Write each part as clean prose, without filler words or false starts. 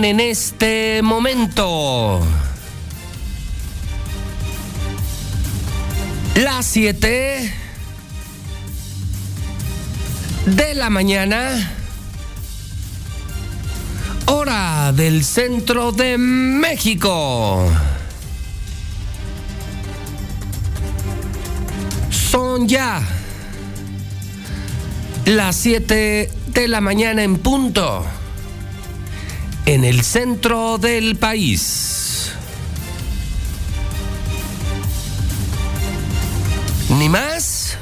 en este momento. Las 7 de la mañana, hora del centro de México. Son ya las 7 de la mañana en punto en el centro del país. Ni más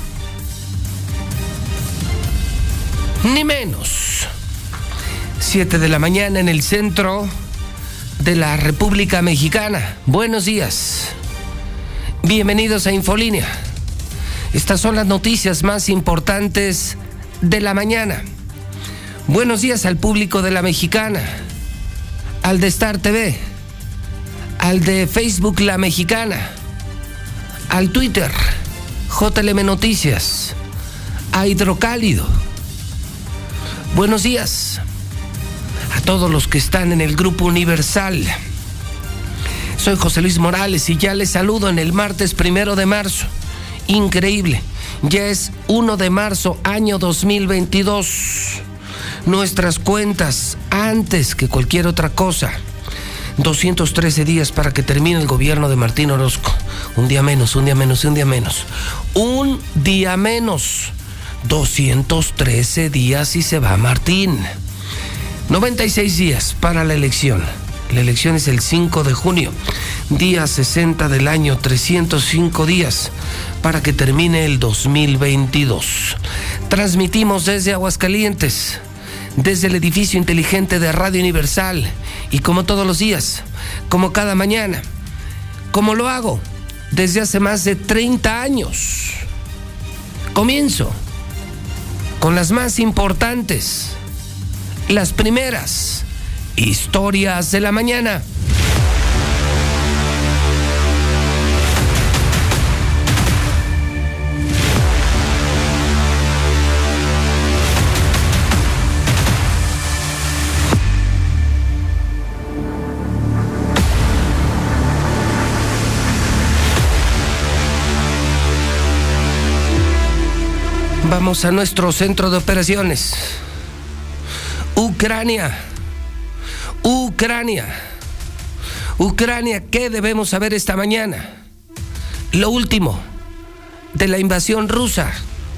ni menos. 7 de la mañana en el centro de la República Mexicana. Buenos días. Bienvenidos a Infolínea. Estas son las noticias más importantes de la mañana. Buenos días al público de La Mexicana, al de Star TV, al de Facebook La Mexicana, al Twitter JLM Noticias, a Hidrocálido. Buenos días a todos los que están en el Grupo Universal. Soy José Luis Morales y ya les saludo en el martes 1 de marzo. Increíble, ya es 1 de marzo, año 2022. Nuestras cuentas, antes que cualquier otra cosa. 213 días para que termine el gobierno de Martín Orozco. Un día menos, un día menos, un día menos. Un día menos. 213 días y se va Martín. 96 días para la elección. La elección es el 5 de junio. Día 60 del año, 305 días para que termine el 2022. Transmitimos desde Aguascalientes, desde el edificio inteligente de Radio Universal. Y como todos los días, como cada mañana, como lo hago desde hace más de 30 años. Comienzo con las más importantes, las primeras historias de la mañana. Vamos a nuestro centro de operaciones. Ucrania, ¿qué debemos saber esta mañana? Lo último de la invasión rusa.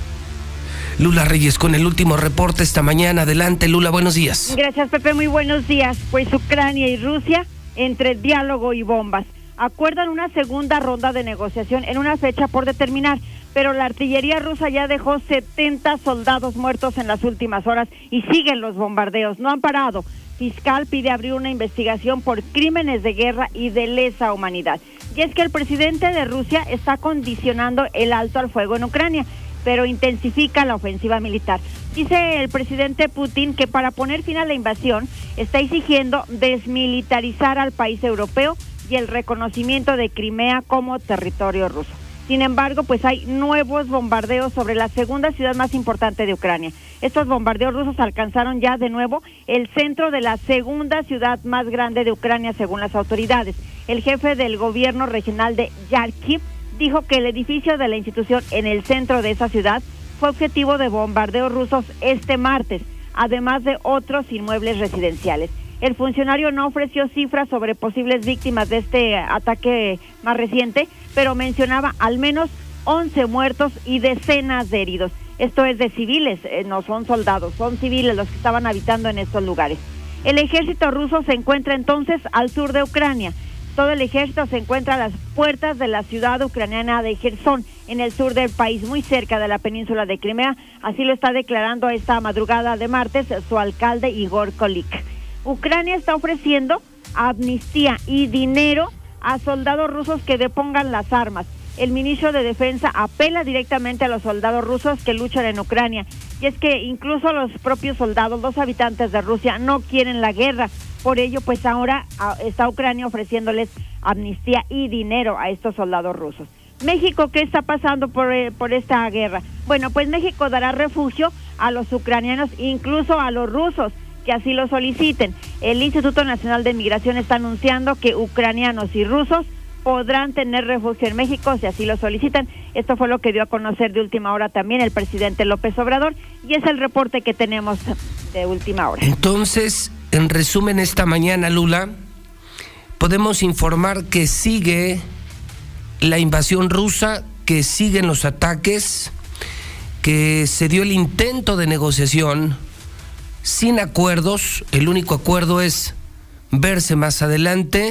Lula Reyes con el último reporte esta mañana. Adelante, Lula, buenos días. Gracias, Pepe, muy buenos días. Pues Ucrania y Rusia, entre diálogo y bombas, acuerdan una segunda ronda de negociación en una fecha por determinar, pero la artillería rusa ya dejó 70 soldados muertos en las últimas horas y siguen los bombardeos, no han parado. Fiscal pide abrir una investigación por crímenes de guerra y de lesa humanidad. Y es que el presidente de Rusia está condicionando el alto al fuego en Ucrania, pero intensifica la ofensiva militar. Dice el presidente Putin que para poner fin a la invasión está exigiendo desmilitarizar al país europeo y el reconocimiento de Crimea como territorio ruso. Sin embargo, pues hay nuevos bombardeos sobre la segunda ciudad más importante de Ucrania. Estos bombardeos rusos alcanzaron ya de nuevo el centro de la segunda ciudad más grande de Ucrania, según las autoridades. El jefe del gobierno regional de Yarkiv dijo que el edificio de la institución en el centro de esa ciudad fue objetivo de bombardeos rusos este martes, además de otros inmuebles residenciales. El funcionario no ofreció cifras sobre posibles víctimas de este ataque más reciente, pero mencionaba al menos 11 muertos y decenas de heridos. Esto es de civiles, no son soldados, son civiles los que estaban habitando en estos lugares. El ejército ruso se encuentra entonces al sur de Ucrania. Todo el ejército se encuentra a las puertas de la ciudad ucraniana de Jersón, en el sur del país, muy cerca de la península de Crimea. Así lo está declarando esta madrugada de martes su alcalde Igor Kolik. Ucrania está ofreciendo amnistía y dinero a soldados rusos que depongan las armas. El ministro de Defensa apela directamente a los soldados rusos que luchan en Ucrania. Y es que incluso los propios soldados, los habitantes de Rusia, no quieren la guerra. Por ello, pues ahora está Ucrania ofreciéndoles amnistía y dinero a estos soldados rusos. México, ¿qué está pasando por esta guerra? Bueno, pues México dará refugio a los ucranianos, incluso a los rusos, que así lo soliciten. El Instituto Nacional de Migración está anunciando que ucranianos y rusos podrán tener refugio en México si así lo solicitan. Esto fue lo que dio a conocer de última hora también el presidente López Obrador, y es el reporte que tenemos de última hora. Entonces, en resumen, esta mañana, Lula, podemos informar que sigue la invasión rusa, que siguen los ataques, que se dio el intento de negociación sin acuerdos. El único acuerdo es verse más adelante.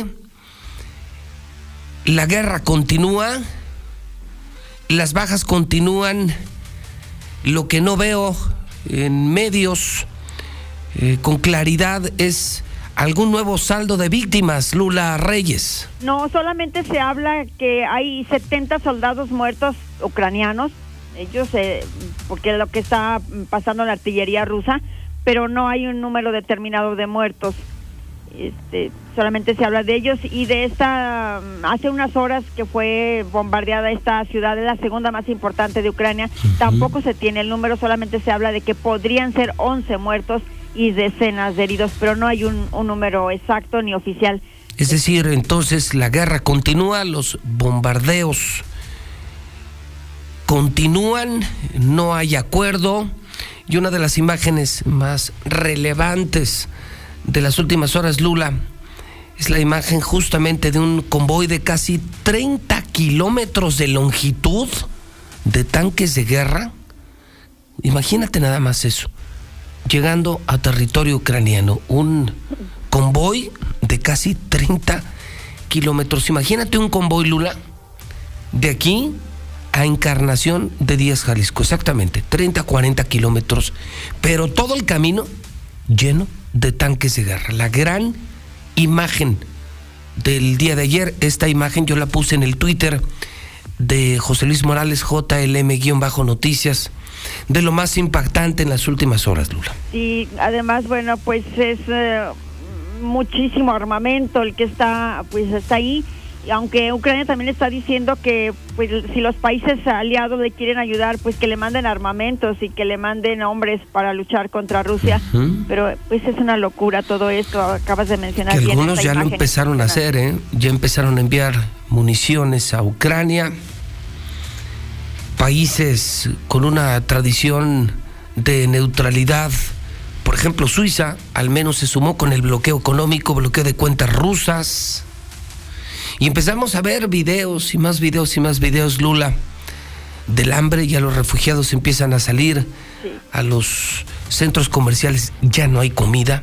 La guerra continúa, las bajas continúan. Lo que no veo en medios con claridad es algún nuevo saldo de víctimas, Lula Reyes. No, solamente se habla que hay 70 soldados muertos ucranianos, ellos, porque es lo que está pasando en la artillería rusa, pero no hay un número determinado de muertos. Solamente se habla de ellos, y de esta, hace unas horas que fue bombardeada esta ciudad, es la segunda más importante de Ucrania, tampoco se tiene el número, solamente se habla de que podrían ser 11 muertos y decenas de heridos, pero no hay un número exacto ni oficial. Es decir, entonces la guerra continúa, los bombardeos continúan, no hay acuerdo, y una de las imágenes más relevantes de las últimas horas, Lula, es la imagen justamente de un convoy de casi 30 kilómetros de longitud de tanques de guerra. Imagínate nada más eso, llegando a territorio ucraniano, un convoy de casi 30 kilómetros. Imagínate un convoy, Lula, de aquí a Encarnación de Díaz, Jalisco, exactamente, 30, 40 kilómetros, pero todo el camino lleno de tanques de guerra. La gran imagen del día de ayer, esta imagen yo la puse en el Twitter de José Luis Morales, JLM-noticias, de lo más impactante en las últimas horas, Lula. Y además, bueno, pues es muchísimo armamento el que está ahí, y aunque Ucrania también está diciendo que pues si los países aliados le quieren ayudar, pues que le manden armamentos y que le manden hombres para luchar contra Rusia, pero pues es una locura todo esto. Acabas de mencionar que bien algunos ya lo empezaron a hacer, ya empezaron a enviar municiones a Ucrania. Países con una tradición de neutralidad, por ejemplo Suiza, al menos se sumó con el bloqueo económico, bloqueo de cuentas rusas. Y empezamos a ver videos y más videos y más videos, Lula, del hambre. Ya los refugiados empiezan a salir a los centros comerciales. Ya no hay comida,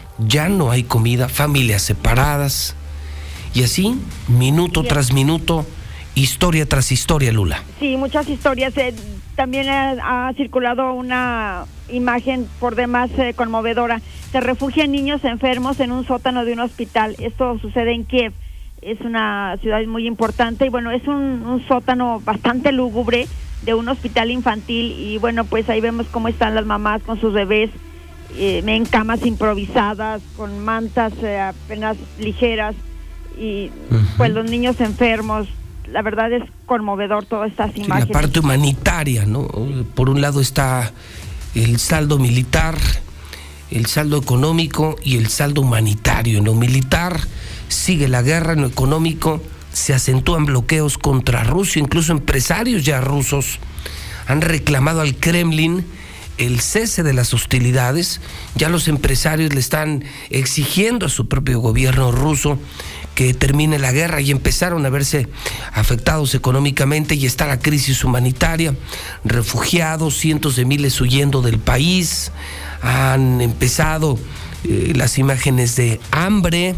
familias separadas. Y así, minuto tras minuto, historia tras historia, Lula. Sí, muchas historias. También ha circulado una imagen por demás conmovedora. Se refugian niños enfermos en un sótano de un hospital. Esto sucede en Kiev. Es una ciudad muy importante y bueno, es un sótano bastante lúgubre de un hospital infantil, y bueno, pues ahí vemos cómo están las mamás con sus bebés en camas improvisadas, con mantas apenas ligeras, y pues los niños enfermos. La verdad es conmovedor todas estas imágenes. La parte humanitaria, ¿no? Por un lado está el saldo militar, el saldo económico y el saldo humanitario. En lo militar sigue la guerra, en lo económico se acentúan bloqueos contra Rusia, incluso empresarios ya rusos han reclamado al Kremlin el cese de las hostilidades. Ya los empresarios le están exigiendo a su propio gobierno ruso que termine la guerra, y empezaron a verse afectados económicamente, y está la crisis humanitaria, refugiados, cientos de miles huyendo del país. Han empezado las imágenes de hambre,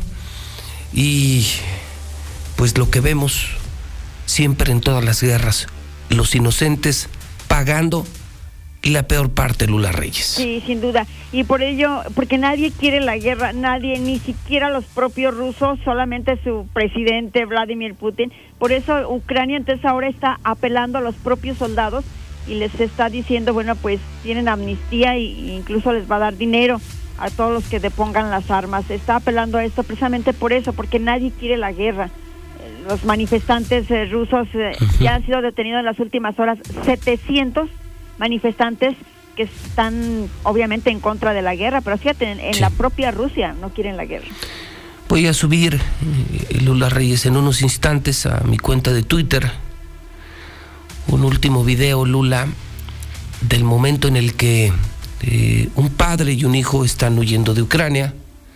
y pues lo que vemos siempre en todas las guerras, los inocentes pagando la peor parte, Lula Reyes. Sí, sin duda. Y por ello, porque nadie quiere la guerra, nadie, ni siquiera los propios rusos, solamente su presidente Vladimir Putin. Por eso Ucrania entonces ahora está apelando a los propios soldados y les está diciendo, bueno, pues tienen amnistía e incluso les va a dar dinero a todos los que depongan las armas. Está apelando a esto precisamente por eso, porque nadie quiere la guerra. Los manifestantes rusos ya han sido detenidos en las últimas horas, 700 manifestantes que están obviamente en contra de la guerra, pero fíjate, en la propia Rusia no quieren la guerra. Voy a subir, Lula Reyes, en unos instantes a mi cuenta de Twitter un último video, Lula, del momento en el que un padre y un hijo están huyendo de Ucrania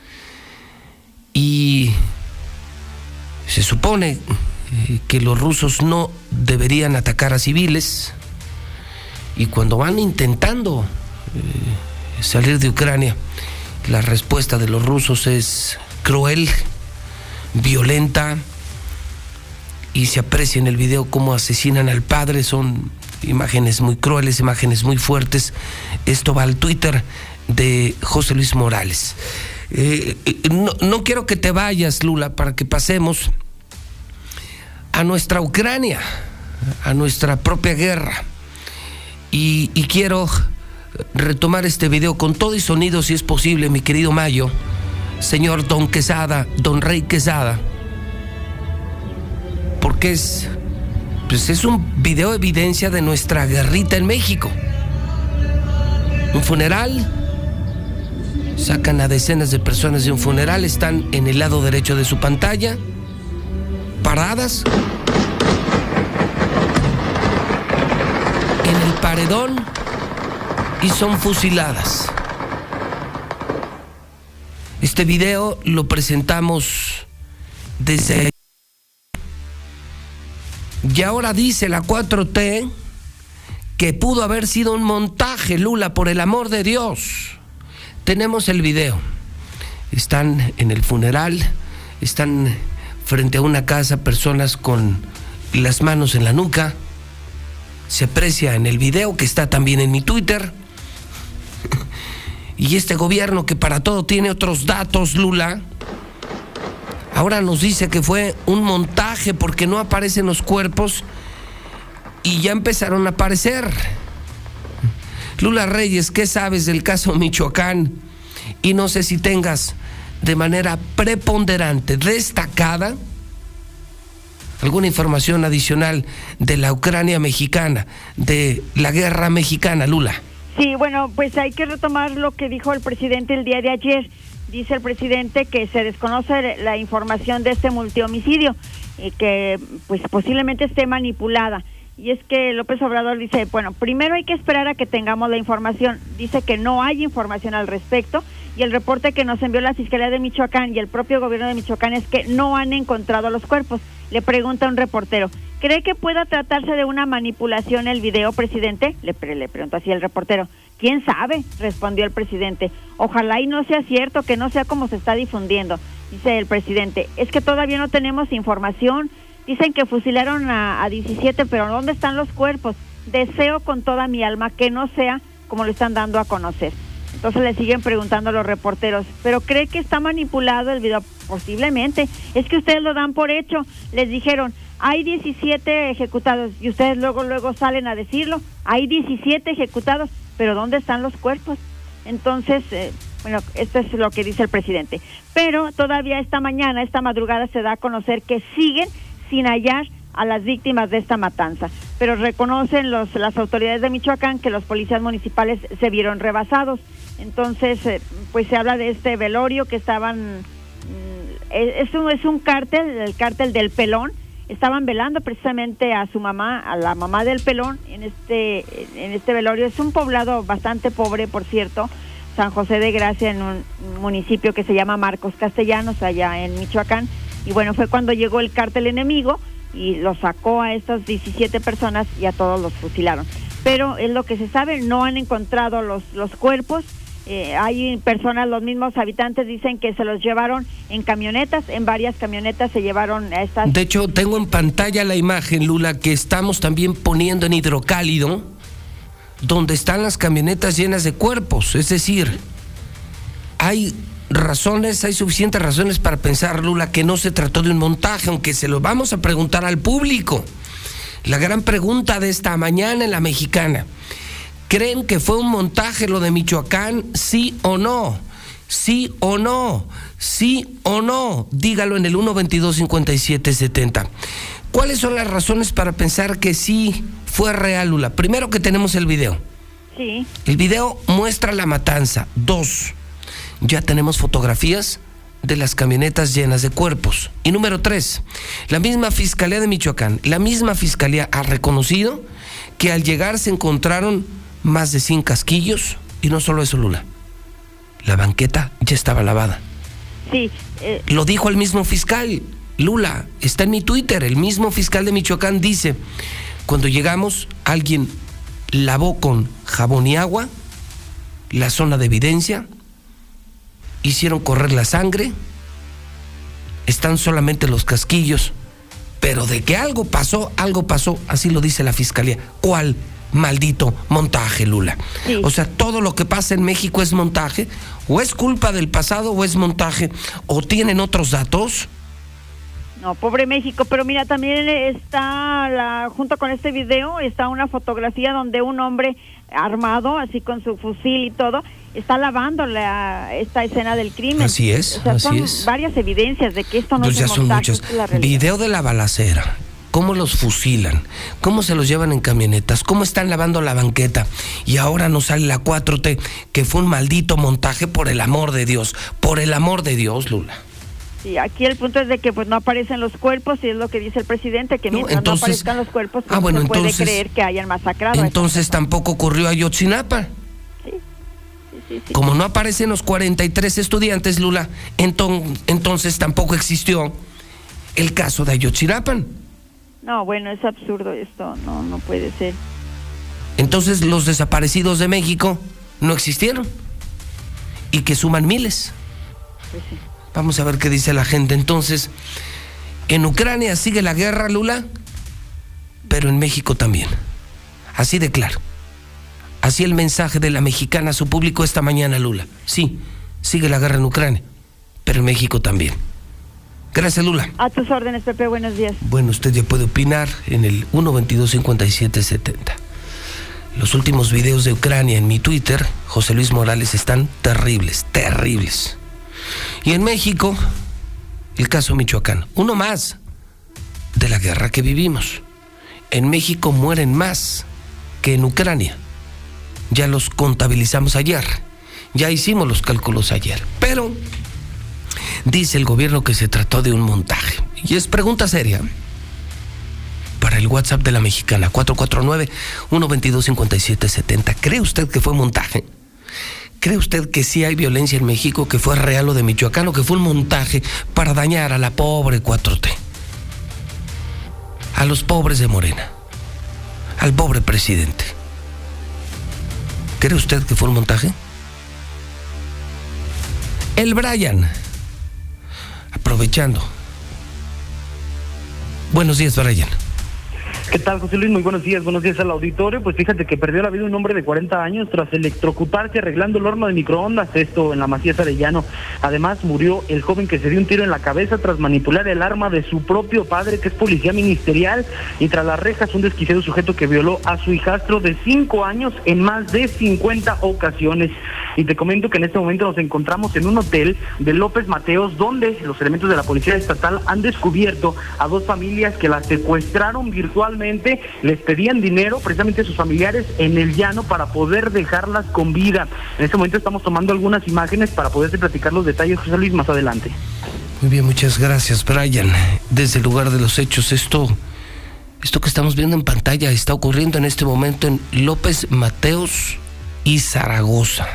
y se supone que los rusos no deberían atacar a civiles, y cuando van intentando salir de Ucrania, la respuesta de los rusos es cruel, violenta, y se aprecia en el video cómo asesinan al padre. Son imágenes muy crueles, imágenes muy fuertes. Esto va al Twitter de José Luis Morales. No quiero que te vayas, Lula, para que pasemos a nuestra Ucrania, a nuestra propia guerra. Y quiero retomar este video con todo y sonido, si es posible, mi querido Mayo, señor Don Quesada, Don Rey Quesada, porque es un video evidencia de nuestra guerrita en México. Un funeral, sacan a decenas de personas de un funeral, están en el lado derecho de su pantalla, paradas en el paredón y son fusiladas. Este video lo presentamos desde... Y ahora dice la 4T que pudo haber sido un montaje, Lula, por el amor de Dios. Tenemos el video. Están en el funeral, están frente a una casa personas con las manos en la nuca. Se aprecia en el video, que está también en mi Twitter. Y este gobierno, que para todo tiene otros datos, Lula, ahora nos dice que fue un montaje porque no aparecen los cuerpos y ya empezaron a aparecer. Lula Reyes, ¿qué sabes del caso Michoacán? Y no sé si tengas de manera preponderante, destacada, alguna información adicional de la Ucrania mexicana, de la guerra mexicana, Lula. Sí, bueno, pues hay que retomar lo que dijo el presidente el día de ayer. Dice el presidente que se desconoce la información de este multihomicidio y que pues posiblemente esté manipulada. Y es que López Obrador dice, bueno, primero hay que esperar a que tengamos la información. Dice que no hay información al respecto, y el reporte que nos envió la Fiscalía de Michoacán y el propio gobierno de Michoacán es que no han encontrado los cuerpos. Le pregunta un reportero, ¿cree que pueda tratarse de una manipulación el video, presidente? Le preguntó así el reportero. ¿Quién sabe?, respondió el presidente. Ojalá y no sea cierto, que no sea como se está difundiendo. Dice el presidente, es que todavía no tenemos información. Dicen que fusilaron a 17, pero ¿dónde están los cuerpos? Deseo con toda mi alma que no sea como lo están dando a conocer. Entonces le siguen preguntando a los reporteros, ¿pero cree que está manipulado el video? Posiblemente, es que ustedes lo dan por hecho. Les dijeron, hay 17 ejecutados, y ustedes luego salen a decirlo, hay 17 ejecutados, pero ¿dónde están los cuerpos? Entonces, bueno, esto es lo que dice el presidente. Pero todavía esta madrugada se da a conocer que siguen sin hallar a las víctimas de esta matanza, pero reconocen las autoridades de Michoacán que los policías municipales se vieron rebasados. Entonces, pues se habla de este velorio que estaban, es un cártel, el cártel del Pelón. Estaban velando precisamente a su mamá, a la mamá del Pelón, en este velorio. Es un poblado bastante pobre, por cierto, San José de Gracia, en un municipio que se llama Marcos Castellanos, allá en Michoacán. Y bueno, fue cuando llegó el cártel enemigo y los sacó a estas 17 personas y a todos los fusilaron. Pero es lo que se sabe, no han encontrado los cuerpos. Hay personas, los mismos habitantes dicen que se los llevaron en camionetas, en varias camionetas se llevaron a estas... De hecho, tengo en pantalla la imagen, Lula, que estamos también poniendo en Hidrocálido, donde están las camionetas llenas de cuerpos. Es decir, hay suficientes razones para pensar, Lula, que no se trató de un montaje, aunque se lo vamos a preguntar al público. La gran pregunta de esta mañana en La Mexicana: ¿creen que fue un montaje lo de Michoacán? ¿Sí o no? ¿Sí o no? ¿Sí o no? Dígalo en el 122-5770. ¿Cuáles son las razones para pensar que sí fue real, Lula? Primero, que tenemos el video. Sí. El video muestra la matanza. 2, ya tenemos fotografías de las camionetas llenas de cuerpos. Y número 3, la misma Fiscalía de Michoacán, la misma Fiscalía ha reconocido que al llegar se encontraron más de 100 casquillos. Y no solo eso, Lula, la banqueta ya estaba lavada. Sí. Lo dijo el mismo fiscal, Lula, está en mi Twitter. El mismo fiscal de Michoacán dice: cuando llegamos, alguien lavó con jabón y agua la zona de evidencia, hicieron correr la sangre, están solamente los casquillos, pero de que algo pasó, así lo dice la fiscalía. ¿Cuál maldito montaje, Lula? Sí. O sea, todo lo que pasa en México es montaje, o es culpa del pasado, o es montaje, o tienen otros datos. No, pobre México, pero mira, también está, junto con este video, está una fotografía donde un hombre armado, así con su fusil y todo, está lavando esta escena del crimen. Así es, o sea, así son es. varias evidencias de que esto no Pues ya es son montaje, muchos. es la realidad. Video de la balacera, cómo los fusilan, cómo se los llevan en camionetas, cómo están lavando la banqueta, y ahora nos sale la 4T, que fue un maldito montaje. Por el amor de Dios, Lula. Sí, aquí el punto es de que pues no aparecen los cuerpos, y es lo que dice el presidente, que mientras no aparezcan los cuerpos, pues no se puede creer que hayan masacrado. Entonces tampoco ocurrió Ayotzinapa. Sí. Como no aparecen los 43 estudiantes, Lula, entonces tampoco existió el caso de Ayotzinapa. No, bueno, es absurdo esto, no puede ser. Entonces los desaparecidos de México no existieron, y que suman miles. Pues sí. Vamos a ver qué dice la gente. Entonces, en Ucrania sigue la guerra, Lula, pero en México también. Así de claro. Así el mensaje de la mexicana a su público esta mañana, Lula. Sí, sigue la guerra en Ucrania, pero en México también. Gracias, Lula. A tus órdenes, Pepe, buenos días. Bueno, usted ya puede opinar en el 122-5770. Los últimos videos de Ucrania en mi Twitter, José Luis Morales, están terribles. Y en México, el caso Michoacán, uno más de la guerra que vivimos. En México mueren más que en Ucrania. Ya los contabilizamos ayer, ya hicimos los cálculos ayer. Pero dice el gobierno que se trató de un montaje. Y es pregunta seria para el WhatsApp de la mexicana, 449-122-5770. ¿Cree usted que fue montaje? ¿Cree usted que sí hay violencia en México, que fue real lo de Michoacán, o que fue un montaje para dañar a la pobre 4T? A los pobres de Morena, al pobre presidente. ¿Cree usted que fue un montaje? El Brian, aprovechando. Buenos días, Brian. ¿Qué tal, José Luis? Muy buenos días al auditorio. Pues fíjate que perdió la vida un hombre de 40 años tras electrocutarse arreglando el horno de microondas, esto en la Macías Arellano. Además, murió el joven que se dio un tiro en la cabeza tras manipular el arma de su propio padre, que es policía ministerial, y tras las rejas un desquiciado sujeto que violó a su hijastro de 5 años en más de 50 ocasiones. Y te comento que en este momento nos encontramos en un hotel de López Mateos, donde los elementos de la Policía Estatal han descubierto a 2 familias que las secuestraron virtualmente. Les pedían dinero precisamente a sus familiares en el llano para poder dejarlas con vida. En este momento estamos tomando algunas imágenes para poderse platicar los detalles, José Luis, más adelante. Muy bien, muchas gracias, Brian. Desde el lugar de los hechos, esto que estamos viendo en pantalla está ocurriendo en este momento en López Mateos y Zaragoza.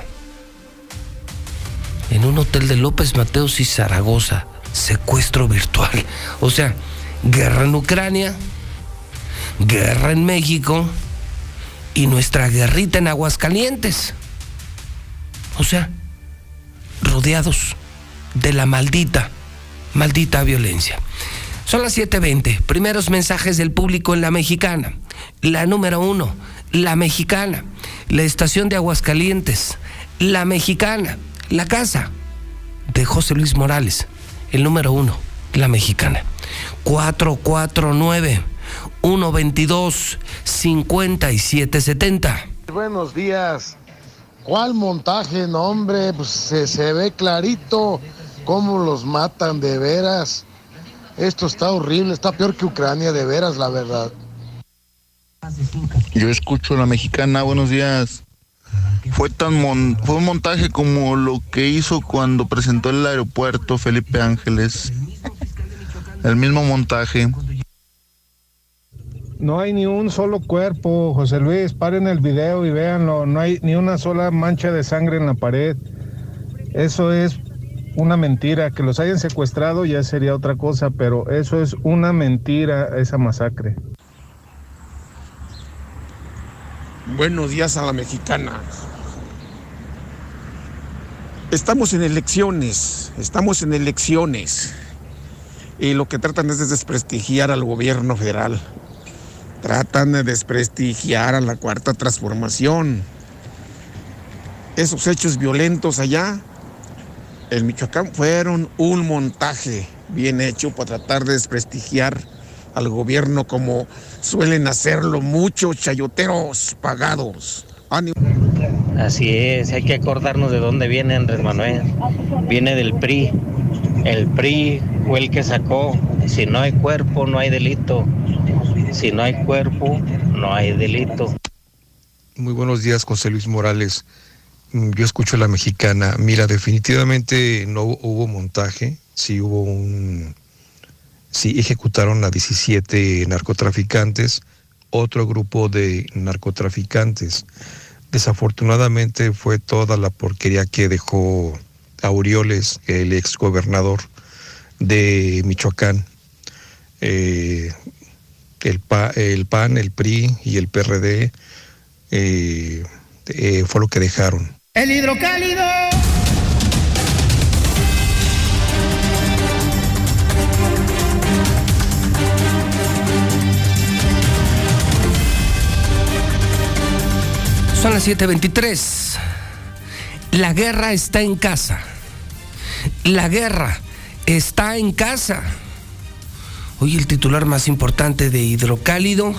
En un hotel de López Mateos y Zaragoza, secuestro virtual. O sea, guerra en Ucrania, guerra en México y nuestra guerrita en Aguascalientes. O sea, rodeados de la maldita violencia. Son las 7:20. Primeros mensajes del público en La Mexicana. La número 1, La Mexicana. La estación de Aguascalientes, La Mexicana. La casa de José Luis Morales, el número 1, La Mexicana. 449-122-5770. Buenos días. ¿Cuál montaje? No, hombre, pues se ve clarito cómo los matan, de veras. Esto está horrible, está peor que Ucrania, de veras, la verdad. Yo escucho La Mexicana, buenos días. fue un montaje como lo que hizo cuando presentó el aeropuerto Felipe Ángeles. El mismo montaje. No hay ni un solo cuerpo, José Luis, paren el video y véanlo, no hay ni una sola mancha de sangre en la pared. Eso es una mentira, que los hayan secuestrado ya sería otra cosa, pero eso es una mentira, esa masacre. Buenos días a la mexicana. Estamos en elecciones. Y lo que tratan es de desprestigiar al gobierno federal. Tratan de desprestigiar a la Cuarta Transformación. Esos hechos violentos allá en Michoacán fueron un montaje bien hecho para tratar de desprestigiar al gobierno como suelen hacerlo muchos chayoteros pagados. ¡Ánimo! Así es, hay que acordarnos de dónde viene Andrés Manuel. Viene del PRI. El PRI fue el que sacó: si no hay cuerpo, no hay delito. Si no hay cuerpo, no hay delito. Muy buenos días, José Luis Morales. Yo escucho a la mexicana. Mira, definitivamente no hubo montaje. Sí ejecutaron a 17 narcotraficantes, otro grupo de narcotraficantes. Desafortunadamente fue toda la porquería que dejó Aureoles, el exgobernador de Michoacán. El PAN, el PRI y el PRD fue lo que dejaron. El hidrocálido. Son las 7:23. La guerra está en casa. La guerra está en casa. Hoy el titular más importante de Hidrocálido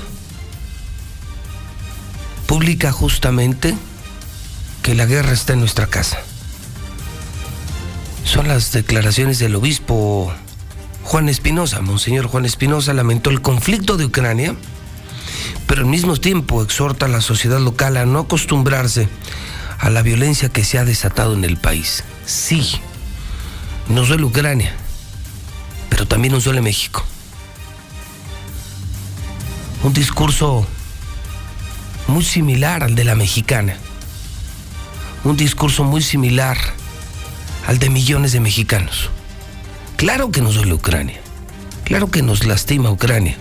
publica justamente que la guerra está en nuestra casa. Son las declaraciones del obispo Juan Espinosa. Monseñor Juan Espinosa lamentó el conflicto de Ucrania, pero al mismo tiempo exhorta a la sociedad local a no acostumbrarse a la violencia que se ha desatado en el país. Sí, nos duele Ucrania, pero también nos duele México. Un discurso muy similar al de la mexicana. Un discurso muy similar al de millones de mexicanos. Claro que nos duele Ucrania. Claro que nos lastima Ucrania.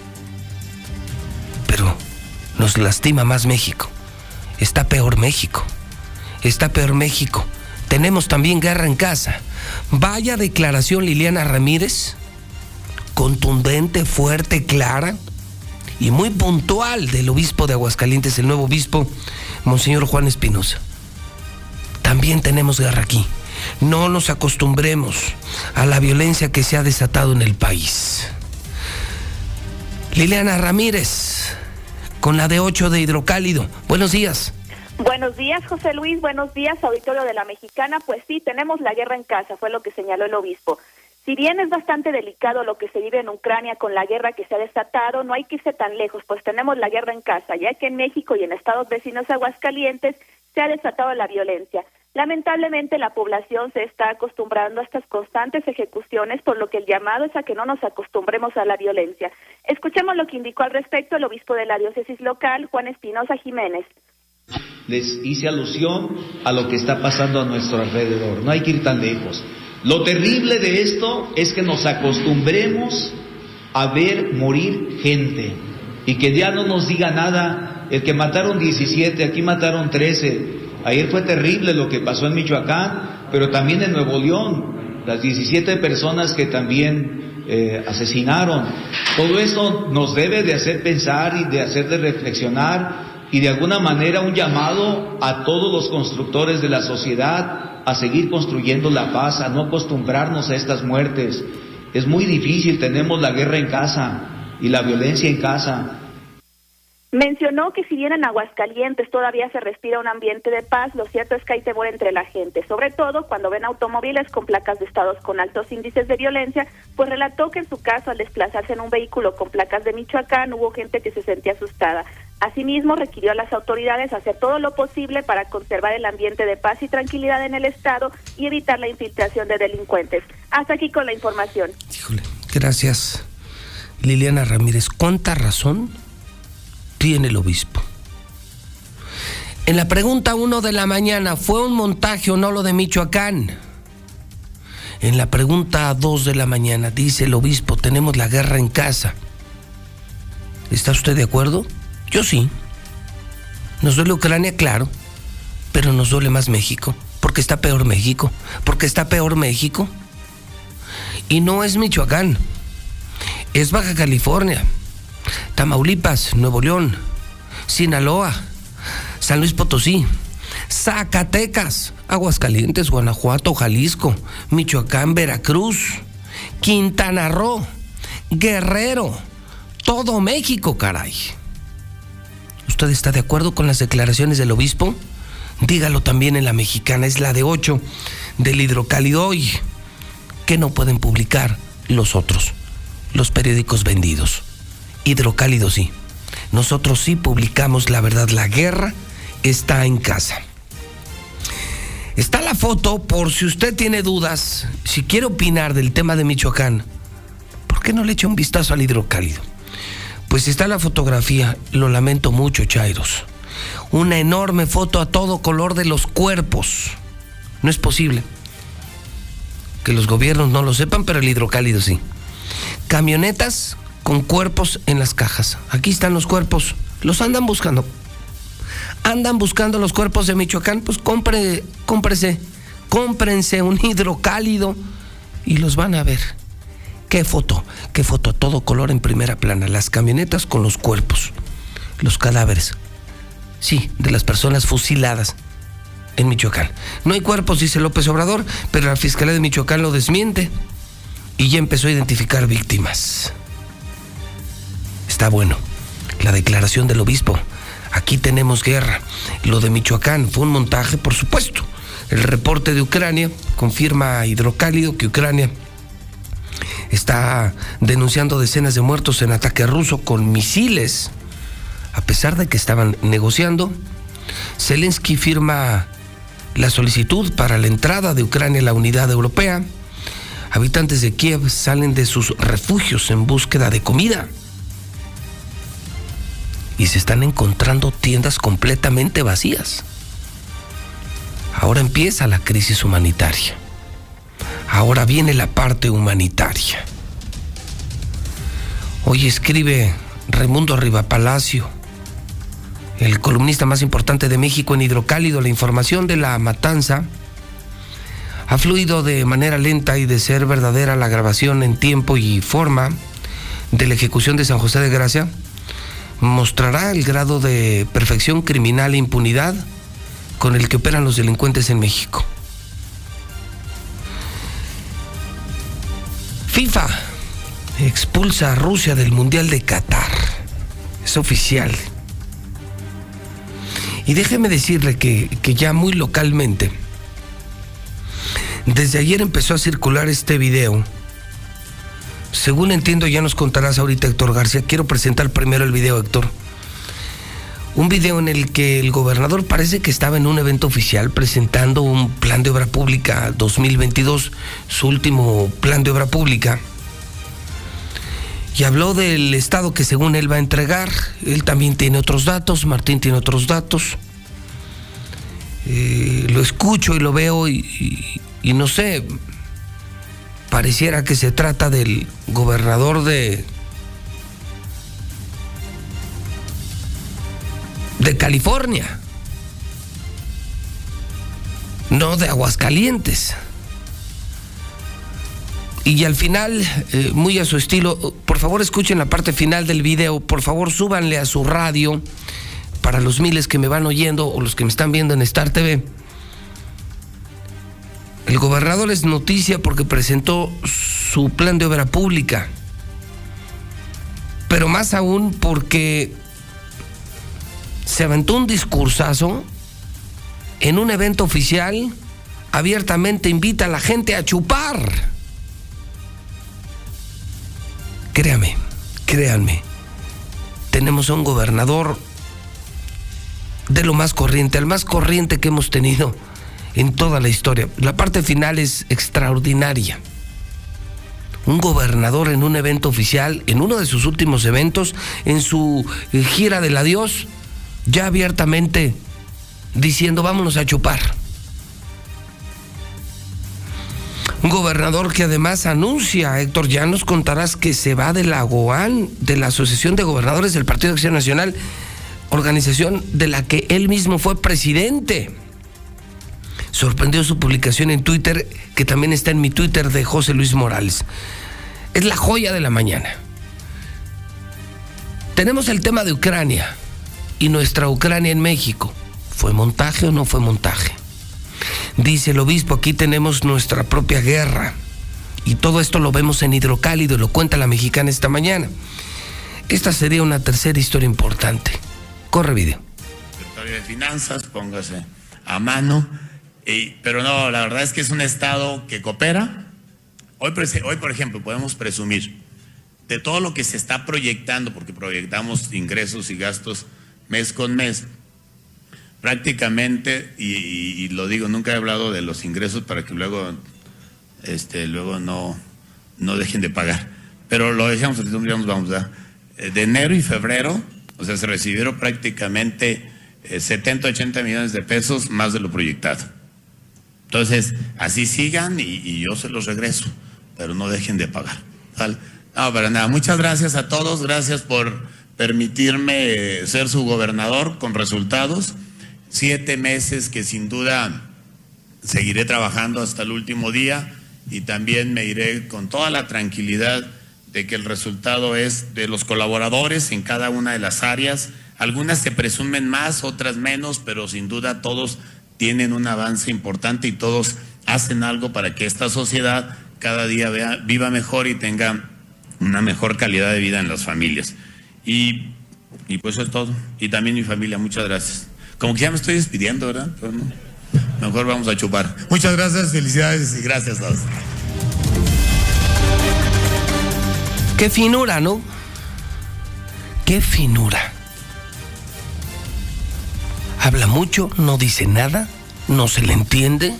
Pero nos lastima más México. Está peor México. Está peor México. Tenemos también guerra en casa. Vaya declaración, Liliana Ramírez. Contundente, fuerte, clara y muy puntual del obispo de Aguascalientes, el nuevo obispo, Monseñor Juan Espinosa. También tenemos guerra aquí. No nos acostumbremos a la violencia que se ha desatado en el país. Liliana Ramírez, con la de 8 de Hidrocálido. Buenos días. Buenos días, José Luis. Buenos días, auditorio de la Mexicana. Pues sí, tenemos la guerra en casa, fue lo que señaló el obispo. Si bien es bastante delicado lo que se vive en Ucrania con la guerra que se ha desatado, no hay que irse tan lejos, pues tenemos la guerra en casa, ya que en México y en estados vecinos de Aguascalientes se ha desatado la violencia. Lamentablemente la población se está acostumbrando a estas constantes ejecuciones, por lo que el llamado es a que no nos acostumbremos a la violencia. Escuchemos lo que indicó al respecto el obispo de la diócesis local, Juan Espinosa Jiménez. Les hice alusión a lo que está pasando a nuestro alrededor, no hay que ir tan lejos. Lo terrible de esto es que nos acostumbremos a ver morir gente y que ya no nos diga nada. El que mataron 17, aquí mataron 13. Ayer fue terrible lo que pasó en Michoacán, pero también en Nuevo León, las 17 personas que también asesinaron. Todo esto nos debe de hacer pensar y de hacer de reflexionar, y de alguna manera un llamado a todos los constructores de la sociedad a seguir construyendo la paz, a no acostumbrarnos a estas muertes. Es muy difícil, tenemos la guerra en casa y la violencia en casa. Mencionó que si bien en Aguascalientes todavía se respira un ambiente de paz, lo cierto es que hay temor entre la gente, sobre todo cuando ven automóviles con placas de estados con altos índices de violencia, pues relató que en su caso al desplazarse en un vehículo con placas de Michoacán hubo gente que se sentía asustada. Asimismo, requirió a las autoridades hacer todo lo posible para conservar el ambiente de paz y tranquilidad en el estado y evitar la infiltración de delincuentes. Hasta aquí con la información. Híjole, gracias, Liliana Ramírez. ¿Cuánta razón tiene el obispo? En la pregunta 1 de la mañana, ¿fue un montaje o no lo de Michoacán? En la pregunta 2 de la mañana, dice el obispo, tenemos la guerra en casa. ¿Está usted de acuerdo? Yo sí. Nos duele Ucrania, claro, pero nos duele más México, porque está peor México, Y no es Michoacán, es Baja California, Tamaulipas, Nuevo León, Sinaloa, San Luis Potosí, Zacatecas, Aguascalientes, Guanajuato, Jalisco, Michoacán, Veracruz, Quintana Roo, Guerrero, todo México, caray. ¿Usted está de acuerdo con las declaraciones del obispo? Dígalo también en La Mexicana, es la de 8 del Hidrocálido hoy, que no pueden publicar los otros, los periódicos vendidos. Hidrocálido sí. Nosotros sí publicamos la verdad, la guerra está en casa. Está la foto, por si usted tiene dudas, si quiere opinar del tema de Michoacán, ¿por qué no le echa un vistazo al Hidrocálido? Pues está la fotografía, lo lamento mucho, chairos. Una enorme foto a todo color de los cuerpos. No es posible que los gobiernos no lo sepan, pero el Hidrocálido sí. Camionetas con cuerpos en las cajas. Aquí están los cuerpos, los andan buscando. Andan buscando los cuerpos de Michoacán, pues cómprense un Hidrocálido y los van a ver. Qué foto a todo color en primera plana, las camionetas con los cuerpos, los cadáveres, sí, de las personas fusiladas en Michoacán. No hay cuerpos, dice López Obrador, pero la Fiscalía de Michoacán lo desmiente y ya empezó a identificar víctimas. Está bueno, la declaración del obispo, aquí tenemos guerra. Lo de Michoacán fue un montaje, por supuesto. El reporte de Ucrania confirma a Hidrocálido que Ucrania está denunciando decenas de muertos en ataque ruso con misiles, a pesar de que estaban negociando. Zelensky firma la solicitud para la entrada de Ucrania a la unidad europea. Habitantes de Kiev salen de sus refugios en búsqueda de comida y se están encontrando tiendas completamente vacías. Ahora empieza la crisis humanitaria. Ahora viene la parte humanitaria. Hoy escribe Raimundo Rivapalacio, el columnista más importante de México en Hidrocálido, la información de la matanza ha fluido de manera lenta y de ser verdadera la grabación en tiempo y forma de la ejecución de San José de Gracia mostrará el grado de perfección criminal e impunidad con el que operan los delincuentes en México. FIFA expulsa a Rusia del Mundial de Qatar. Es oficial. Y déjeme decirle que ya muy localmente, desde ayer empezó a circular este video. Según entiendo, ya nos contarás ahorita, Héctor García. Quiero presentar primero el video, Héctor. Un video en el que el gobernador parece que estaba en un evento oficial presentando un plan de obra pública 2022, su último plan de obra pública. Y habló del estado que según él va a entregar. Él también tiene otros datos, Martín tiene otros datos. Lo escucho y lo veo y no sé, pareciera que se trata del gobernador de California, no de Aguascalientes. Y al final, muy a su estilo, por favor escuchen la parte final del video, por favor súbanle a su radio, para los miles que me van oyendo o los que me están viendo en Star TV. El gobernador es noticia porque presentó su plan de obra pública, pero más aún porque se aventó un discursazo en un evento oficial, abiertamente invita a la gente a chupar. Créanme, tenemos a un gobernador de lo más corriente, el más corriente que hemos tenido en toda la historia. La parte final es extraordinaria. Un gobernador en un evento oficial, en uno de sus últimos eventos, en su gira del adiós, ya abiertamente diciendo vámonos a chupar. Un gobernador que además anuncia, Héctor, ya nos contarás que se va de la AGOAN, de la Asociación de Gobernadores del Partido de Acción Nacional, organización de la que él mismo fue presidente. Sorprendió su publicación en Twitter, que también está en mi Twitter de José Luis Morales. Es la joya de la mañana. Tenemos el tema de Ucrania y nuestra Ucrania en México. ¿Fue montaje o no fue montaje? Dice el obispo, aquí tenemos nuestra propia guerra. Y todo esto lo vemos en Hidrocálido y lo cuenta La Mexicana esta mañana. Esta sería una tercera historia importante. Corre video. Secretario de Finanzas, póngase a mano. Pero no, la verdad es que es un estado que coopera. Hoy, por ejemplo, podemos presumir de todo lo que se está proyectando, porque proyectamos ingresos y gastos mes con mes. Prácticamente, y lo digo, nunca he hablado de los ingresos para que luego no dejen de pagar. Pero lo decíamos, vamos a de enero y febrero, o sea, se recibieron prácticamente 70, 80 millones de pesos más de lo proyectado. Entonces, así sigan y yo se los regreso, pero no dejen de pagar. ¿Vale? No, para nada. Muchas gracias a todos, gracias por permitirme ser su gobernador con resultados. 7 meses que sin duda seguiré trabajando hasta el último día y también me iré con toda la tranquilidad de que el resultado es de los colaboradores en cada una de las áreas. Algunas se presumen más, otras menos, pero sin duda todos tienen un avance importante y todos hacen algo para que esta sociedad cada día viva mejor y tenga una mejor calidad de vida en las familias. Y pues eso es todo. Y también mi familia, muchas gracias. Como que ya me estoy despidiendo, ¿verdad? Pero no, mejor vamos a chupar. Muchas gracias, felicidades y gracias a todos. Qué finura, ¿no? Qué finura. Habla mucho, no dice nada, no se le entiende.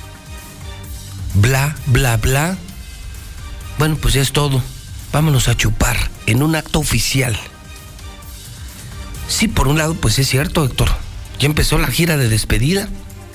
Bla, bla, bla. Bueno, pues ya es todo. Vámonos a chupar en un acto oficial. Sí, por un lado, pues es cierto, Héctor. Ya empezó la gira de despedida.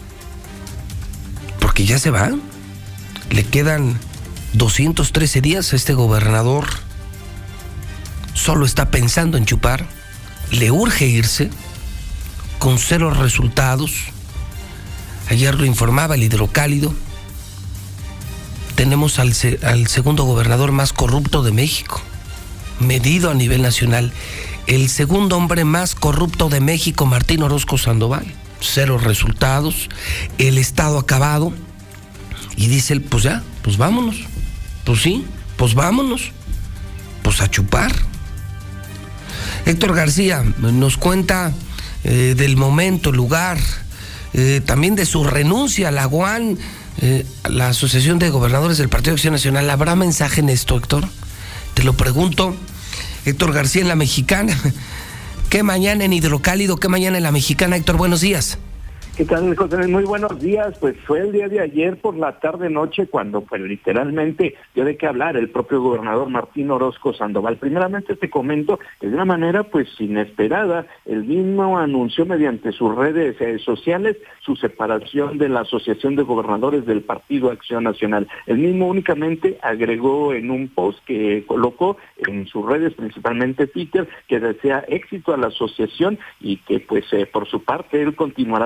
Porque ya se va. Le quedan 213 días a este gobernador. Solo está pensando en chupar. Le urge irse. Con 0 resultados. Ayer lo informaba el Hidrocálido. Tenemos al segundo gobernador más corrupto de México, medido a nivel nacional. El segundo hombre más corrupto de México, Martín Orozco Sandoval. 0 resultados, el estado acabado. Y dice él, pues ya, pues vámonos. Pues sí, pues vámonos. Pues a chupar. Héctor García nos cuenta del momento, lugar, también de su renuncia a la AGOAN, la Asociación de Gobernadores del Partido de Acción Nacional. ¿Habrá mensaje en esto, Héctor? Te lo pregunto. Héctor García en La Mexicana. ¿Qué mañana en Hidrocálido? ¿Qué mañana en La Mexicana, Héctor? Buenos días. ¿Qué tal, José? Muy buenos días. Pues fue el día de ayer por la tarde-noche cuando pues literalmente dio de qué hablar el propio gobernador Martín Orozco Sandoval. Primeramente te comento que de una manera pues inesperada, el mismo anunció mediante sus redes sociales su separación de la Asociación de Gobernadores del Partido Acción Nacional. El mismo únicamente agregó en un post que colocó en sus redes, principalmente Twitter, que desea éxito a la asociación y que pues por su parte él continuará trabajando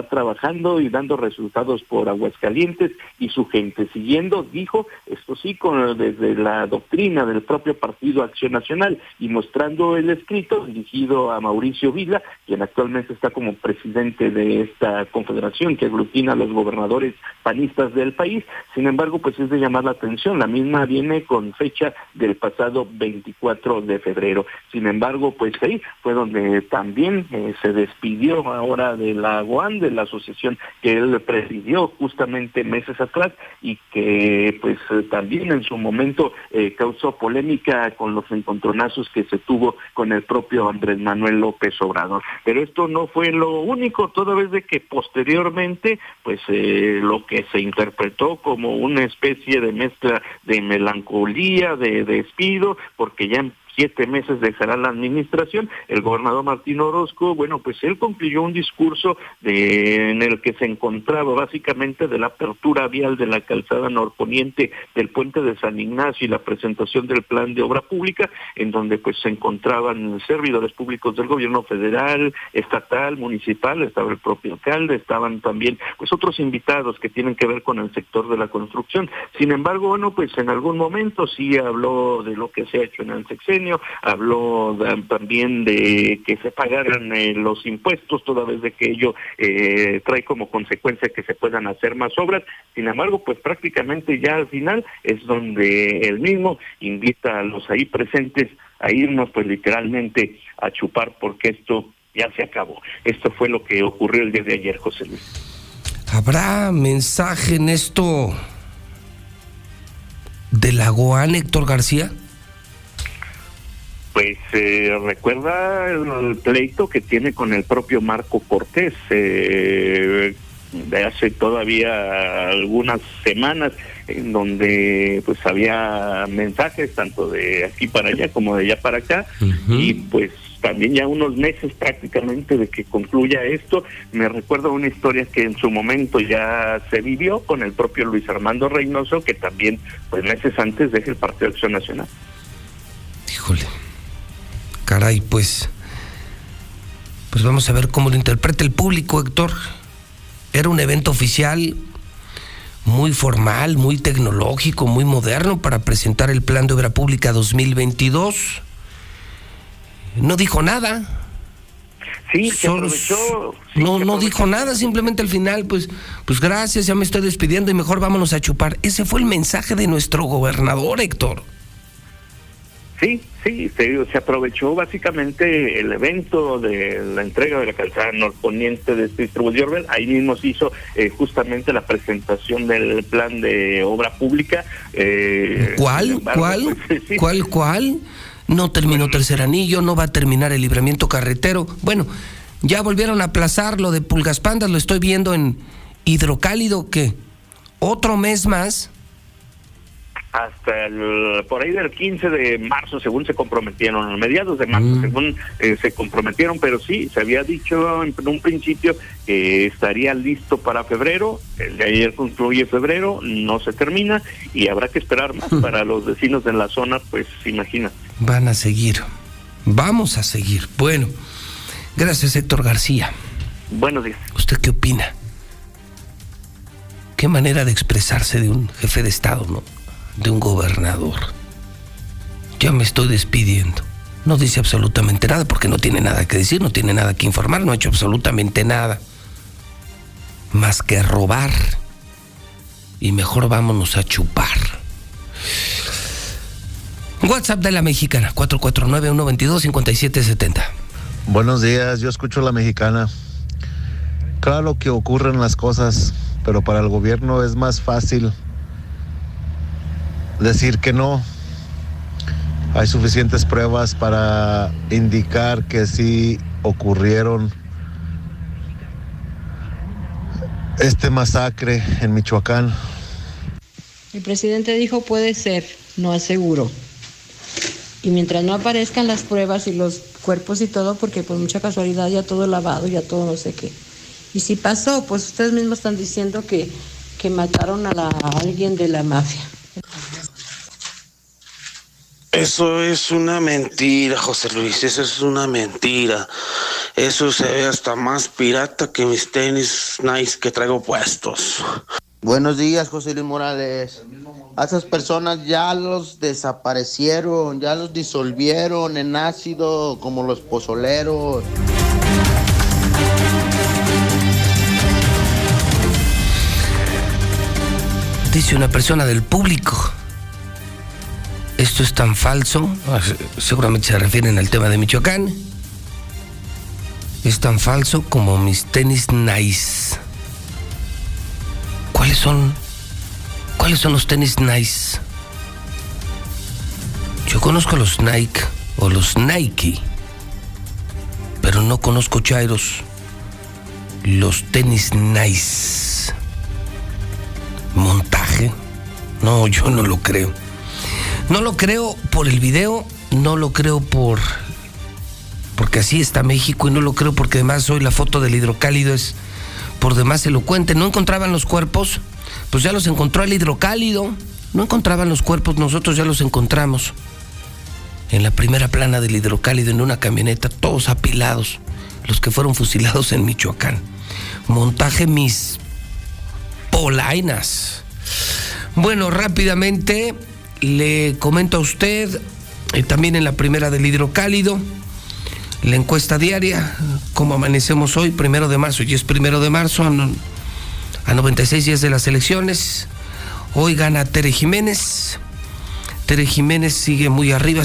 trabajando y dando resultados por Aguascalientes y su gente, siguiendo, dijo, esto sí, desde la doctrina del propio Partido Acción Nacional y mostrando el escrito dirigido a Mauricio Vila, quien actualmente está como presidente de esta confederación que aglutina a los gobernadores panistas del país. Sin embargo, pues es de llamar la atención, la misma viene con fecha del pasado 24 de febrero. Sin embargo, pues ahí fue donde también se despidió ahora de la AGOAN, de la asociación que él presidió justamente meses atrás y que pues también en su momento causó polémica con los encontronazos que se tuvo con el propio Andrés Manuel López Obrador. Pero esto no fue lo único, toda vez de que posteriormente pues lo que se interpretó como una especie de mezcla de melancolía, de despido, porque ya en 7 meses dejará la administración, el gobernador Martín Orozco, bueno, pues él concluyó un discurso en el que se encontraba básicamente de la apertura vial de la calzada norponiente del puente de San Ignacio y la presentación del plan de obra pública, en donde pues se encontraban servidores públicos del gobierno federal, estatal, municipal, estaba el propio alcalde, estaban también pues otros invitados que tienen que ver con el sector de la construcción. Sin embargo, bueno, pues en algún momento sí habló de lo que se ha hecho en el sexenio, habló también de que se pagaran los impuestos, toda vez de que ello trae como consecuencia que se puedan hacer más obras. Sin embargo, pues prácticamente ya al final es donde él mismo invita a los ahí presentes a irnos pues literalmente a chupar, porque esto ya se acabó. Esto fue lo que ocurrió el día de ayer, José Luis. ¿Habrá mensaje en esto de la AGOAN, Héctor García? Pues recuerda el pleito que tiene con el propio Marco Cortés de hace todavía algunas semanas, en donde pues había mensajes tanto de aquí para allá como de allá para acá, y pues también ya unos meses prácticamente de que concluya esto. Me recuerda una historia que en su momento ya se vivió con el propio Luis Armando Reynoso, que también pues meses antes deja el Partido de Acción Nacional. Híjole. Caray, pues vamos a ver cómo lo interpreta el público, Héctor. Era un evento oficial muy formal, muy tecnológico, muy moderno para presentar el Plan de Obra Pública 2022. No dijo nada. Sí, se aprovechó. No dijo nada, simplemente al final, pues gracias, ya me estoy despidiendo y mejor vámonos a chupar. Ese fue el mensaje de nuestro gobernador, Héctor. Sí, se aprovechó básicamente el evento de la entrega de la calzada norponiente de este distribuidor. Ahí mismo se hizo justamente la presentación del plan de obra pública. ¿Cuál? No terminó Tercer Anillo, no va a terminar el libramiento carretero. Bueno, ya volvieron a aplazar lo de Pulgas Pandas, lo estoy viendo en Hidrocálido, ¿qué? ¿Otro mes más? Hasta por ahí del 15 de marzo, según se comprometieron, a mediados de marzo, según se comprometieron, pero sí, se había dicho en un principio que estaría listo para febrero. El de ayer concluye febrero, no se termina y habrá que esperar más para los vecinos de la zona, pues imagina. Van a seguir, vamos a seguir. Bueno, gracias, Héctor García. Buenos días. ¿Usted qué opina? Qué manera de expresarse de un jefe de Estado, ¿no? De un gobernador. Ya me estoy despidiendo. No dice absolutamente nada porque no tiene nada que decir, no tiene nada que informar, no ha hecho absolutamente nada más que robar. Y mejor vámonos a chupar. WhatsApp de la Mexicana, 449-122-5770. Buenos días, yo escucho La Mexicana. Claro que ocurren las cosas, pero para el gobierno es más fácil decir que no. Hay suficientes pruebas para indicar que sí ocurrieron este masacre en Michoacán. El presidente dijo puede ser, no aseguro. Y mientras no aparezcan las pruebas y los cuerpos y todo, porque por mucha casualidad ya todo lavado, ya todo no sé qué. Y si pasó, pues ustedes mismos están diciendo que mataron a alguien de la mafia. Eso es una mentira, José Luis, eso es una mentira. Eso se ve hasta más pirata que mis tenis nice que traigo puestos. Buenos días, José Luis Morales. A esas personas ya los desaparecieron, ya los disolvieron en ácido, como los pozoleros. Dice una persona del público: esto es tan falso, seguramente se refieren al tema de Michoacán, es tan falso como mis tenis Nice. ¿Cuáles son los tenis Nice? Yo conozco los Nike o los Nike, pero no conozco, chairos, los tenis Nice. ¿Montaje? No, yo no lo creo. No lo creo por el video, no lo creo porque así está México, y no lo creo porque además hoy la foto del hidrocálido es por demás elocuente. No encontraban los cuerpos, pues ya los encontró el hidrocálido. No encontraban los cuerpos, nosotros ya los encontramos en la primera plana del hidrocálido, en una camioneta, todos apilados, los que fueron fusilados en Michoacán. Montaje, mis polainas. Bueno, rápidamente le comento a usted, también en la primera del hidrocálido, la encuesta diaria, cómo amanecemos hoy, 1 de marzo, y es 1 de marzo, a 96 días de las elecciones. Hoy gana Tere Jiménez. Tere Jiménez sigue muy arriba,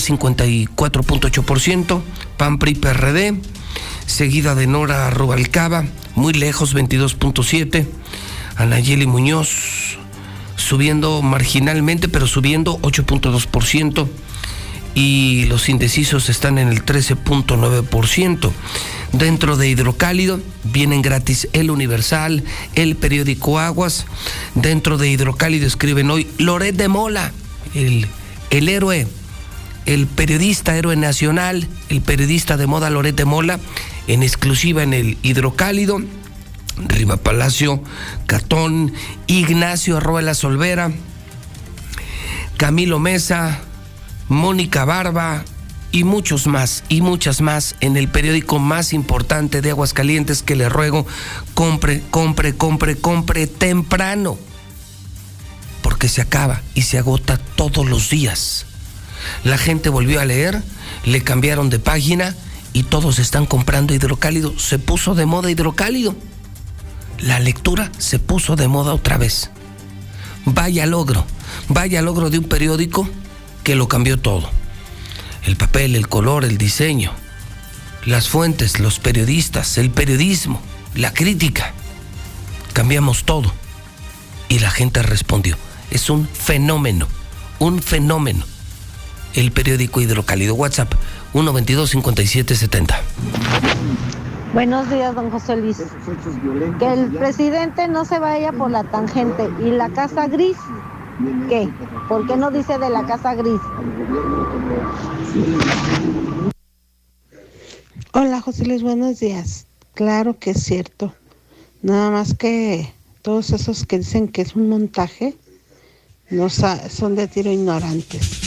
54.8%, PAN, PRI, PRD, seguida de Nora Rubalcaba, muy lejos, 22.7%, Anayeli Muñoz subiendo marginalmente, pero subiendo 8.2%, y los indecisos están en el 13.9%. Dentro de Hidrocálido vienen gratis El Universal, el periódico Aguas. Dentro de Hidrocálido escriben hoy Loret de Mola, el héroe, el periodista héroe nacional, el periodista de moda Loret de Mola, en exclusiva en el Hidrocálido. Riva Palacio, Catón, Ignacio Arruela Solvera, Camilo Mesa, Mónica Barba y muchos más y muchas más en el periódico más importante de Aguascalientes, que le ruego compre temprano, porque se acaba y se agota todos los días. La gente volvió a leer, le cambiaron de página y todos están comprando Hidrocálido. Se puso de moda Hidrocálido. La lectura se puso de moda otra vez. Vaya logro de un periódico que lo cambió todo. El papel, el color, el diseño, las fuentes, los periodistas, el periodismo, la crítica. Cambiamos todo y la gente respondió. Es un fenómeno. El periódico Hidrocálido. WhatsApp 122-5770. Buenos días, don José Luis. Que el presidente no se vaya por la tangente. ¿Y la casa gris? ¿Qué? ¿Por qué no dice de la casa gris? Hola, José Luis, buenos días. Claro que es cierto. Nada más que todos esos que dicen que es un montaje no son de tiro ignorantes.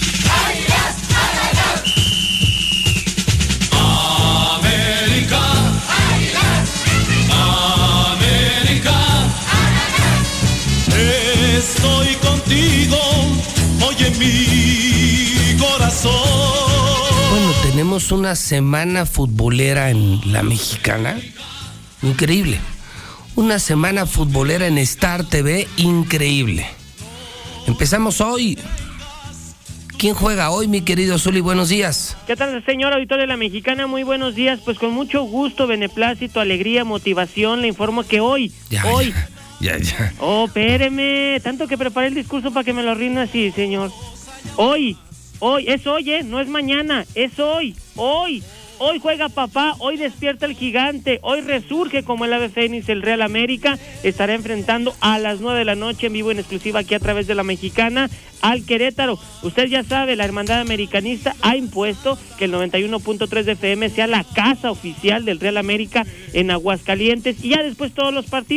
Estoy contigo, oye mi corazón. Bueno, tenemos una semana futbolera en la Mexicana, increíble. Una semana futbolera en Star TV, increíble. Empezamos hoy. ¿Quién juega hoy, mi querido Zuli? Buenos días. ¿Qué tal, señor auditorio de la Mexicana? Muy buenos días. Pues con mucho gusto, beneplácito, alegría, motivación, le informo que hoy. Ya. Oh, espéreme, tanto que preparé el discurso para que me lo arruine así, señor. Hoy, es hoy, no es mañana, es hoy. Hoy juega papá, hoy despierta el gigante, hoy resurge como el ave fénix el Real América. Estará enfrentando a las 9 de la noche en vivo en exclusiva aquí a través de la Mexicana al Querétaro. Usted ya sabe, la Hermandad Americanista ha impuesto que el 91.3 de FM sea la casa oficial del Real América en Aguascalientes, y ya después todos los partidos.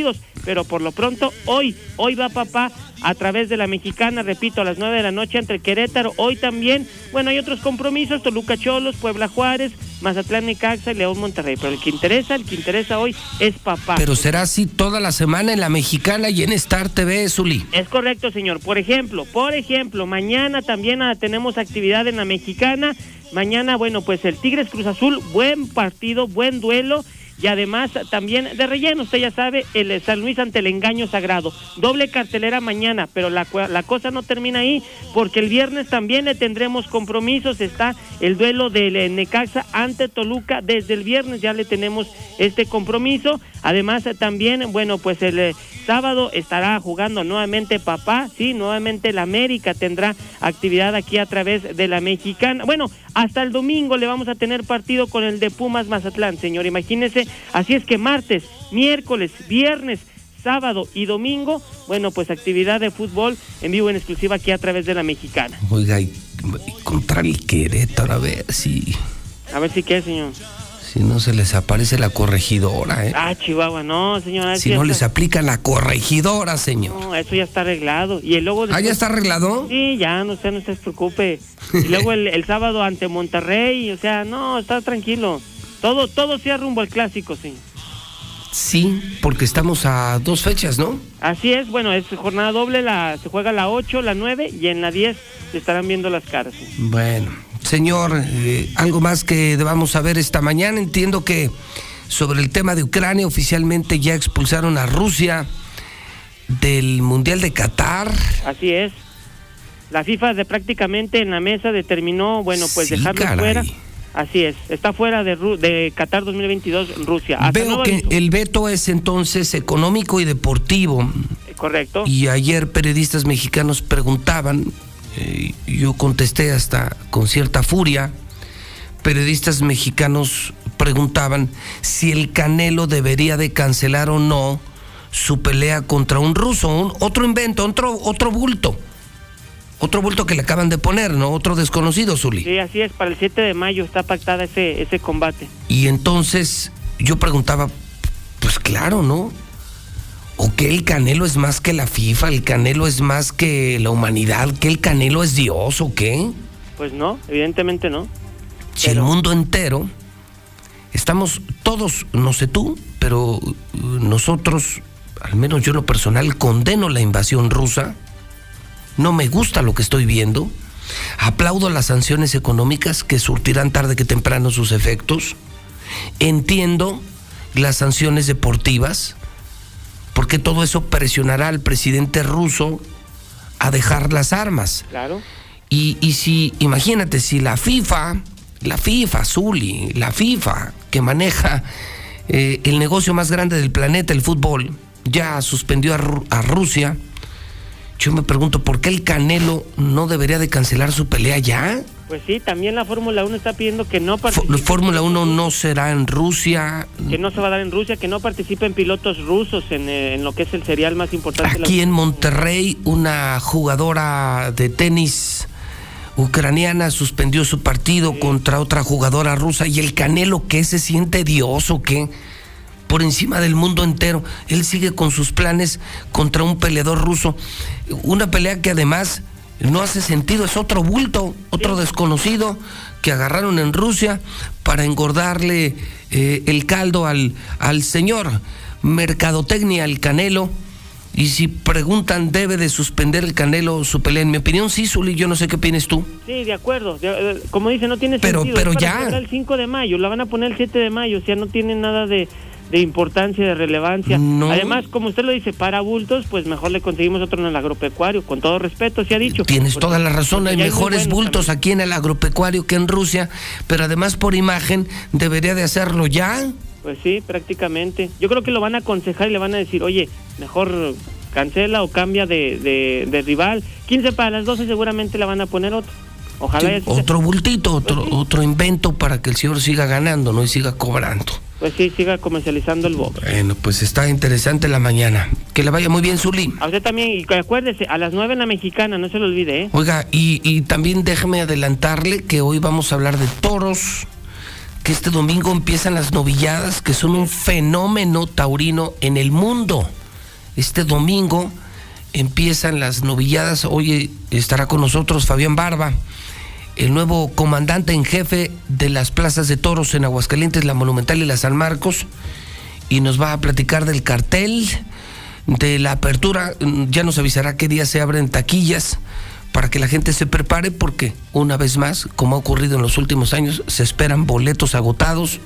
pero por lo pronto hoy va papá a través de la Mexicana, repito, a las 9 de la noche entre Querétaro. Hoy también, bueno, hay otros compromisos, Toluca Cholos, Puebla Juárez, Mazatlán Necaxa y León Monterrey, pero el que interesa hoy es papá. Pero será así toda la semana en la Mexicana y en Star TV, Zuli. Es correcto, señor. Por ejemplo, mañana también tenemos actividad en la Mexicana. Mañana, bueno, pues el Tigres Cruz Azul, buen partido, buen duelo. Y además también de relleno, usted ya sabe, el San Luis ante el Engaño Sagrado. Doble cartelera mañana, pero la cosa no termina ahí, porque el viernes también le tendremos compromisos. Está el duelo del Necaxa ante Toluca, desde el viernes ya le tenemos este compromiso. Además también, bueno, pues el sábado estará jugando nuevamente papá, sí, nuevamente el América tendrá actividad aquí a través de la Mexicana. Bueno, hasta el domingo le vamos a tener partido con el de Pumas Mazatlán, señor, imagínese. Así es que martes, miércoles, viernes, sábado y domingo, bueno, pues actividad de fútbol en vivo en exclusiva aquí a través de la Mexicana. Oiga, y contra el Querétaro, a ver si qué, señor. Si no se les aparece la corregidora, Chihuahua, no, señor. Si no les aplica la corregidora, señor. No, eso ya está arreglado. Y luego después, ¿ya está arreglado? Sí, ya, no se preocupe. Y luego el sábado ante Monterrey, o sea, no, está tranquilo. Todo sea rumbo al clásico, sí. Sí, porque estamos a 2 fechas, ¿no? Así es, bueno, es jornada doble, se juega la 8, la 9 y en la 10 se estarán viendo las caras. Sí. Bueno, señor, algo más que debamos saber esta mañana. Entiendo que sobre el tema de Ucrania oficialmente ya expulsaron a Rusia del Mundial de Qatar. Así es. La FIFA prácticamente en la mesa determinó, bueno, pues sí, dejarlo fuera. Así es, está fuera de Qatar 2022 Rusia. Veo que el veto es entonces económico y deportivo. Correcto. Y ayer periodistas mexicanos preguntaban, yo contesté hasta con cierta furia, periodistas mexicanos preguntaban si el Canelo debería de cancelar o no su pelea contra un ruso, otro invento, otro bulto. Otro bulto que le acaban de poner, ¿no? Otro desconocido, Zuli. Sí, así es, para el 7 de mayo está pactada ese combate. Y entonces yo preguntaba, pues claro, ¿no? ¿O que el Canelo es más que la FIFA? ¿El Canelo es más que la humanidad? ¿Que el Canelo es Dios o qué? Pues no, evidentemente no. Si el mundo entero, estamos todos, no sé tú, pero nosotros, al menos yo en lo personal, condeno la invasión rusa. No me gusta lo que estoy viendo. Aplaudo las sanciones económicas que surtirán tarde que temprano sus efectos. Entiendo las sanciones deportivas, porque todo eso presionará al presidente ruso a dejar las armas. Claro. Y si, imagínate, si la FIFA, Zuli, la FIFA, que maneja el negocio más grande del planeta, el fútbol, ya suspendió a Rusia. Yo me pregunto, ¿por qué el Canelo no debería de cancelar su pelea ya? Pues sí, también la Fórmula 1 está pidiendo que no participe. La Fórmula 1 no será en Rusia. Que no se va a dar en Rusia, que no participen pilotos rusos en lo que es el serial más importante. Aquí en Monterrey, una jugadora de tenis ucraniana suspendió su partido contra otra jugadora rusa. ¿Y el Canelo qué? ¿Se siente Dios o qué? Por encima del mundo entero. Él sigue con sus planes contra un peleador ruso. Una pelea que además no hace sentido, es otro bulto, otro desconocido que agarraron en Rusia para engordarle el caldo al señor. Mercadotecnia, el Canelo. Y si preguntan, ¿debe de suspender el Canelo su pelea? En mi opinión, sí, Zuli, yo no sé qué opinas tú. Sí, de acuerdo. Como dice, no tiene sentido. Pero ya. El 5 de mayo, la van a poner el 7 de mayo, o sea, no tiene nada de importancia, de relevancia. No. Además, como usted lo dice, para bultos, pues mejor le conseguimos otro en el agropecuario, con todo respeto, se ha dicho. Tienes toda la razón, hay mejores bultos también aquí en el agropecuario que en Rusia, pero además por imagen debería de hacerlo ya. Pues sí, prácticamente. Yo creo que lo van a aconsejar y le van a decir, oye, mejor cancela o cambia de rival. 15 para las 12 seguramente la van a poner otro. Ojalá. Sí, otro bultito, otro invento para que el señor siga ganando, ¿no? Y siga cobrando. Pues sí, siga comercializando el box. Bueno, pues está interesante la mañana. Que le vaya muy bien, Zuli. A usted también, y acuérdese, a las 9 en la Mexicana, no se lo olvide, ¿eh? Oiga, y también déjeme adelantarle que hoy vamos a hablar de toros, que este domingo empiezan las novilladas, que son un fenómeno taurino en el mundo. Este domingo empiezan las novilladas. Hoy estará con nosotros Fabián Barba, el nuevo comandante en jefe de las plazas de toros en Aguascalientes, la Monumental y la San Marcos, y nos va a platicar del cartel, de la apertura. Ya nos avisará qué día se abren taquillas para que la gente se prepare, porque una vez más, como ha ocurrido en los últimos años, se esperan boletos agotados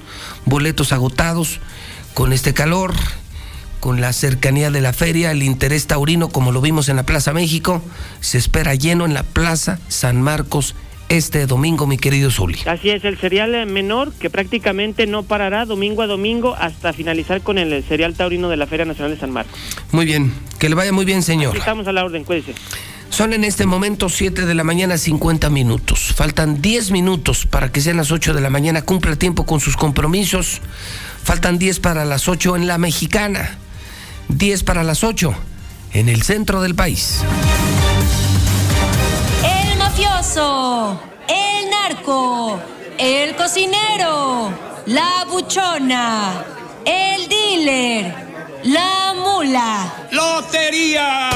con este calor, con la cercanía de la feria, el interés taurino, como lo vimos en la Plaza México. Se espera lleno en la Plaza San Marcos este domingo, mi querido Zuli. Así es, el serial menor que prácticamente no parará domingo a domingo hasta finalizar con el serial taurino de la Feria Nacional de San Marcos. Muy bien, que le vaya muy bien, señor. Aquí estamos a la orden, cuídese. Son en este momento 7 de la mañana, 50 minutos. Faltan 10 minutos para que sean las 8 de la mañana. Cumpla tiempo con sus compromisos. Faltan 10 para las 8 en la Mexicana. 10 para las 8 en el centro del país. El mafioso, el narco, el cocinero, la buchona, el dealer, la mula. ¡Lotería!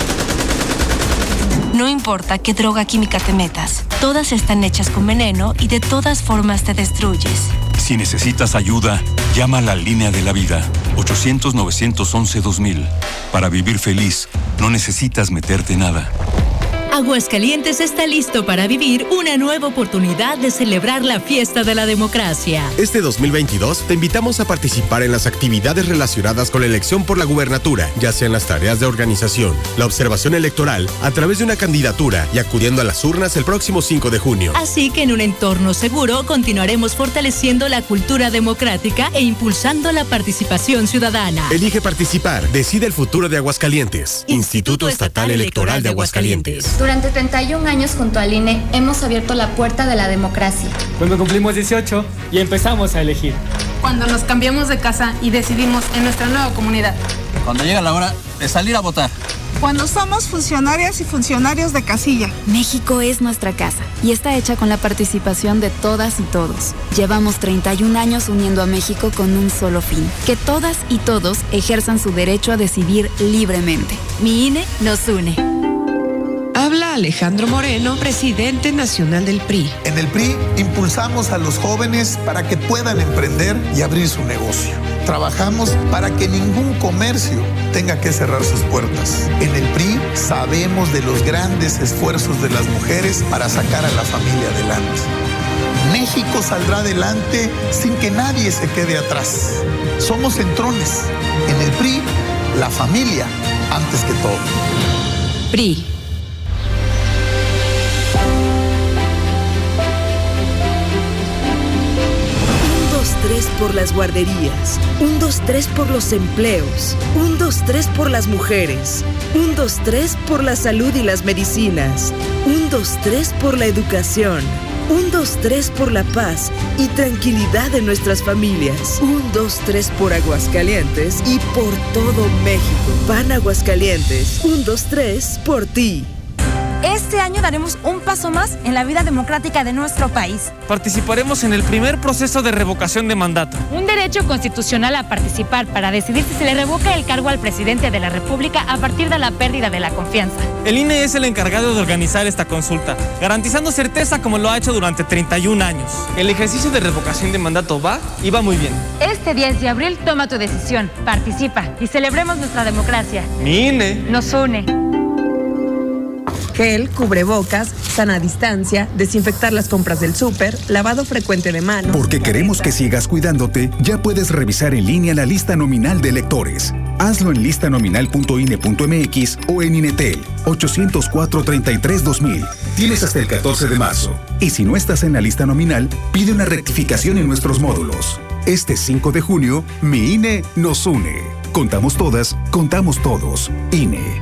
No importa qué droga química te metas, todas están hechas con veneno y de todas formas te destruyes. Si necesitas ayuda, llama a la Línea de la Vida, 800-911-2000. Para vivir feliz, no necesitas meterte nada. Aguascalientes está listo para vivir una nueva oportunidad de celebrar la fiesta de la democracia. Este 2022 te invitamos a participar en las actividades relacionadas con la elección por la gubernatura, ya sean las tareas de organización, la observación electoral, a través de una candidatura y acudiendo a las urnas el próximo 5 de junio. Así que en un entorno seguro continuaremos fortaleciendo la cultura democrática e impulsando la participación ciudadana. Elige participar, decide el futuro de Aguascalientes. Instituto Estatal Electoral de Aguascalientes. Durante 31 años junto al INE hemos abierto la puerta de la democracia. Cuando cumplimos 18 y empezamos a elegir. Cuando nos cambiamos de casa y decidimos en nuestra nueva comunidad. Cuando llega la hora de salir a votar. Cuando somos funcionarias y funcionarios de casilla. México es nuestra casa y está hecha con la participación de todas y todos. Llevamos 31 años uniendo a México con un solo fin: que todas y todos ejerzan su derecho a decidir libremente. Mi INE nos une. Habla Alejandro Moreno, presidente nacional del PRI. En el PRI impulsamos a los jóvenes para que puedan emprender y abrir su negocio. Trabajamos para que ningún comercio tenga que cerrar sus puertas. En el PRI sabemos de los grandes esfuerzos de las mujeres para sacar a la familia adelante. México saldrá adelante sin que nadie se quede atrás. Somos centrones. En el PRI, la familia antes que todo. PRI. 3 por las guarderías, 1, 2, 3 por los empleos, 1, 2, 3 por las mujeres, 1, 2, 3 por la salud y las medicinas, 1, 2, 3 por la educación, 1, 2, 3 por la paz y tranquilidad de nuestras familias, 1, 2, 3 por Aguascalientes y por todo México. Pan Aguascalientes, 1, 2, 3 por ti. Este año daremos un paso más en la vida democrática de nuestro país. Participaremos en el primer proceso de revocación de mandato. Un derecho constitucional a participar para decidir si se le revoca el cargo al presidente de la República a partir de la pérdida de la confianza. El INE es el encargado de organizar esta consulta, garantizando certeza como lo ha hecho durante 31 años. El ejercicio de revocación de mandato va y va muy bien. Este 10 de abril toma tu decisión, participa y celebremos nuestra democracia. Mi INE nos une. Gel, cubrebocas, sana distancia, desinfectar las compras del súper, lavado frecuente de manos. Porque queremos que sigas cuidándote, ya puedes revisar en línea la lista nominal de electores. Hazlo en listanominal.ine.mx o en Inetel, 804-33-2000. Tienes hasta el 14 de marzo. Y si no estás en la lista nominal, pide una rectificación en nuestros módulos. Este 5 de junio, mi INE nos une. Contamos todas, contamos todos. INE.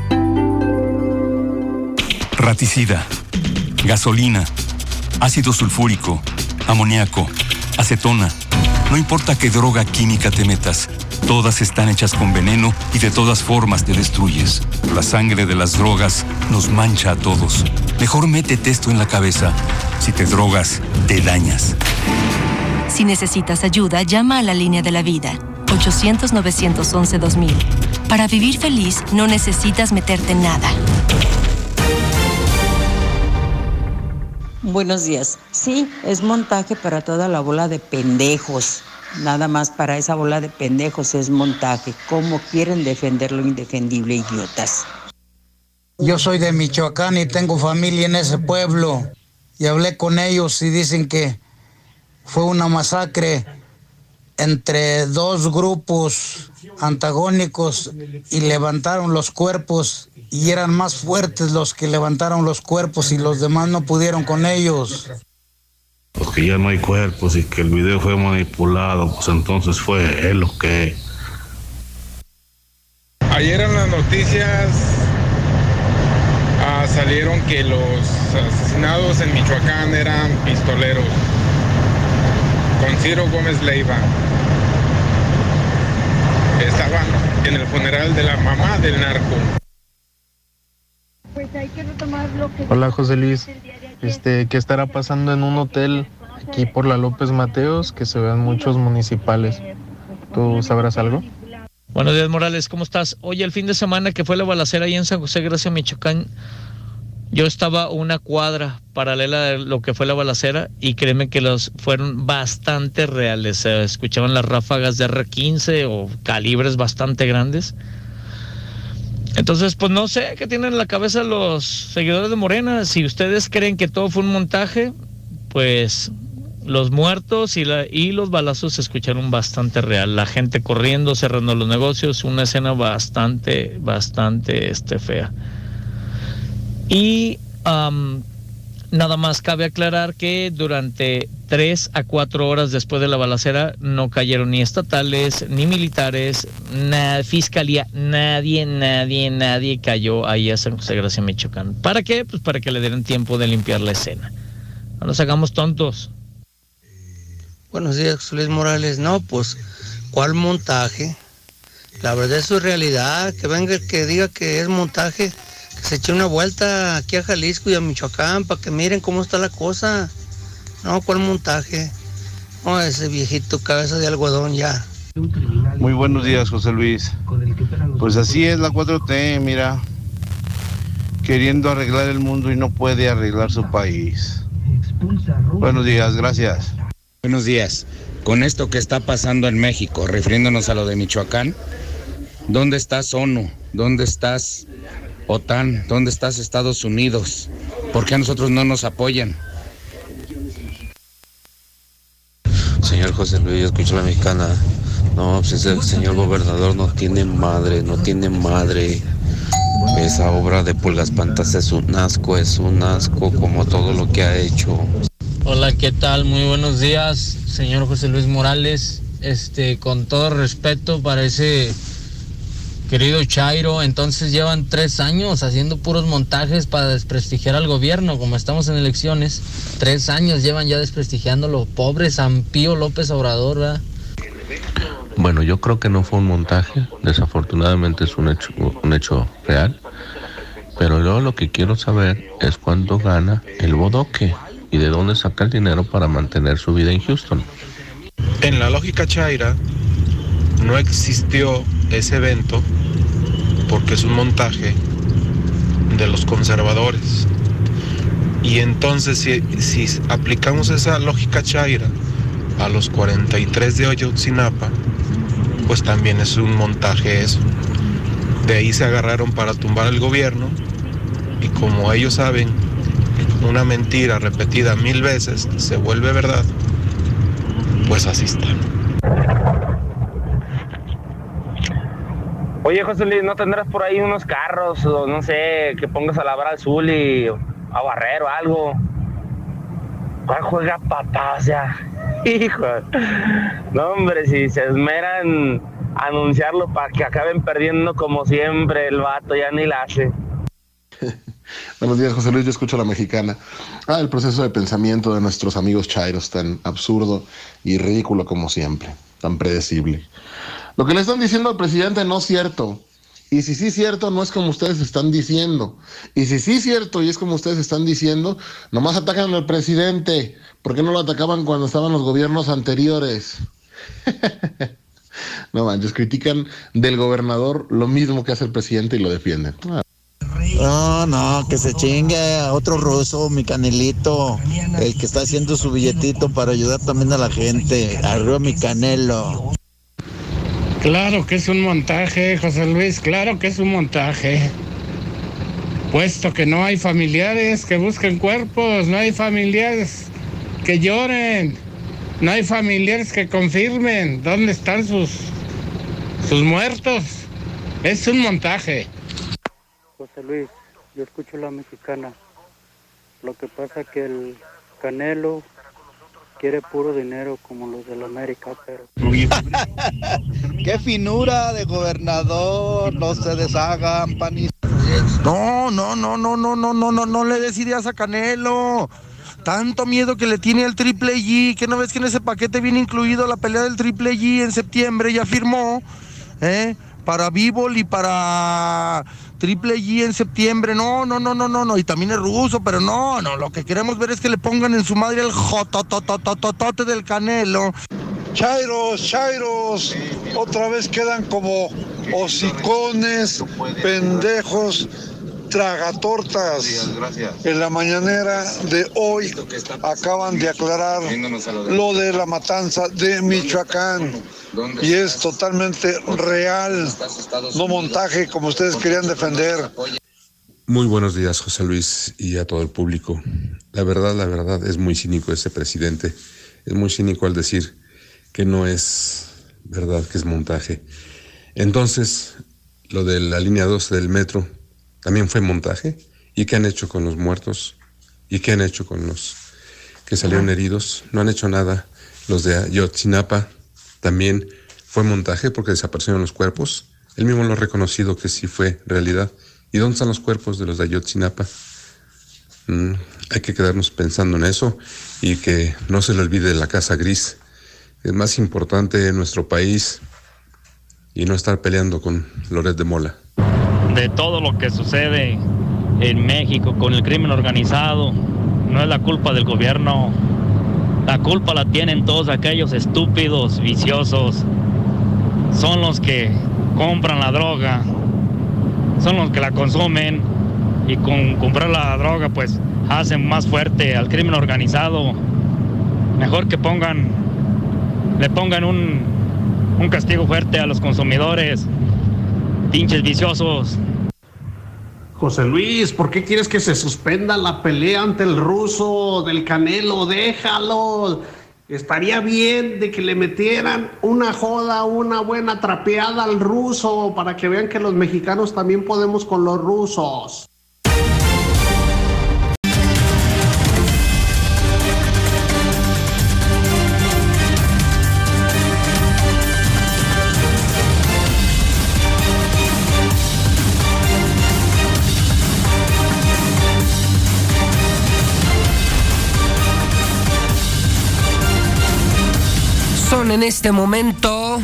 Raticida, gasolina, ácido sulfúrico, amoníaco, acetona. No importa qué droga química te metas, todas están hechas con veneno y de todas formas te destruyes. La sangre de las drogas nos mancha a todos. Mejor métete esto en la cabeza. Si te drogas, te dañas. Si necesitas ayuda, llama a la Línea de la Vida, 800-911-2000. Para vivir feliz no necesitas meterte en nada. Buenos días. Sí, es montaje para toda la bola de pendejos. Nada más para esa bola de pendejos es montaje. ¿Cómo quieren defender lo indefendible, idiotas? Yo soy de Michoacán y tengo familia en ese pueblo. Y hablé con ellos y dicen que fue una masacre entre dos grupos antagónicos y levantaron los cuerpos y eran más fuertes los que levantaron los cuerpos y los demás no pudieron con ellos. Porque ya no hay cuerpos y que el video fue manipulado, pues entonces fue él lo que... Ayer en las noticias salieron que los asesinados en Michoacán eran pistoleros, con Ciro Gómez Leiva. Estaban en el funeral de la mamá del narco. Pues hay que retomar lo que... Hola, José Luis. ¿Qué estará pasando en un hotel aquí por la López Mateos? Que se vean muchos municipales. ¿Tú sabrás algo? Buenos días, Morales, ¿cómo estás? Oye, el fin de semana que fue la balacera ahí en San José Gracia, Michoacán, yo estaba a una cuadra paralela a lo que fue la balacera y créeme que los fueron bastante reales. Se escuchaban las ráfagas de R-15 o calibres bastante grandes. Entonces, pues no sé qué tienen en la cabeza los seguidores de Morena. Si ustedes creen que todo fue un montaje, pues los muertos y los balazos se escucharon bastante real. La gente corriendo, cerrando los negocios, una escena bastante fea. Y nada más cabe aclarar que durante 3 a 4 horas después de la balacera no cayeron ni estatales, ni militares, fiscalía, nadie cayó ahí a San José Gracia, Michoacán. ¿Para qué? Pues para que le dieran tiempo de limpiar la escena. No nos hagamos tontos. Buenos días, José Luis Morales. No, pues, ¿cuál montaje? La verdad es su realidad. Que venga el que diga que es montaje, que se eche una vuelta aquí a Jalisco y a Michoacán para que miren cómo está la cosa. No, ¿cuál montaje? No, ese viejito cabeza de algodón ya. Muy buenos días, José Luis. Pues así es la 4T, mira. Queriendo arreglar el mundo y no puede arreglar su país. Buenos días, gracias. Buenos días. Con esto que está pasando en México, refiriéndonos a lo de Michoacán, ¿dónde estás ONU? ¿Dónde estás OTAN? ¿Dónde estás Estados Unidos? ¿Por qué a nosotros no nos apoyan? Señor José Luis, yo escucho la mexicana. No, pues ese señor gobernador no tiene madre. Esa obra de Pulgas Pantas es un asco como todo lo que ha hecho. Hola, ¿qué tal? Muy buenos días, señor José Luis Morales. Con todo respeto para ese querido Chairo, entonces llevan 3 años haciendo puros montajes para desprestigiar al gobierno, como estamos en elecciones. 3 años llevan ya desprestigiándolo. Pobre San Pío López Obrador, ¿verdad? Bueno, yo creo que no fue un montaje, desafortunadamente es un hecho real, pero yo lo que quiero saber es cuánto gana el bodoque y de dónde saca el dinero para mantener su vida en Houston. En la lógica chaira, no existió ese evento porque es un montaje de los conservadores. Y entonces si aplicamos esa lógica chaira a los 43 de Ayotzinapa, pues también es un montaje eso. De ahí se agarraron para tumbar el gobierno y como ellos saben, una mentira repetida 1000 veces se vuelve verdad, pues así está. Oye, José Luis, ¿no tendrás por ahí unos carros o no sé, que pongas a lavar al Zuli a barrer o algo? ¿Cuál juega patas ya? Hijo, no hombre, si se esmeran a anunciarlo para que acaben perdiendo como siempre, el vato ya ni la hace. Buenos días, José Luis, yo escucho a la mexicana. El proceso de pensamiento de nuestros amigos chairos, tan absurdo y ridículo como siempre, tan predecible. Lo que le están diciendo al presidente no es cierto. Y si sí es cierto, no es como ustedes están diciendo. Y si sí es cierto y es como ustedes están diciendo, nomás atacan al presidente. ¿Por qué no lo atacaban cuando estaban los gobiernos anteriores? No manches, critican del gobernador lo mismo que hace el presidente y lo defienden. No, que se chingue a otro ruso, mi Canelito, el que está haciendo su billetito para ayudar también a la gente. Arriba mi Canelo. Claro que es un montaje, José Luis, claro que es un montaje. Puesto que no hay familiares que busquen cuerpos, no hay familiares que lloren, no hay familiares que confirmen dónde están sus muertos. Es un montaje. José Luis, yo escucho la mexicana. Lo que pasa que el Canelo quiere puro dinero como los de la América, pero... ¡Qué finura de gobernador! No se deshagan, panistas. No le des ideas a Canelo. Tanto miedo que le tiene al Triple G, que no ves que en ese paquete viene incluido la pelea del Triple G en septiembre, ya firmó, para Bivol y para Triple G en septiembre. No, y también es ruso, pero no, lo que queremos ver es que le pongan en su madre el jotototototote del Canelo. Chairos, otra vez quedan como hocicones, pendejos, tragatortas. Gracias. En la mañanera de hoy acaban de aclarar lo de la matanza de Michoacán y es totalmente real, no montaje como ustedes querían defender. Muy buenos días, José Luis, y a todo el público. La verdad es muy cínico ese presidente. Es muy cínico al decir que no es verdad, que es montaje. Entonces, lo de la línea 12 del metro también fue montaje. ¿Y qué han hecho con los muertos? ¿Y qué han hecho con los que salieron heridos? No han hecho nada. Los de Ayotzinapa también fue montaje porque desaparecieron los cuerpos. Él mismo lo ha reconocido que sí fue realidad. ¿Y dónde están los cuerpos de los de Ayotzinapa? Hay que quedarnos pensando en eso y que no se le olvide la casa gris. Es más importante en nuestro país y no estar peleando con Loret de Mola. De todo lo que sucede en México con el crimen organizado, no es la culpa del gobierno. La culpa la tienen todos aquellos estúpidos, viciosos. Son los que compran la droga, son los que la consumen y con comprar la droga pues hacen más fuerte al crimen organizado. Mejor que le pongan un castigo fuerte a los consumidores, pinches viciosos. José Luis, ¿por qué quieres que se suspenda la pelea ante el ruso del Canelo? Déjalo. Estaría bien de que le metieran una joda, una buena trapeada al ruso para que vean que los mexicanos también podemos con los rusos. Son en este momento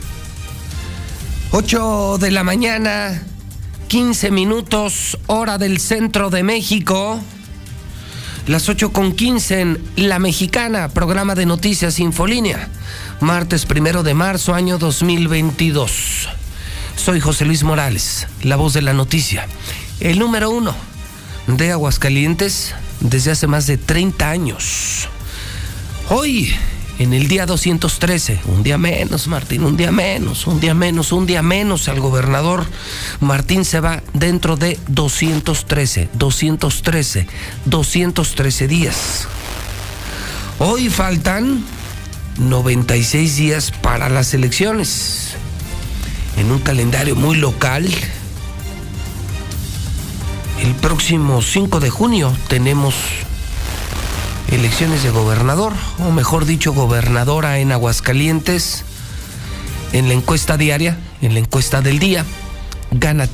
8 de la mañana, 15 minutos, hora del centro de México. Las 8:15 en La Mexicana, programa de noticias Infolínea. Martes 1 de marzo, año 2022. Soy José Luis Morales, la voz de la noticia. El número 1 de Aguascalientes desde hace más de 30 años. Hoy, en el día 213, un día menos, Martín, un día menos al gobernador Martín se va dentro de 213 días. Hoy faltan 96 días para las elecciones. En un calendario muy local, el próximo 5 de junio tenemos elecciones de gobernador, o mejor dicho, gobernadora en Aguascalientes. En la encuesta diaria, en la encuesta del día, gana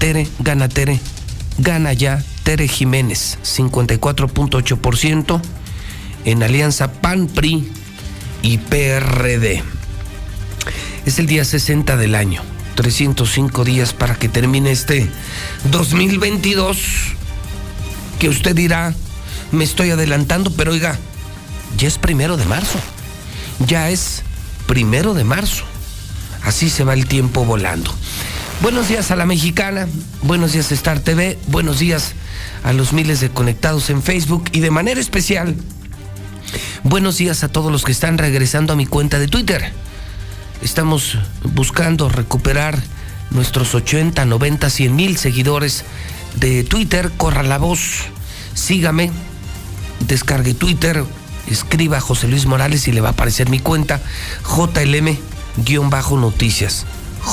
ya Tere Jiménez, 54.8%, en alianza PAN, PRI y PRD. Es el día 60 del año, 305 días para que termine este 2022, que usted dirá, me estoy adelantando, pero oiga, ya es 1 de marzo. Ya es 1 de marzo. Así se va el tiempo volando. Buenos días a la Mexicana, buenos días Star TV, buenos días a los miles de conectados en Facebook y de manera especial, buenos días a todos los que están regresando a mi cuenta de Twitter. Estamos buscando recuperar nuestros 80, 90, 100 mil seguidores de Twitter. Corra la voz, sígame, descargue Twitter, escriba José Luis Morales y le va a aparecer mi cuenta, JLM-noticias.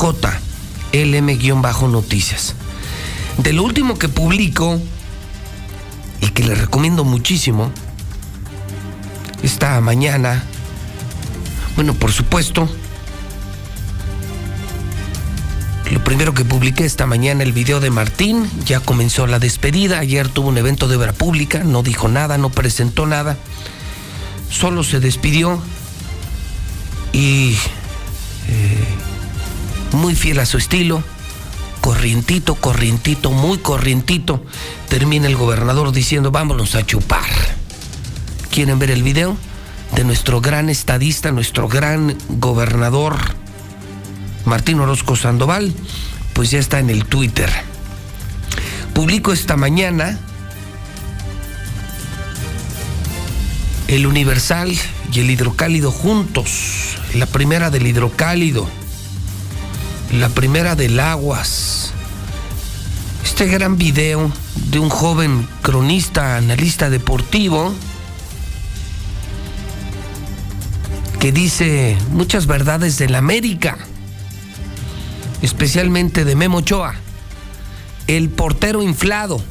JLM-noticias. De lo último que publico y que le recomiendo muchísimo, esta mañana, bueno, por supuesto, lo primero que publiqué esta mañana, el video de Martín. Ya comenzó la despedida. Ayer tuvo un evento de obra pública, no dijo nada, no presentó nada, solo se despidió y muy fiel a su estilo, corrientito, muy corrientito, termina el gobernador diciendo: vámonos a chupar. ¿Quieren ver el video de nuestro gran estadista, nuestro gran gobernador Martín Orozco Sandoval? Pues ya está en el Twitter. Publico esta mañana el Universal y el Hidrocálido juntos. La primera del Hidrocálido, la primera del Aguas. Este gran video de un joven cronista, analista deportivo, que dice muchas verdades del América, especialmente de Memo Ochoa, el portero inflado.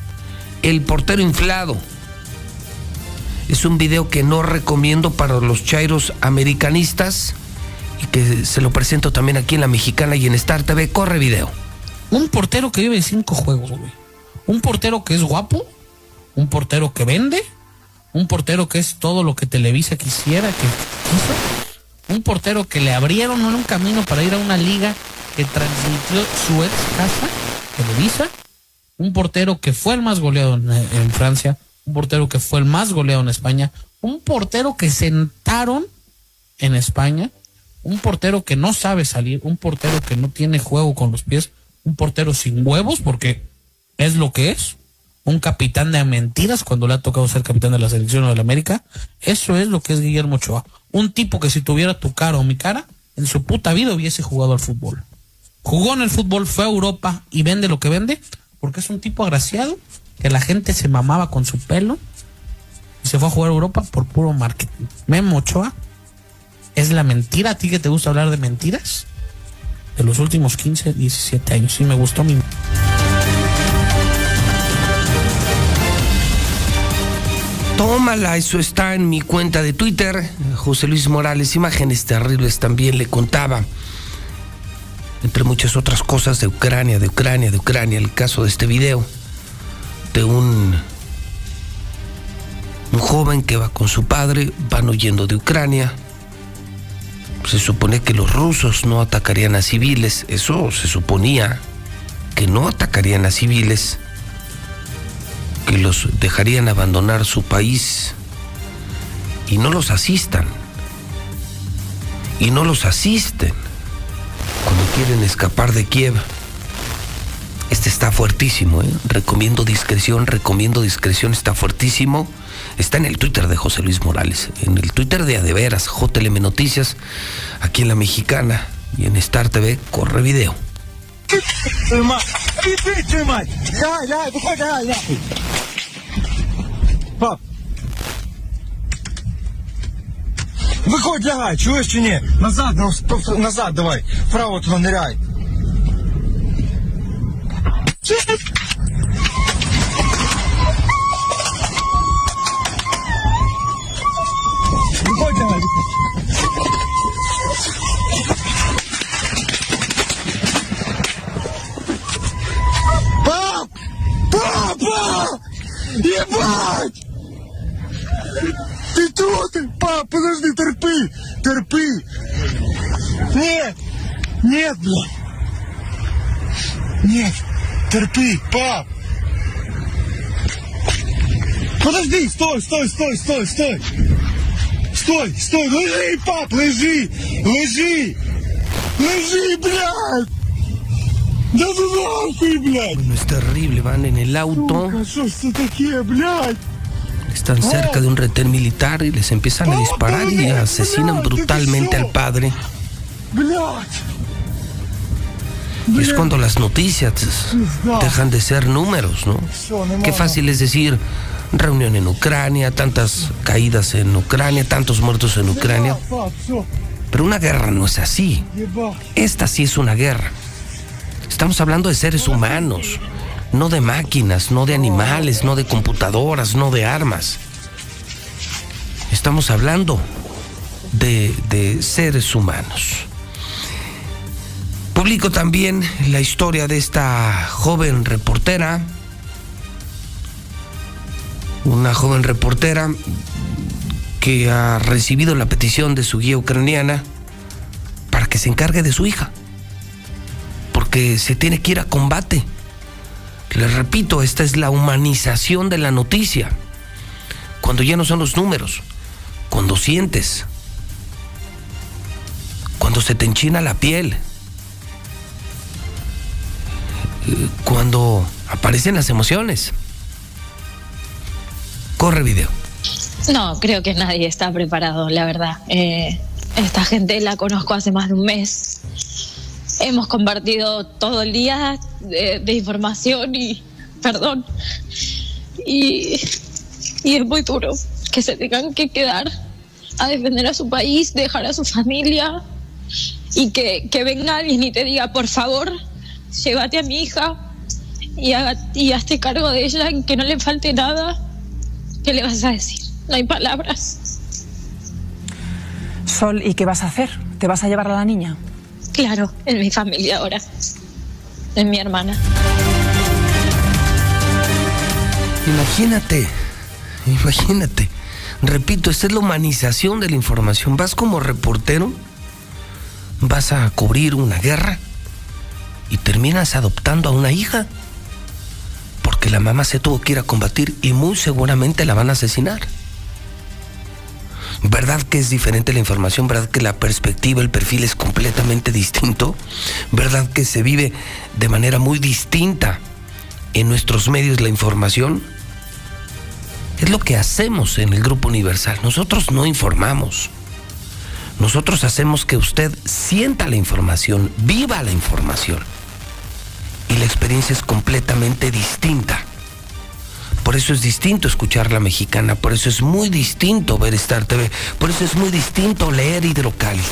Es un video que no recomiendo para los chairos americanistas y que se lo presento también aquí en La Mexicana y en Star TV. Corre video. Un portero que vive 5 juegos, güey. Un portero que es guapo, un portero que vende, un portero que es todo lo que Televisa quisiera que quiso, un portero que le abrieron un camino para ir a una liga que transmitió su ex casa, Televisa, un portero que fue el más goleado en Francia, un portero que fue el más goleado en España, un portero que sentaron en España, un portero que no sabe salir, un portero que no tiene juego con los pies, un portero sin huevos, porque es lo que es, un capitán de mentiras cuando le ha tocado ser capitán de la selección o de la América. Eso es lo que es Guillermo Ochoa. Un tipo que si tuviera tu cara o mi cara, en su puta vida hubiese jugado al fútbol. Jugó en el fútbol, fue a Europa y vende lo que vende, porque es un tipo agraciado, que la gente se mamaba con su pelo y se fue a jugar a Europa por puro marketing. Memo Ochoa es la mentira. ¿A ti que te gusta hablar de mentiras? De los últimos 15, 17 años. Sí, me gustó mi... Tómala, eso está en mi cuenta de Twitter, José Luis Morales. Imágenes terribles también le contaba, entre muchas otras cosas, de Ucrania, el caso de este video de un joven que va con su padre, van huyendo de Ucrania. Se supone que los rusos no atacarían a civiles, eso se suponía, que no atacarían a civiles, que los dejarían abandonar su país y no los asistan, y no los asisten cuando quieren escapar de Kiev. Este está fuertísimo, recomiendo discreción, está fuertísimo. Está en el Twitter de José Luis Morales, en el Twitter de Adeveras, JLM Noticias, aquí en La Mexicana y en Star TV. Corre video. Выходь, лягай, чуешь чи ні? Назад, назад давай, вправо туда ныряй. Выходь, лягай. Пап! Папа! Ебать! Ты тут? Пап, подожди, терпи. Нет, блядь. Нет, терпи, пап. Подожди, стой. Стой, лежи, пап, лежи. Bueno, es terrible, van en el auto, están cerca de un retén militar y les empiezan a disparar y asesinan brutalmente al padre. Y es cuando las noticias dejan de ser números, ¿no? Qué fácil es decir, reunión en Ucrania, tantas caídas en Ucrania, tantos muertos en Ucrania. Pero una guerra no es así. Esta sí es una guerra. Estamos hablando de seres humanos, no de máquinas, no de animales, no de computadoras, no de armas. Estamos hablando de seres humanos. Publico también la historia de esta joven reportera, una joven reportera que ha recibido la petición de su guía ucraniana para que se encargue de su hija, porque se tiene que ir a combate. Les repito, esta es la humanización de la noticia. Cuando ya no son los números, cuando sientes, cuando se te enchina la piel, cuando aparecen las emociones. Corre video. No, creo que nadie está preparado, la verdad. Esta gente la conozco hace más de un mes. Hemos compartido todo el día de información y perdón. Y es muy duro que se tengan que quedar a defender a su país, dejar a su familia y que venga alguien y te diga, por favor, llévate a mi hija y hazte cargo de ella, que no le falte nada. ¿Qué le vas a decir? No hay palabras. Sol, ¿y qué vas a hacer? ¿Te vas a llevar a la niña? Claro, en mi familia ahora, en mi hermana. Imagínate. Repito, esta es la humanización de la información. Vas como reportero, vas a cubrir una guerra y terminas adoptando a una hija porque la mamá se tuvo que ir a combatir y muy seguramente la van a asesinar. ¿Verdad que es diferente la información? ¿Verdad que la perspectiva, el perfil es completamente distinto? ¿Verdad que se vive de manera muy distinta en nuestros medios la información? Es lo que hacemos en el Grupo Universal. Nosotros no informamos. Nosotros hacemos que usted sienta la información, viva la información. Y la experiencia es completamente distinta. Por eso es distinto escuchar La Mexicana, por eso es muy distinto ver Star TV, por eso es muy distinto leer Hidrocálido.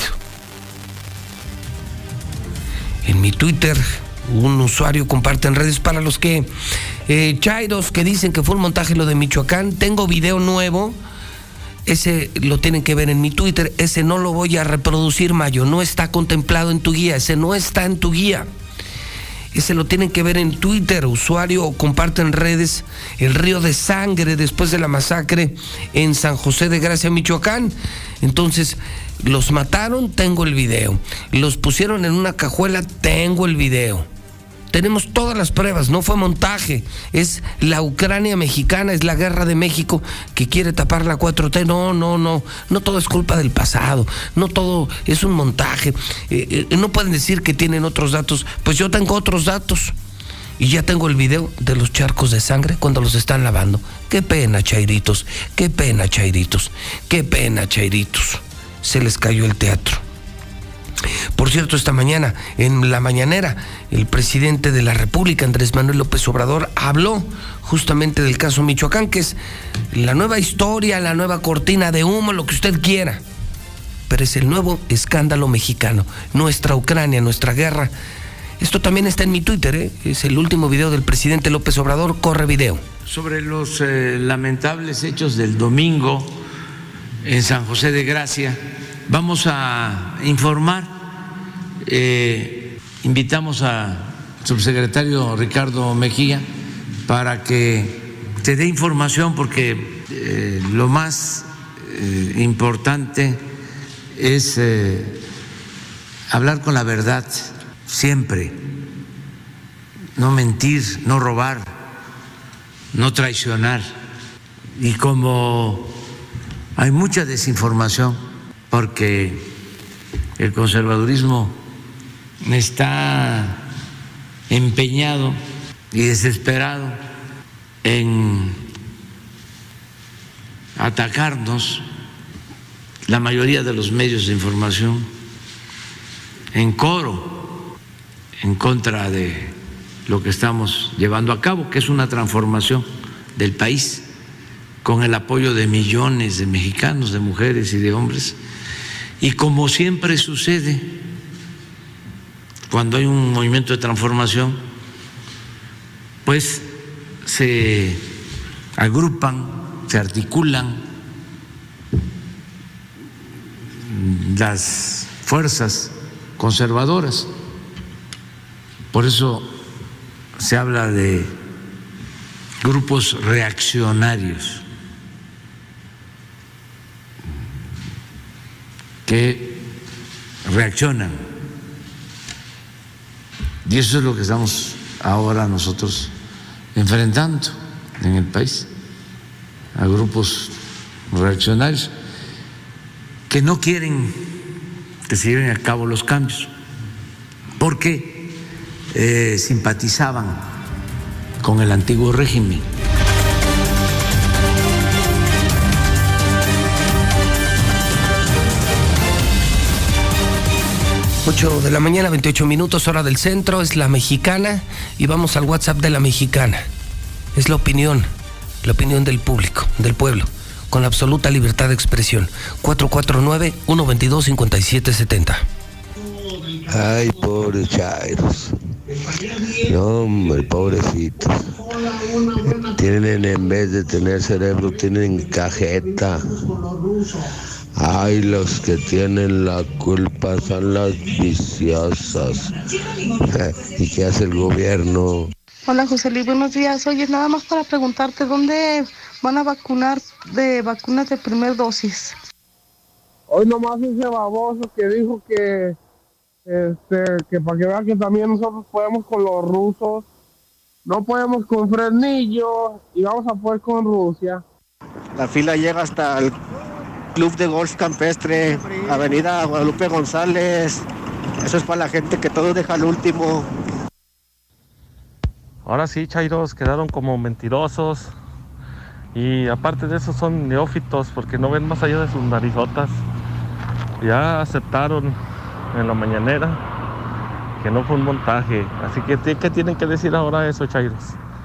En mi Twitter, un usuario comparte en redes para los que chairos que dicen que fue un montaje lo de Michoacán. Tengo video nuevo, ese lo tienen que ver en mi Twitter, ese no lo voy a reproducir, Mayo, no está contemplado en tu guía, ese no está en tu guía. Ese lo tienen que ver en Twitter, usuario, o comparte en redes, el río de sangre después de la masacre en San José de Gracia, Michoacán. Entonces, los mataron, tengo el video. Los pusieron en una cajuela, tengo el video. Tenemos todas las pruebas, no fue montaje, es la Ucrania mexicana, es la guerra de México que quiere tapar la 4T. No todo es culpa del pasado, no todo es un montaje. No pueden decir que tienen otros datos, pues yo tengo otros datos y ya tengo el video de los charcos de sangre cuando los están lavando. Qué pena, chairitos, qué pena, chairitos, qué pena, chairitos, se les cayó el teatro. Por cierto, esta mañana, en la mañanera, el presidente de la República, Andrés Manuel López Obrador, habló justamente del caso Michoacán, que es la nueva historia, la nueva cortina de humo, lo que usted quiera. Pero es el nuevo escándalo mexicano, nuestra Ucrania, nuestra guerra. Esto también está en mi Twitter, es el último video del presidente López Obrador, corre video. Sobre los lamentables hechos del domingo en San José de Gracia, vamos a informar. Invitamos al subsecretario Ricardo Mejía para que te dé información, porque lo más importante es hablar con la verdad siempre, no mentir, no robar, no traicionar. Y como hay mucha desinformación, porque el conservadurismo está empeñado y desesperado en atacarnos, la mayoría de los medios de información, en coro, en contra de lo que estamos llevando a cabo, que es una transformación del país, con el apoyo de millones de mexicanos, de mujeres y de hombres. Y como siempre sucede cuando hay un movimiento de transformación, pues se agrupan, se articulan las fuerzas conservadoras. Por eso se habla de grupos reaccionarios que reaccionan. Y eso es lo que estamos ahora nosotros enfrentando en el país, a grupos reaccionarios que no quieren que se lleven a cabo los cambios, porque simpatizaban con el antiguo régimen. Ocho de la mañana, 28 minutos, hora del centro, es La Mexicana, y vamos al WhatsApp de La Mexicana. Es la opinión del público, del pueblo, con absoluta libertad de expresión. 449-122-5770. Ay, pobres chairos. No, hombre, pobrecitos. Tienen, en vez de tener cerebro, tienen cajeta. Ay, los que tienen la culpa son las viciosas. ¿Y qué hace el gobierno? Hola, José Luis, buenos días. Oye, nada más para preguntarte, ¿dónde van a vacunar de vacunas de primer dosis? Hoy nomás ese baboso que dijo que para que vean que también nosotros podemos con los rusos, no podemos con Fresnillo y vamos a poder con Rusia. La fila llega hasta el Club de Golf Campestre, Avenida Guadalupe González. Eso es para la gente que todo deja al último. Ahora sí, chairos, quedaron como mentirosos. Y aparte de eso son neófitos porque no ven más allá de sus narizotas. Ya aceptaron en la mañanera que no fue un montaje. Así que, ¿qué tienen que decir ahora eso, chairos?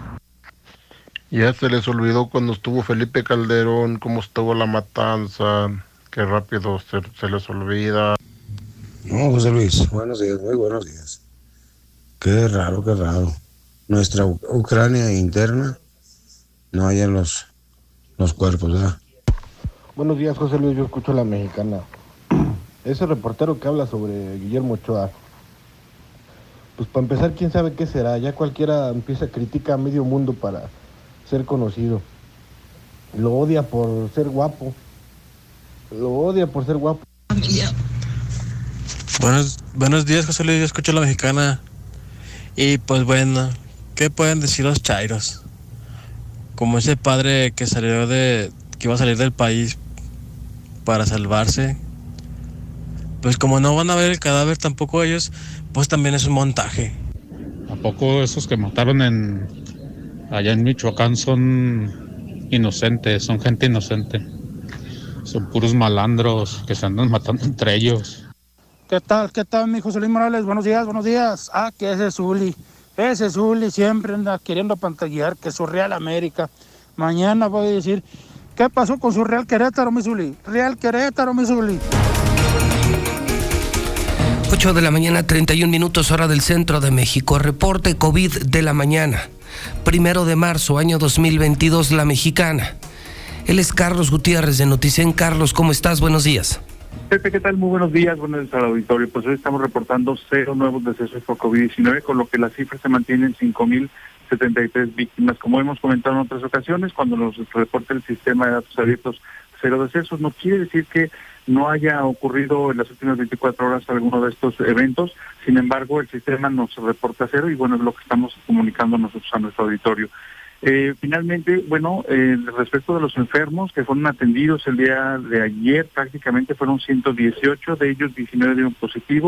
Ya se les olvidó cuando estuvo Felipe Calderón, cómo estuvo la matanza. Qué rápido se les olvida. No, José Luis, buenos días, muy buenos días. Qué raro, qué raro. Nuestra Ucrania interna no hay en los cuerpos, ¿verdad? Buenos días, José Luis, yo escucho La Mexicana. Ese reportero que habla sobre Guillermo Ochoa, pues para empezar, quién sabe qué será. Ya cualquiera empieza a criticar a medio mundo para ser conocido. Lo odia por ser guapo. Buenos días, José Luis, yo escucho La Mexicana. Y pues bueno, ¿qué pueden decir los chairos? Como ese padre que iba a salir del país para salvarse, pues como no van a ver el cadáver tampoco ellos, pues también es un montaje. ¿A poco esos que mataron allá en Michoacán son inocentes, son gente inocente? Son puros malandros que se andan matando entre ellos. ¿Qué tal, mi José Luis Morales? Buenos días. Que ese Zuli siempre anda queriendo pantallar que su Real América. Mañana voy a decir, ¿qué pasó con su Real Querétaro, mi Zuli? Real Querétaro, mi Zuli. 8 de la mañana, 31 minutos, hora del centro de México. Reporte COVID de la mañana. 1 de marzo, año 2022, La Mexicana. Él es Carlos Gutiérrez de Noticen. Carlos, ¿cómo estás? Buenos días. Pepe, ¿qué tal? Muy buenos días al auditorio. Pues hoy estamos reportando 0 nuevos decesos por COVID-19, con lo que las cifras se mantienen en 5.073 víctimas. Como hemos comentado en otras ocasiones, cuando nos reporta el sistema de datos abiertos 0 decesos, no quiere decir que no haya ocurrido en las últimas 24 horas alguno de estos eventos. Sin embargo, el sistema nos reporta 0 y bueno, es lo que estamos comunicando nosotros a nuestro auditorio. Finalmente, respecto de los enfermos que fueron atendidos el día de ayer, prácticamente fueron 118, de ellos 19 dieron positivo,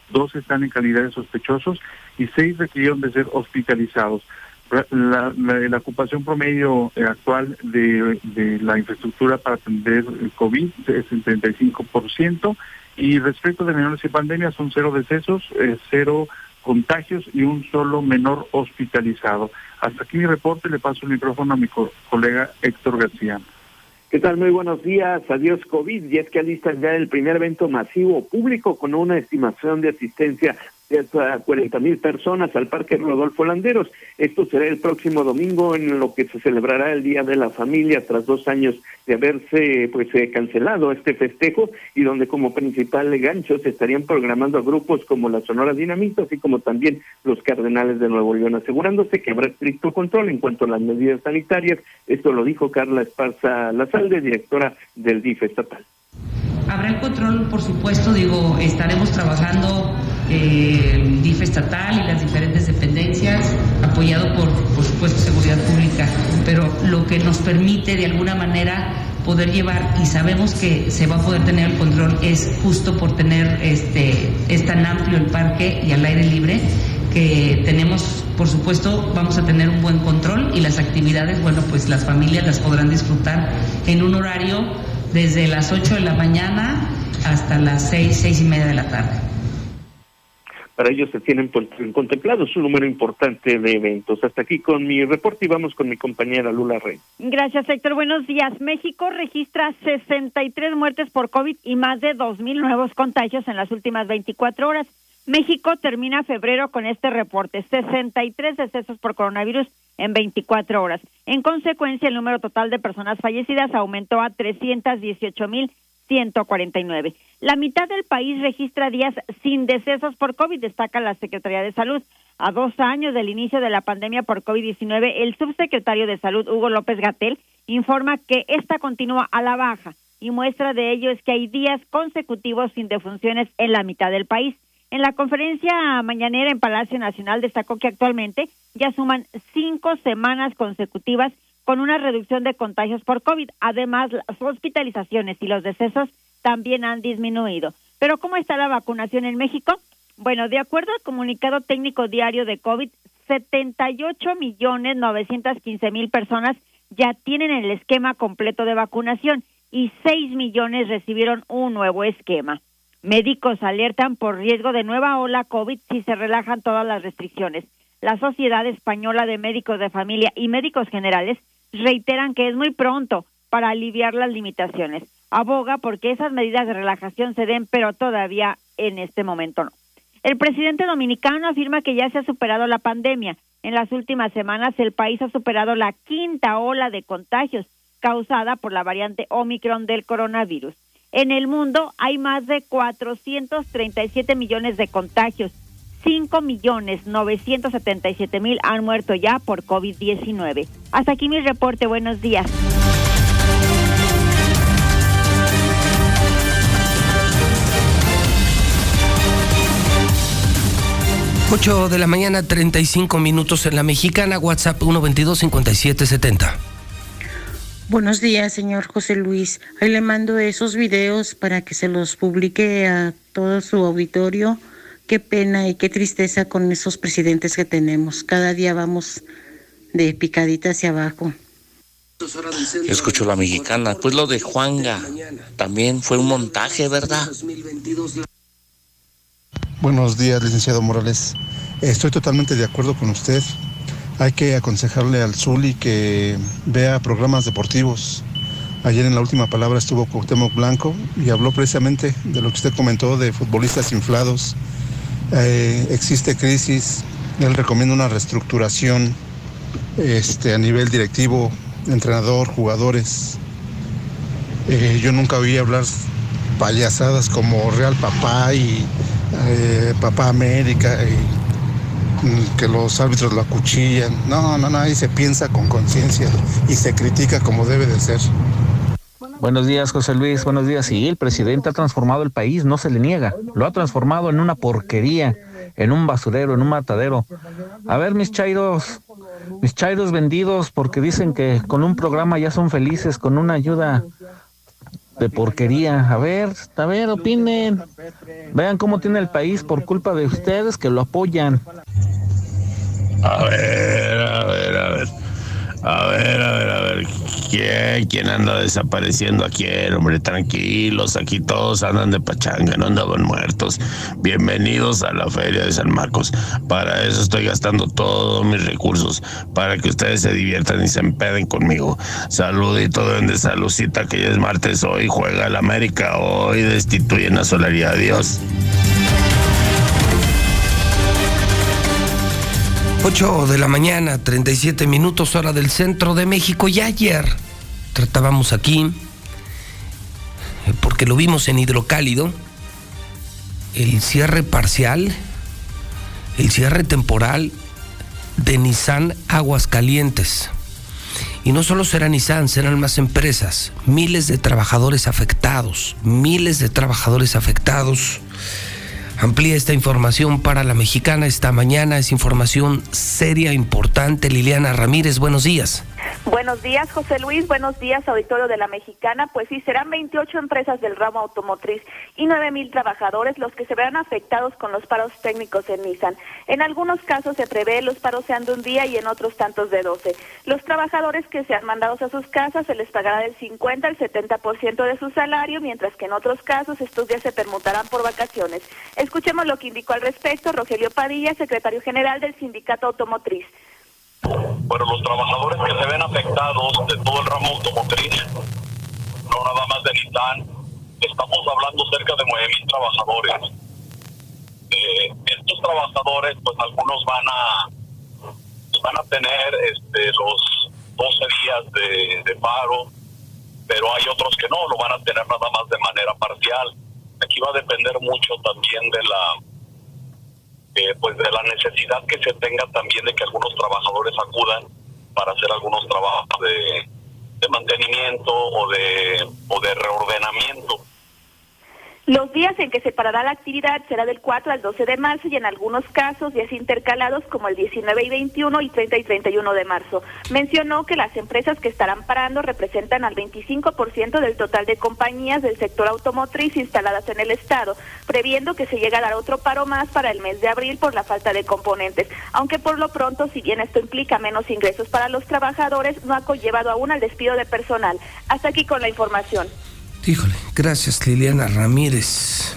2 están en calidad de sospechosos y 6 requirieron de ser hospitalizados. La ocupación promedio actual de la infraestructura para atender el COVID es el 35%, y respecto de menores y pandemia son 0 decesos, 0 contagios y un solo menor hospitalizado. Hasta aquí mi reporte, le paso el micrófono a mi colega Héctor García. ¿Qué tal? Muy buenos días. Adiós COVID. Y es que alistan ya el primer evento masivo público con una estimación de asistencia de hasta 40,000 personas al Parque Rodolfo Landeros. Esto será el próximo domingo, en lo que se celebrará el Día de la Familia tras 2 años de haberse cancelado este festejo, y donde como principal gancho se estarían programando a grupos como la Sonora Dinamita, así como también los Cardenales de Nuevo León, asegurándose que habrá estricto control en cuanto a las medidas sanitarias. Esto lo dijo Carla Esparza Lazalde, directora del DIF estatal. Habrá el control, por supuesto, estaremos trabajando el DIF estatal y las diferentes dependencias, apoyado por supuesto, Seguridad Pública, pero lo que nos permite de alguna manera poder llevar, y sabemos que se va a poder tener el control, es justo por tener es tan amplio el parque y al aire libre, que tenemos, por supuesto, vamos a tener un buen control, y las actividades, bueno, pues las familias las podrán disfrutar en un horario desde las 8 de la mañana hasta las 6:30 de la tarde. Para ello se tienen contemplados un número importante de eventos. Hasta aquí con mi reporte y vamos con mi compañera Lula Rey. Gracias, Héctor. Buenos días. México registra 63 muertes por COVID y más de 2,000 nuevos contagios en las últimas 24 horas. México termina febrero con este reporte, 63 decesos por coronavirus en 24 horas. En consecuencia, el número total de personas fallecidas aumentó a 318,149. La mitad del país registra días sin decesos por COVID, destaca la Secretaría de Salud. A 2 años del inicio de la pandemia por COVID-19, el subsecretario de Salud, Hugo López-Gatell, informa que esta continúa a la baja, y muestra de ello es que hay días consecutivos sin defunciones en la mitad del país. En la conferencia mañanera en Palacio Nacional destacó que actualmente ya suman 5 semanas consecutivas con una reducción de contagios por COVID. Además, las hospitalizaciones y los decesos también han disminuido. Pero ¿cómo está la vacunación en México? Bueno, de acuerdo al comunicado técnico diario de COVID, 78,915,000 personas ya tienen el esquema completo de vacunación y 6 millones recibieron un nuevo esquema. Médicos alertan por riesgo de nueva ola COVID si se relajan todas las restricciones. La Sociedad Española de Médicos de Familia y Médicos Generales reiteran que es muy pronto para aliviar las limitaciones. Aboga porque esas medidas de relajación se den, pero todavía en este momento no. El presidente dominicano afirma que ya se ha superado la pandemia. En las últimas semanas el país ha superado la 5ª ola de contagios causada por la variante Omicron del coronavirus. En el mundo hay más de 437 millones de contagios. 5,977,000 han muerto ya por COVID-19. Hasta aquí mi reporte. Buenos días. Ocho de la mañana, 35 minutos en la Mexicana. WhatsApp 122-5770. Buenos días, señor José Luis. Ahí le mando esos videos para que se los publique a todo su auditorio. Qué pena y qué tristeza con esos presidentes que tenemos. Cada día vamos de picadita hacia abajo. Yo escucho la Mexicana. Pues lo de Juanga también fue un montaje, ¿verdad? Buenos días, licenciado Morales. Estoy totalmente de acuerdo con usted. Hay que aconsejarle al Zuli que vea programas deportivos. Ayer en La Última Palabra estuvo Cuauhtémoc Blanco y habló precisamente de lo que usted comentó de futbolistas inflados. Existe crisis. Él recomienda una reestructuración a nivel directivo, entrenador, jugadores. Yo nunca oí hablar payasadas como Real Papá y Papá América y que los árbitros lo acuchillan. No, ahí se piensa con conciencia y se critica como debe de ser. Buenos días, José Luis, buenos días. Sí, el presidente ha transformado el país, no se le niega. Lo ha transformado en una porquería, en un basurero, en un matadero. A ver, mis chairos vendidos porque dicen que con un programa ya son felices, con una ayuda de porquería. A ver, opinen. Vean cómo tiene el país por culpa de ustedes que lo apoyan. A ver. ¿Quién anda desapareciendo a quién, hombre? Tranquilos, aquí todos andan de pachanga, no andaban muertos. Bienvenidos a la Feria de San Marcos. Para eso estoy gastando todos mis recursos, para que ustedes se diviertan y se empeden conmigo. Saludito de Salucita, que ya es martes, hoy juega el América, hoy destituyen a Solari. Adiós. 8 de la mañana, 37 minutos, hora del centro de México. Y ayer tratábamos aquí, porque lo vimos en Hidrocálido, el cierre parcial, el cierre temporal de Nissan Aguascalientes. Y no solo será Nissan, serán más empresas, miles de trabajadores afectados. Amplía esta información para La Mexicana esta mañana. Es información seria, importante. Liliana Ramírez, buenos días. Buenos días, José Luis. Buenos días, auditorio de La Mexicana. Pues sí, serán 28 empresas del ramo automotriz y 9,000 trabajadores los que se verán afectados con los paros técnicos en Nissan. En algunos casos se prevé los paros sean de un día y en otros tantos de 12. Los trabajadores que sean mandados a sus casas se les pagará del 50 al 70% de su salario, mientras que en otros casos estos días se permutarán por vacaciones. Escuchemos lo que indicó al respecto Rogelio Padilla, secretario general del Sindicato Automotriz. Bueno, los trabajadores que se ven afectados de todo el ramo automotriz, no nada más de Nissan, estamos hablando cerca de 9,000 trabajadores. Estos trabajadores, pues algunos van a tener los 12 días de paro, pero hay otros que no, lo van a tener nada más de manera parcial. Aquí va a depender mucho también de la necesidad que se tenga también de que algunos trabajadores acudan para hacer algunos trabajos de mantenimiento o de reordenamiento. Los días en que se parará la actividad será del 4 al 12 de marzo y en algunos casos días intercalados como el 19 y 21 y 30 y 31 de marzo. Mencionó que las empresas que estarán parando representan al 25% del total de compañías del sector automotriz instaladas en el estado, previendo que se llegue a dar otro paro más para el mes de abril por la falta de componentes. Aunque por lo pronto, si bien esto implica menos ingresos para los trabajadores, no ha conllevado aún al despido de personal. Hasta aquí con la información. Híjole, gracias Liliana Ramírez.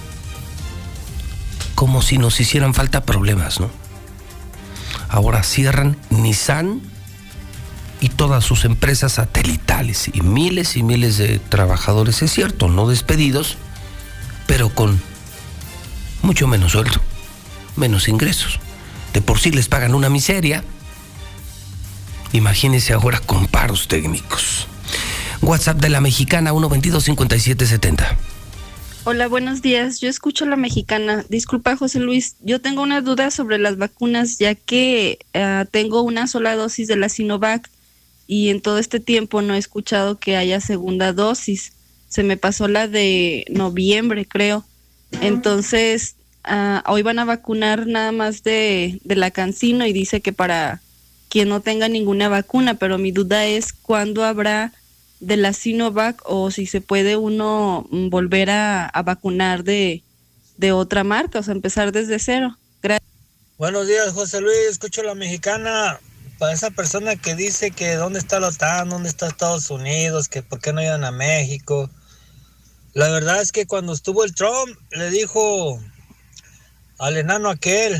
Como si nos hicieran falta problemas, ¿no? Ahora cierran Nissan y todas sus empresas satelitales y miles de trabajadores, es cierto, no despedidos, pero con mucho menos sueldo, menos ingresos. De por sí les pagan una miseria. Imagínense ahora con paros técnicos. WhatsApp de La Mexicana 122-5770. Hola, buenos días. Yo escucho La Mexicana. Disculpa, José Luis, yo tengo una duda sobre las vacunas, ya que tengo una sola dosis de la Sinovac y en todo este tiempo no he escuchado que haya segunda dosis. Se me pasó la de noviembre, creo. Entonces, hoy van a vacunar nada más de la CanSino y dice que para quien no tenga ninguna vacuna, pero mi duda es cuándo habrá de la Sinovac o si se puede uno volver a vacunar de otra marca, o sea, empezar desde cero. Gracias. Buenos días, José Luis, escucho La Mexicana. Para esa persona que dice que dónde está la OTAN, dónde está Estados Unidos, que por qué no ayudan a México. La verdad es que cuando estuvo el Trump, le dijo al enano aquel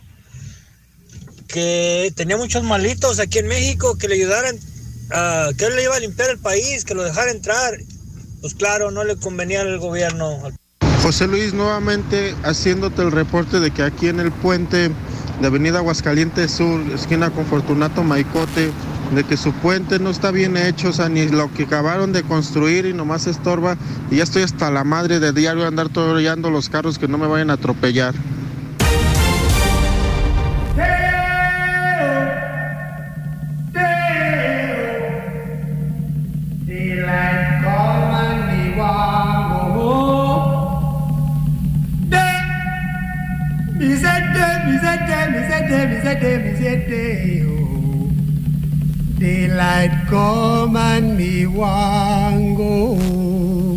que tenía muchos malitos aquí en México, que le ayudaran, que él le iba a limpiar el país, que lo dejara entrar. Pues claro, no le convenía al gobierno. José Luis, nuevamente haciéndote el reporte de que aquí en el puente de Avenida Aguascalientes Sur, esquina con Fortunato Maicote, de que su puente no está bien hecho, o sea, ni lo que acabaron de construir y nomás estorba, y ya estoy hasta la madre de diario andar toreando los carros que no me vayan a atropellar. Daylight come and me want go home.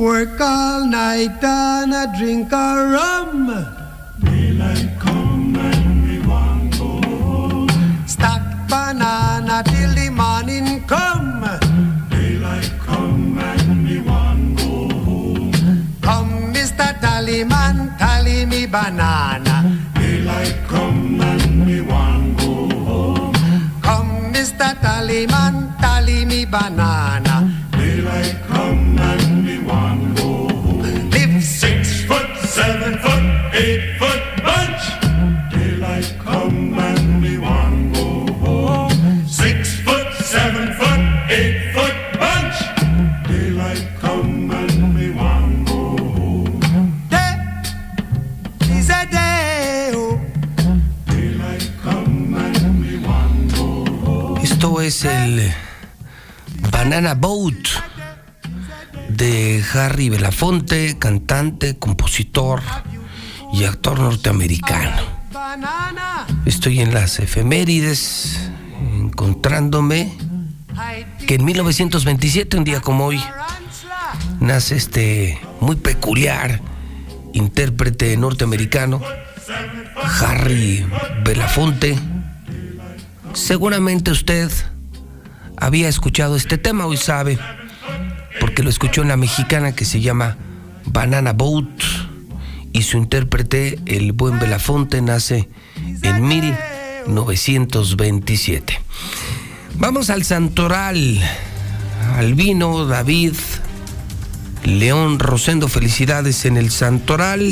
Work all night and I drink a rum. Daylight come and we want go home. Stack banana till the morning come. Daylight come and we want go home. Come, Mr. Tallyman, tally me banana. Daylight come and we want go home. Come, Mr. Tallyman, tally me banana. Daylight come and we want go home. Live 6 foot, 7 foot, 8 foot bunch. Daylight come and we want go home. 6 foot, 7 foot, 8 foot bunch. Daylight come and we want go home. Day is a day. Oh. Daylight come and we want go home. Esto es el Banana Boat de Harry Belafonte, cantante, compositor y actor norteamericano. Estoy en las efemérides encontrándome que en 1927, un día como hoy, nace este muy peculiar intérprete norteamericano, Harry Belafonte. Seguramente usted había escuchado este tema, hoy sabe, porque lo escuchó en la mexicana que se llama Banana Boat, y su intérprete, el buen Belafonte, nace en 1927. Vamos al santoral. Albino, David, León, Rosendo, felicidades en el santoral.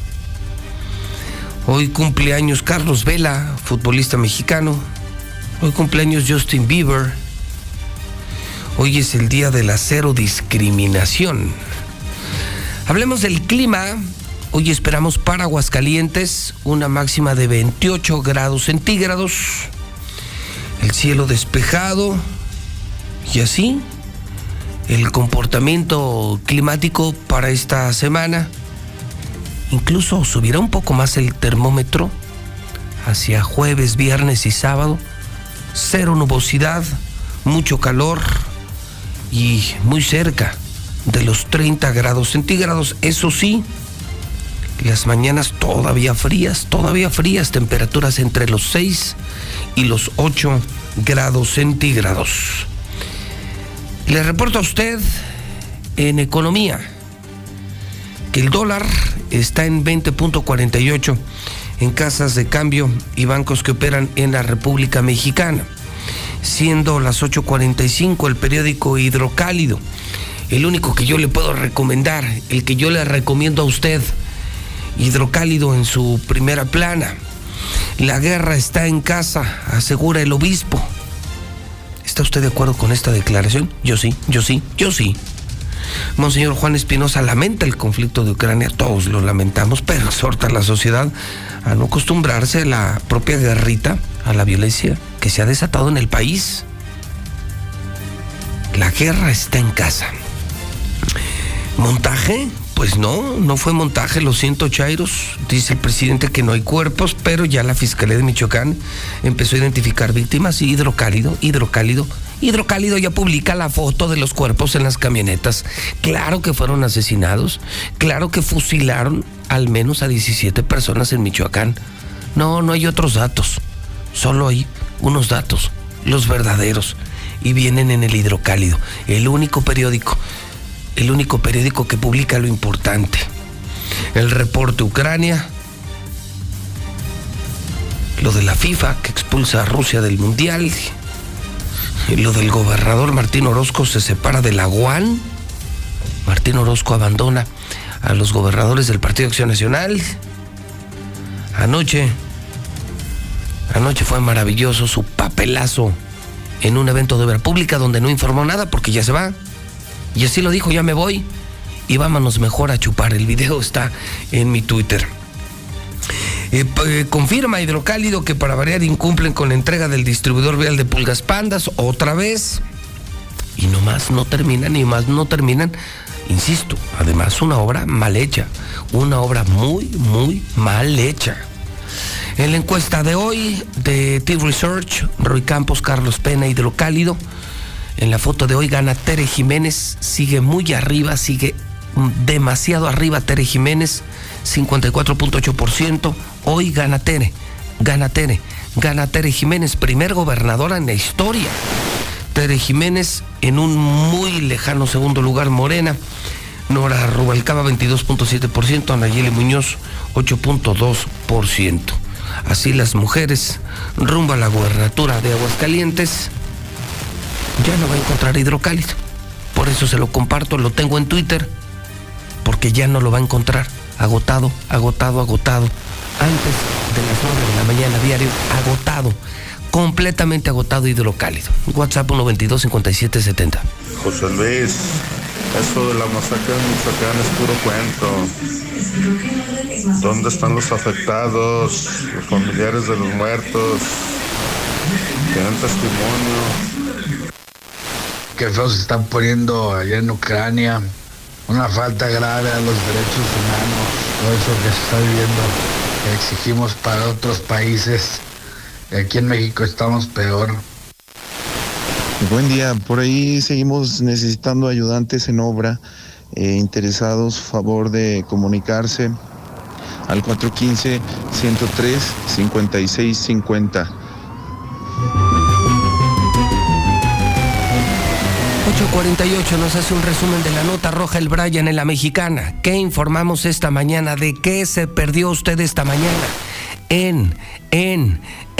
Hoy cumpleaños Carlos Vela, futbolista mexicano. Hoy cumpleaños Justin Bieber. Hoy es el día de la cero discriminación. Hablemos del clima. Hoy esperamos para Aguascalientes una máxima de 28 grados centígrados. El cielo despejado. Y así, el comportamiento climático para esta semana. Incluso subirá un poco más el termómetro hacia jueves, viernes y sábado. Cero nubosidad, mucho calor y muy cerca de los 30 grados centígrados. Eso sí, las mañanas todavía frías, temperaturas entre los 6 y los 8 grados centígrados. Le reporto a usted en economía que el dólar está en 20.48 en casas de cambio y bancos que operan en la República Mexicana. Siendo las 8:45, el periódico Hidrocálido, el único que yo le puedo recomendar, el que yo le recomiendo a usted, Hidrocálido en su primera plana. La guerra está en casa, asegura el obispo. ¿Está usted de acuerdo con esta declaración? Yo sí. Monseñor Juan Espinosa lamenta el conflicto de Ucrania, todos lo lamentamos, pero exhorta a la sociedad a no acostumbrarse a la propia guerrita, a la violencia que se ha desatado en el país. La guerra está en casa. ¿Montaje? Pues no fue montaje, lo siento, chairos. Dice el presidente que no hay cuerpos, pero ya la Fiscalía de Michoacán empezó a identificar víctimas y Hidrocálido ya publica la foto de los cuerpos en las camionetas. Claro que fueron asesinados, claro que fusilaron al menos a 17 personas en Michoacán. No hay otros datos, solo hay unos datos, los verdaderos, y vienen en el Hidrocálido, el único periódico que publica lo importante. El reporte Ucrania, lo de la FIFA que expulsa a Rusia del Mundial, y lo del gobernador Martín Orozco se separa de la UAN. Martín Orozco abandona a los gobernadores del Partido Acción Nacional. Anoche fue maravilloso su papelazo en un evento de obra pública donde no informó nada porque ya se va. Y así lo dijo, ya me voy y vámonos mejor a chupar. El video está en mi Twitter. Confirma Hidrocálido que para variar incumplen con la entrega del distribuidor vial de pulgas pandas otra vez. Y no terminan. Insisto, además una obra mal hecha. Una obra muy, muy mal hecha. En la encuesta de hoy de T-Research, Roy Campos, Carlos Pena, Hidrocálido. En la foto de hoy gana Tere Jiménez, sigue muy arriba, sigue demasiado arriba Tere Jiménez, 54.8%. Hoy gana Tere Jiménez, primer gobernadora en la historia. Tere Jiménez en un muy lejano segundo lugar, Morena. Nora Rubalcaba, 22.7%, Nayeli Muñoz, 8.2%. Así las mujeres rumbo a la gubernatura de Aguascalientes. Ya no va a encontrar hidrocálido. Por eso se lo comparto, lo tengo en Twitter, porque ya no lo va a encontrar. Agotado. Antes de las 9 de la mañana, diario, agotado. Completamente agotado hidrocálido. WhatsApp 122-5770. José Luis, eso de la masacre en Michoacán es puro cuento. ¿Dónde están los afectados, los familiares de los muertos? ¿Tienen testimonio? Qué feo se están poniendo allá en Ucrania. Una falta grave a los derechos humanos. Todo eso que se está viviendo, que exigimos para otros países. Y aquí en México estamos peor. Buen día, por ahí seguimos necesitando ayudantes en obra, interesados, favor de comunicarse al 415-103-5650. 8:48 nos hace un resumen de la nota roja el Brian en La Mexicana. ¿Qué informamos esta mañana? ¿De qué se perdió usted esta mañana? En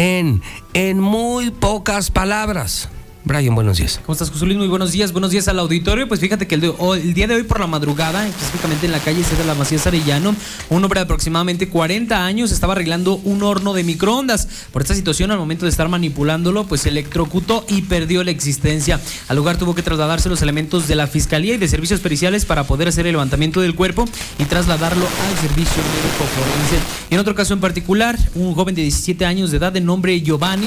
muy pocas palabras. Brian, buenos días. ¿Cómo estás, José Luis? Muy buenos días al auditorio. Pues fíjate que el día de hoy por la madrugada, específicamente en la calle César Macías Arellano, un hombre de aproximadamente 40 años estaba arreglando un horno de microondas. Por esta situación, al momento de estar manipulándolo, pues se electrocutó y perdió la existencia. Al lugar tuvo que trasladarse los elementos de la Fiscalía y de Servicios Periciales para poder hacer el levantamiento del cuerpo y trasladarlo al servicio médico forense. Y en otro caso en particular, un joven de 17 años de edad de nombre Giovanni,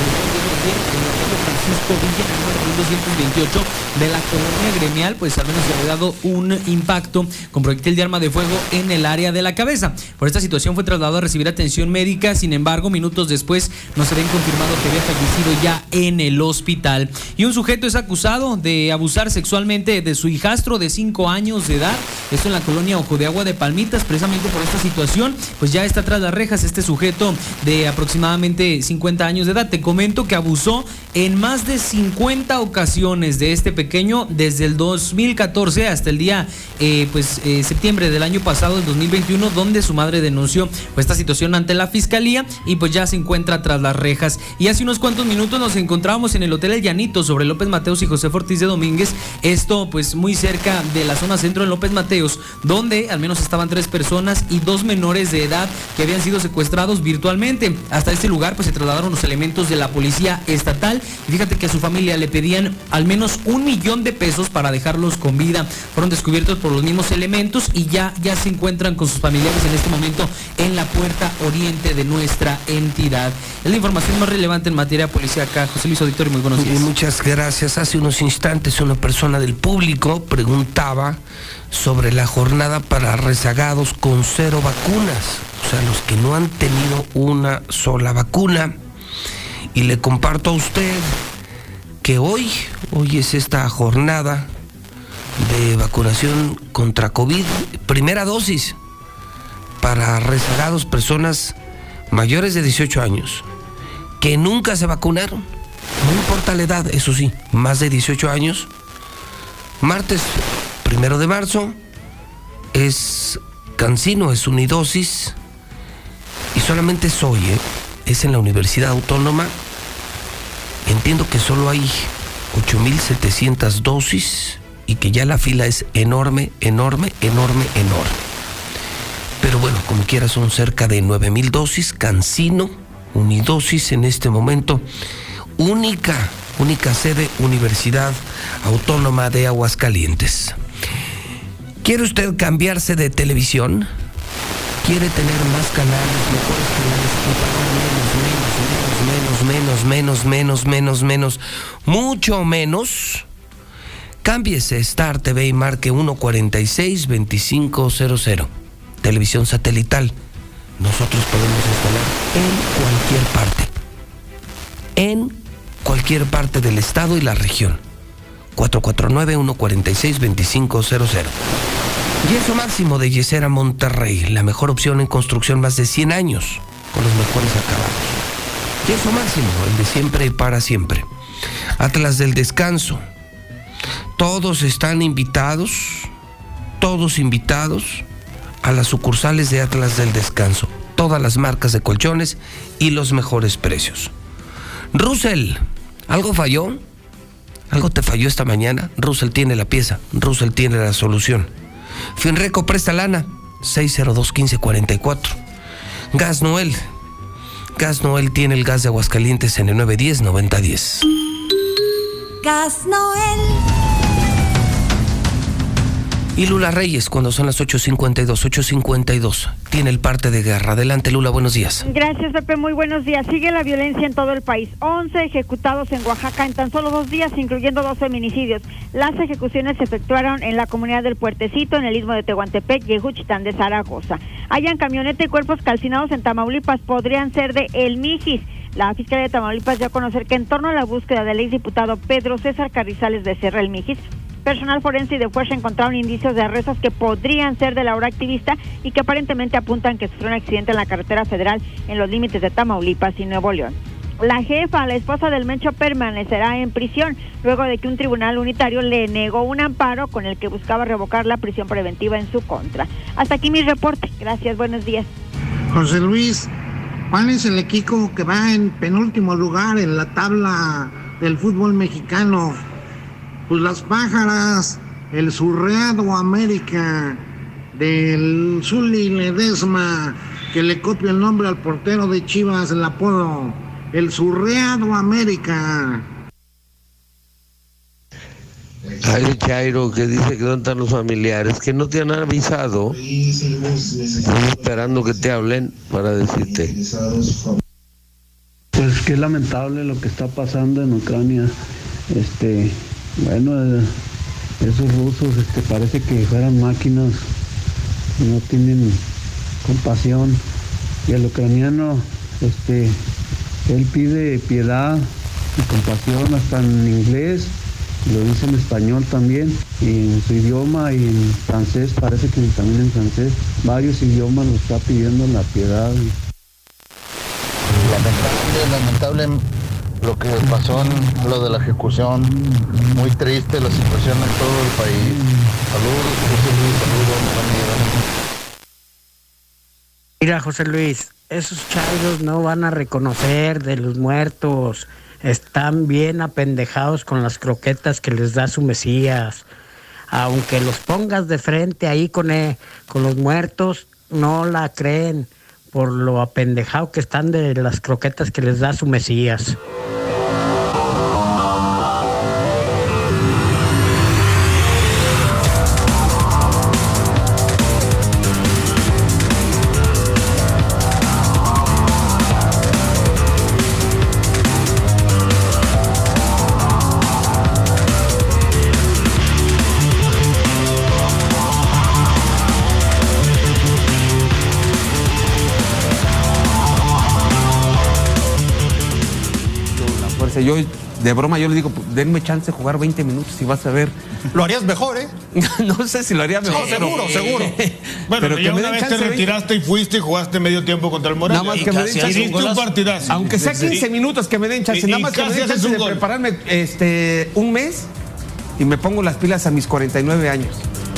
Francisco Villa, número 228 de la colonia Gremial, pues al menos se había dado un impacto con proyectil de arma de fuego en el área de la cabeza. Por esta situación fue trasladado a recibir atención médica. Sin embargo, minutos después nos habían confirmado que había fallecido ya en el hospital. Y un sujeto es acusado de abusar sexualmente de su hijastro de 5 años de edad. Esto en la colonia Ojo de Agua de Palmitas. Precisamente por esta situación, pues ya está tras las rejas este sujeto de aproximadamente 50 años de edad. Te comento que abusó en más de 50 ocasiones de este pequeño desde el 2014 hasta el día septiembre del año pasado, el 2021, donde su madre denunció pues esta situación ante la Fiscalía y pues ya se encuentra tras las rejas. Y hace unos cuantos minutos nos encontrábamos en el Hotel El Llanito sobre López Mateos y José Ortiz de Domínguez, esto pues muy cerca de la zona centro de López Mateos, donde al menos estaban 3 personas y 2 menores de edad que habían sido secuestrados virtualmente. Hasta este lugar pues se trasladaron los elementos de la policía estatal y fíjate que a su familia le pedían al menos $1 millón para dejarlos con vida. Fueron descubiertos por los mismos elementos y ya se encuentran con sus familiares en este momento en la puerta oriente de nuestra entidad. Es la información más relevante en materia policíaca. José Luis Auditorio, muy buenos días. Muchas gracias. Hace unos instantes una persona del público preguntaba sobre la jornada para rezagados con 0 vacunas, o sea, los que no han tenido una sola vacuna. Y le comparto a usted que hoy es esta jornada de vacunación contra COVID, primera dosis para rezagados, personas mayores de 18 años que nunca se vacunaron, no importa la edad, eso sí, más de 18 años. Martes 1 de marzo es Cancino, es unidosis y solamente es hoy, es en la Universidad Autónoma. Entiendo que solo hay 8,700 dosis y que ya la fila es enorme. Pero bueno, como quiera, son cerca de 9,000 dosis. Cancino, unidosis en este momento. Única sede, Universidad Autónoma de Aguascalientes. ¿Quiere usted cambiarse de televisión? ¿Quiere tener más canales, mejores canales y pagar menos, mucho menos? Cámbiese Star TV y marque 146-2500. Televisión satelital. Nosotros podemos instalar en cualquier parte del estado y la región. 449-146-2500. Yeso Máximo de Yesera Monterrey, la mejor opción en construcción, más de 100 años, con los mejores acabados. Yeso Máximo, el de siempre y para siempre. Atlas del Descanso. Todos están invitados, todos invitados a las sucursales de Atlas del Descanso. Todas las marcas de colchones y los mejores precios. Russell, ¿algo falló? ¿Algo te falló esta mañana? Russell tiene la pieza, Russell tiene la solución. Finreco presta lana, 602-1544. Gas Noel. Gas Noel tiene el gas de Aguascalientes en el 910-9010. Gas Noel. Y Lula Reyes, cuando son las 8:52, tiene el parte de guerra. Adelante, Lula, buenos días. Gracias, Pepe, muy buenos días. Sigue la violencia en todo el país. 11 ejecutados en Oaxaca en tan solo 2 días, incluyendo 2 feminicidios. Las ejecuciones se efectuaron en la comunidad del Puertecito, en el istmo de Tehuantepec y en Juchitán de Zaragoza. Hayan camioneta y cuerpos calcinados en Tamaulipas, podrían ser de El Mijis. La Fiscalía de Tamaulipas dio a conocer que en torno a la búsqueda del exdiputado Pedro César Carrizales Becerra El Mijis, personal forense y de fuerza encontraron indicios de arrestos que podrían ser de la hora activista y que aparentemente apuntan que sufrió un accidente en la carretera federal en los límites de Tamaulipas y Nuevo León. La jefa, la esposa del Mencho, permanecerá en prisión luego de que un tribunal unitario le negó un amparo con el que buscaba revocar la prisión preventiva en su contra. Hasta aquí mi reporte. Gracias, buenos días. José Luis, ¿cuál es el equipo que va en penúltimo lugar en la tabla del fútbol mexicano? Pues las Pájaras, el Surreado América, del Zuli Ledesma, que le copia el nombre al portero de Chivas, el apodo, el Surreado América. Ay, Chairo, que dice que dónde están los familiares, que no te han avisado. Estoy esperando que te hablen para decirte. Pues qué lamentable lo que está pasando en Ucrania. Bueno, esos rusos parece que fueran máquinas, no tienen compasión. Y el ucraniano, él pide piedad y compasión hasta en inglés, lo dice en español también, y en su idioma y en francés, parece que también en francés, varios idiomas lo está pidiendo la piedad. Lamentable lo que pasó en lo de la ejecución, muy triste la situación en todo el país. Saludos, José Luis, saludos, amigos. Mira, José Luis, esos chairos no van a reconocer de los muertos. Están bien apendejados con las croquetas que les da su Mesías. Aunque los pongas de frente ahí con los muertos, no la creen por lo apendejado que están de las croquetas que les da su Mesías. Yo, de broma, yo le digo, denme chance de jugar 20 minutos y vas a ver. Lo harías mejor, ¿eh? No sé si lo haría mejor. No, seguro. Bueno, pero ya una vez te retiraste y fuiste y jugaste medio tiempo contra el Morelia. Nada más que me den chance. Hiciste un partidazo. Aunque sea 15 minutos que me den chance. Nada más que me den chance de prepararme un mes y me pongo las pilas a mis 49 años.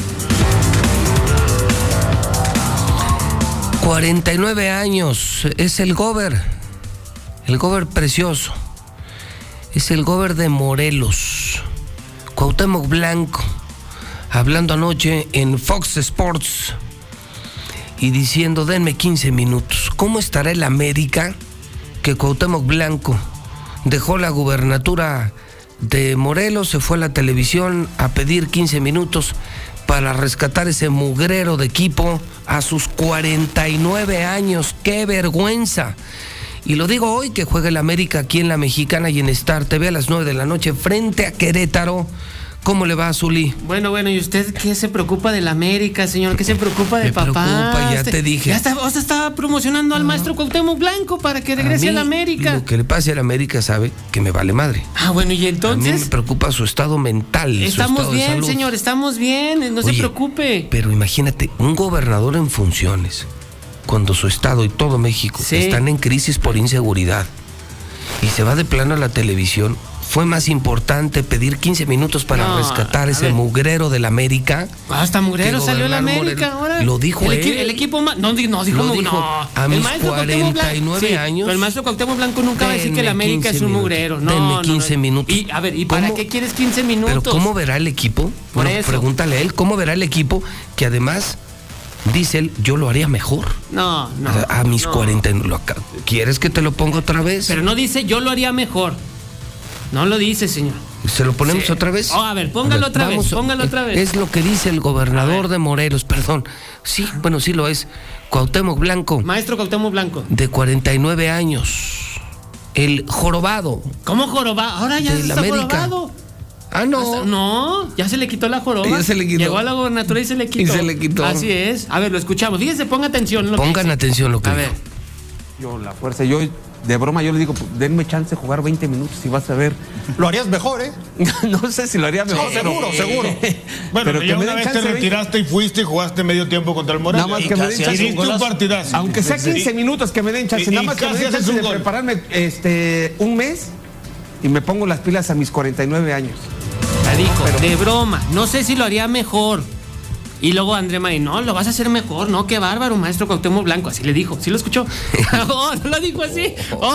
49 años, es el gober precioso. Es el gober de Morelos, Cuauhtémoc Blanco, hablando anoche en Fox Sports y diciendo, denme 15 minutos. ¿Cómo estará el América que Cuauhtémoc Blanco dejó la gubernatura de Morelos, se fue a la televisión a pedir 15 minutos para rescatar ese mugrero de equipo a sus 49 años? ¡Qué vergüenza! Y lo digo hoy que juega el América aquí en La Mexicana y en Star TV a las 9 de la noche frente a Querétaro ¿Cómo le va, Zuli? Bueno, ¿y usted qué se preocupa de la América, señor? ¿Qué se preocupa de papá? Preocupa, ya te dije. Ya estaba promocionando al maestro Cuauhtémoc Blanco para que regrese a la América. Lo que le pase a la América sabe que me vale madre. Bueno, ¿y entonces? A mí me preocupa su estado mental, Estamos bien, señor, estamos bien, no se preocupe. Pero imagínate, un gobernador en funciones, cuando su estado y todo México están en crisis por inseguridad, y se va de plano a la televisión. Fue más importante pedir 15 minutos para rescatar ese mugrero de la América. Hasta mugrero salió la América ahora. Lo dijo él. El equipo más. No dijo a mis 49 años. Pero el maestro Cuauhtémoc Blanco nunca va a decir que la América es un mugrero. Denme 15 minutos. ¿Y para qué quieres 15 minutos? Pero ¿cómo verá el equipo? Pregúntale a él, ¿cómo verá el equipo que además dice él, yo lo haría mejor? No. A mis 40. ¿Quieres que te lo ponga otra vez? Pero no dice, yo lo haría mejor. No lo dice, señor. ¿Se lo ponemos otra vez? A ver, póngalo otra vez. Es lo que dice el gobernador de Morelos, perdón. Sí, sí lo es. Cuauhtémoc Blanco. Maestro Cuauhtémoc Blanco. De 49 años. El jorobado. ¿Cómo jorobado? Ahora ya está jorobado. No. No, ya se le quitó la joroba. Ya se le quitó. Llegó a la gobernatura y se le quitó. Así es. A ver, lo escuchamos. Fíjense, pongan atención. Pongan atención lo que dijo. Yo, la fuerza, de broma, yo le digo, denme chance de jugar 20 minutos y vas a ver. Lo harías mejor, ¿eh? No sé si lo haría mejor. Seguro. Bueno, pero ya una vez te retiraste y fuiste y jugaste medio tiempo contra el Morelia. Nada más que me den chance. Un partidazo. Aunque sea 15 minutos que me den chance. Nada más que me den chance de prepararme un mes y me pongo las pilas a mis 49 años. La dijo, de broma. No sé si lo haría mejor. Y luego André Marín, no, lo vas a hacer mejor, no, qué bárbaro, maestro Cuauhtémoc Blanco, así le dijo, ¿sí lo escuchó? No lo dijo así,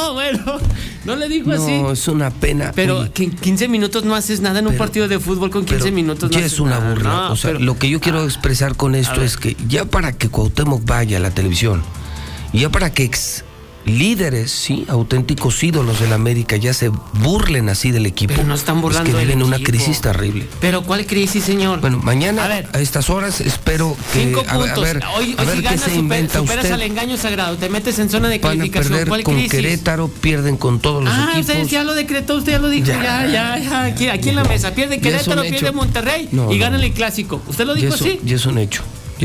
no le dijo así. No, es una pena. Pero que en 15 minutos no haces nada en un partido de fútbol con 15 minutos no haces es una burla, lo que yo quiero expresar con esto es que ya para que Cuauhtémoc vaya a la televisión, ya para que líderes, auténticos ídolos de la América ya se burlen así del equipo. Pero no están burlando. Es que viven una crisis terrible. ¿Pero cuál crisis, señor? Bueno, mañana a estas horas espero que 5 puntos. A ver si qué ganas, se inventa superas usted. al engaño sagrado, te metes en zona de calificación. Van a perder ¿Cuál con crisis? Querétaro, pierden con todos los equipos. Ya lo decretó, usted ya lo dijo, ya, aquí en la mesa. Pierde Querétaro, pierde Monterrey y ganan el clásico. ¿Usted lo dijo así? Ya es un hecho.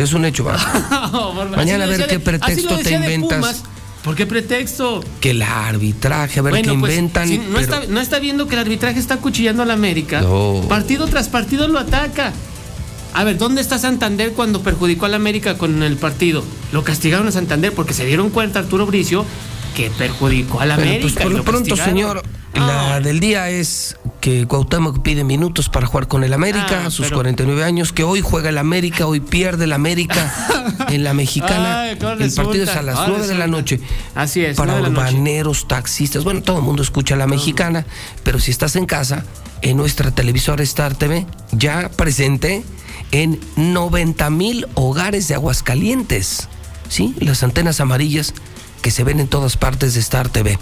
Mañana a ver qué pretexto te inventas. ¿Por qué pretexto? Que el arbitraje, a ver qué inventan. Si no está viendo que el arbitraje está acuchillando a la América. No. Partido tras partido lo ataca. A ver, ¿dónde está Santander cuando perjudicó a la América con el partido? Lo castigaron a Santander porque se dieron cuenta Arturo Bricio que perjudicó a la América. Pues por lo pronto, señor, la del día es que Cuauhtémoc pide minutos para jugar con el América a sus 49 años, que hoy juega el América, hoy pierde el América en la Mexicana. El partido es a las 9 de la noche. Así es. Para urbaneros, taxistas, todo el mundo escucha la Mexicana, pero si estás en casa, en nuestra televisora Star TV, ya presente en 90,000 hogares de Aguascalientes. ¿Sí? Las antenas amarillas que se ven en todas partes de Star TV.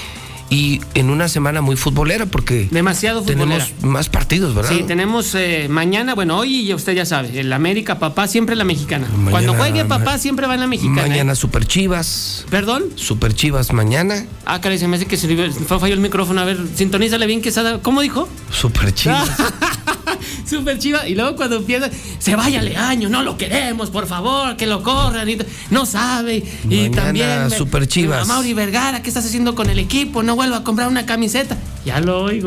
Y en una semana muy futbolera porque demasiado futbolera. Tenemos más partidos, ¿verdad? Sí, tenemos mañana, hoy usted ya sabe, el América, papá, siempre la Mexicana. Cuando juegue papá, siempre va en la Mexicana. Mañana Super Chivas. ¿Perdón? Super Chivas mañana. Caray, se me hace que se falló el micrófono. A ver, sintonízale bien, Quesada. ¿Cómo dijo? Super Chivas. Super Chivas. Y luego cuando pierda, se vaya Leaño, no lo queremos, por favor, que lo corran. No sabe. Y mañana también Super Chivas. Mauri Vergara, ¿qué estás haciendo con el equipo? No vuelvo a comprar una camiseta. Ya lo oigo.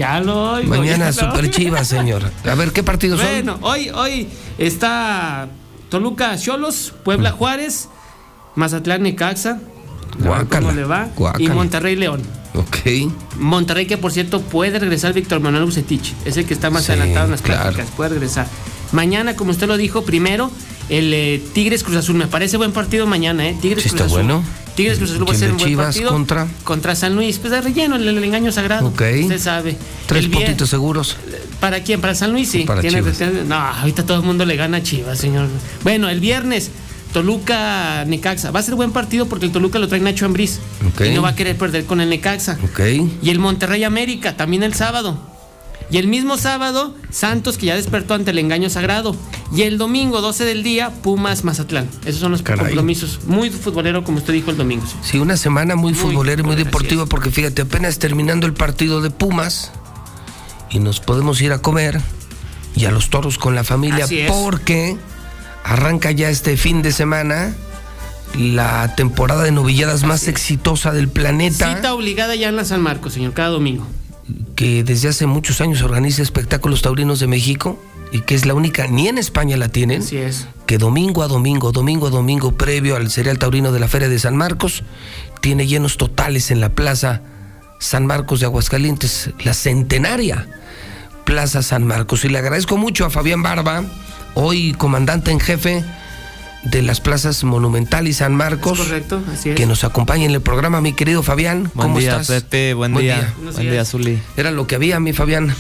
Mañana Super Chivas, señor. A ver, ¿qué partidos son? Bueno, hoy está Toluca Xolos, Puebla Juárez, Mazatlán Necaxa. ¿Cómo le va? Y Monterrey León. Ok. Monterrey, que por cierto puede regresar Víctor Manuel Bucetich. Es el que está más adelantado en las pláticas. Puede regresar. Mañana, como usted lo dijo, primero el Tigres Cruz Azul. Me parece buen partido mañana, ¿eh? Tigres Cruz Azul. Bueno. Tigres Cruz Azul va a ser un buen Chivas partido. Contra San Luis. Pues de relleno, el engaño sagrado. Ok. Usted sabe. 3 puntitos seguros. ¿Para quién? ¿Para San Luis? Sí. Para Chivas. No, ahorita todo el mundo le gana a Chivas, señor. Bueno, el viernes Toluca Necaxa. Va a ser buen partido porque el Toluca lo trae Nacho Ambriz. Y no va a querer perder con el Necaxa. Y el Monterrey América, también el sábado. Y el mismo sábado, Santos, que ya despertó ante el engaño sagrado. Y el domingo, 12 del día, Pumas Mazatlán. Esos son los compromisos. Muy futbolero, como usted dijo el domingo. Sí, una semana muy futbolera y muy deportiva, porque fíjate, apenas terminando el partido de Pumas y nos podemos ir a comer. y a los toros con la familia, porque arranca ya este fin de semana la temporada de novilladas más exitosa del planeta. Cita obligada ya en la San Marcos, señor, cada domingo. Que desde hace muchos años organiza Espectáculos Taurinos de México y que es la única, ni en España la tienen. Así es. Que domingo a domingo, previo al Serial Taurino de la Feria de San Marcos, tiene llenos totales en la Plaza San Marcos de Aguascalientes, la centenaria Plaza San Marcos. Y le agradezco mucho a Fabián Barba, hoy comandante en jefe de las plazas Monumental y San Marcos. Es corrececto, así es. Que nos acompaña en el programa, mi querido Fabián. ¿Cómo estás? Buen día, Pepe, buen día. Buen día, Zuli. Era lo que había, mi Fabián.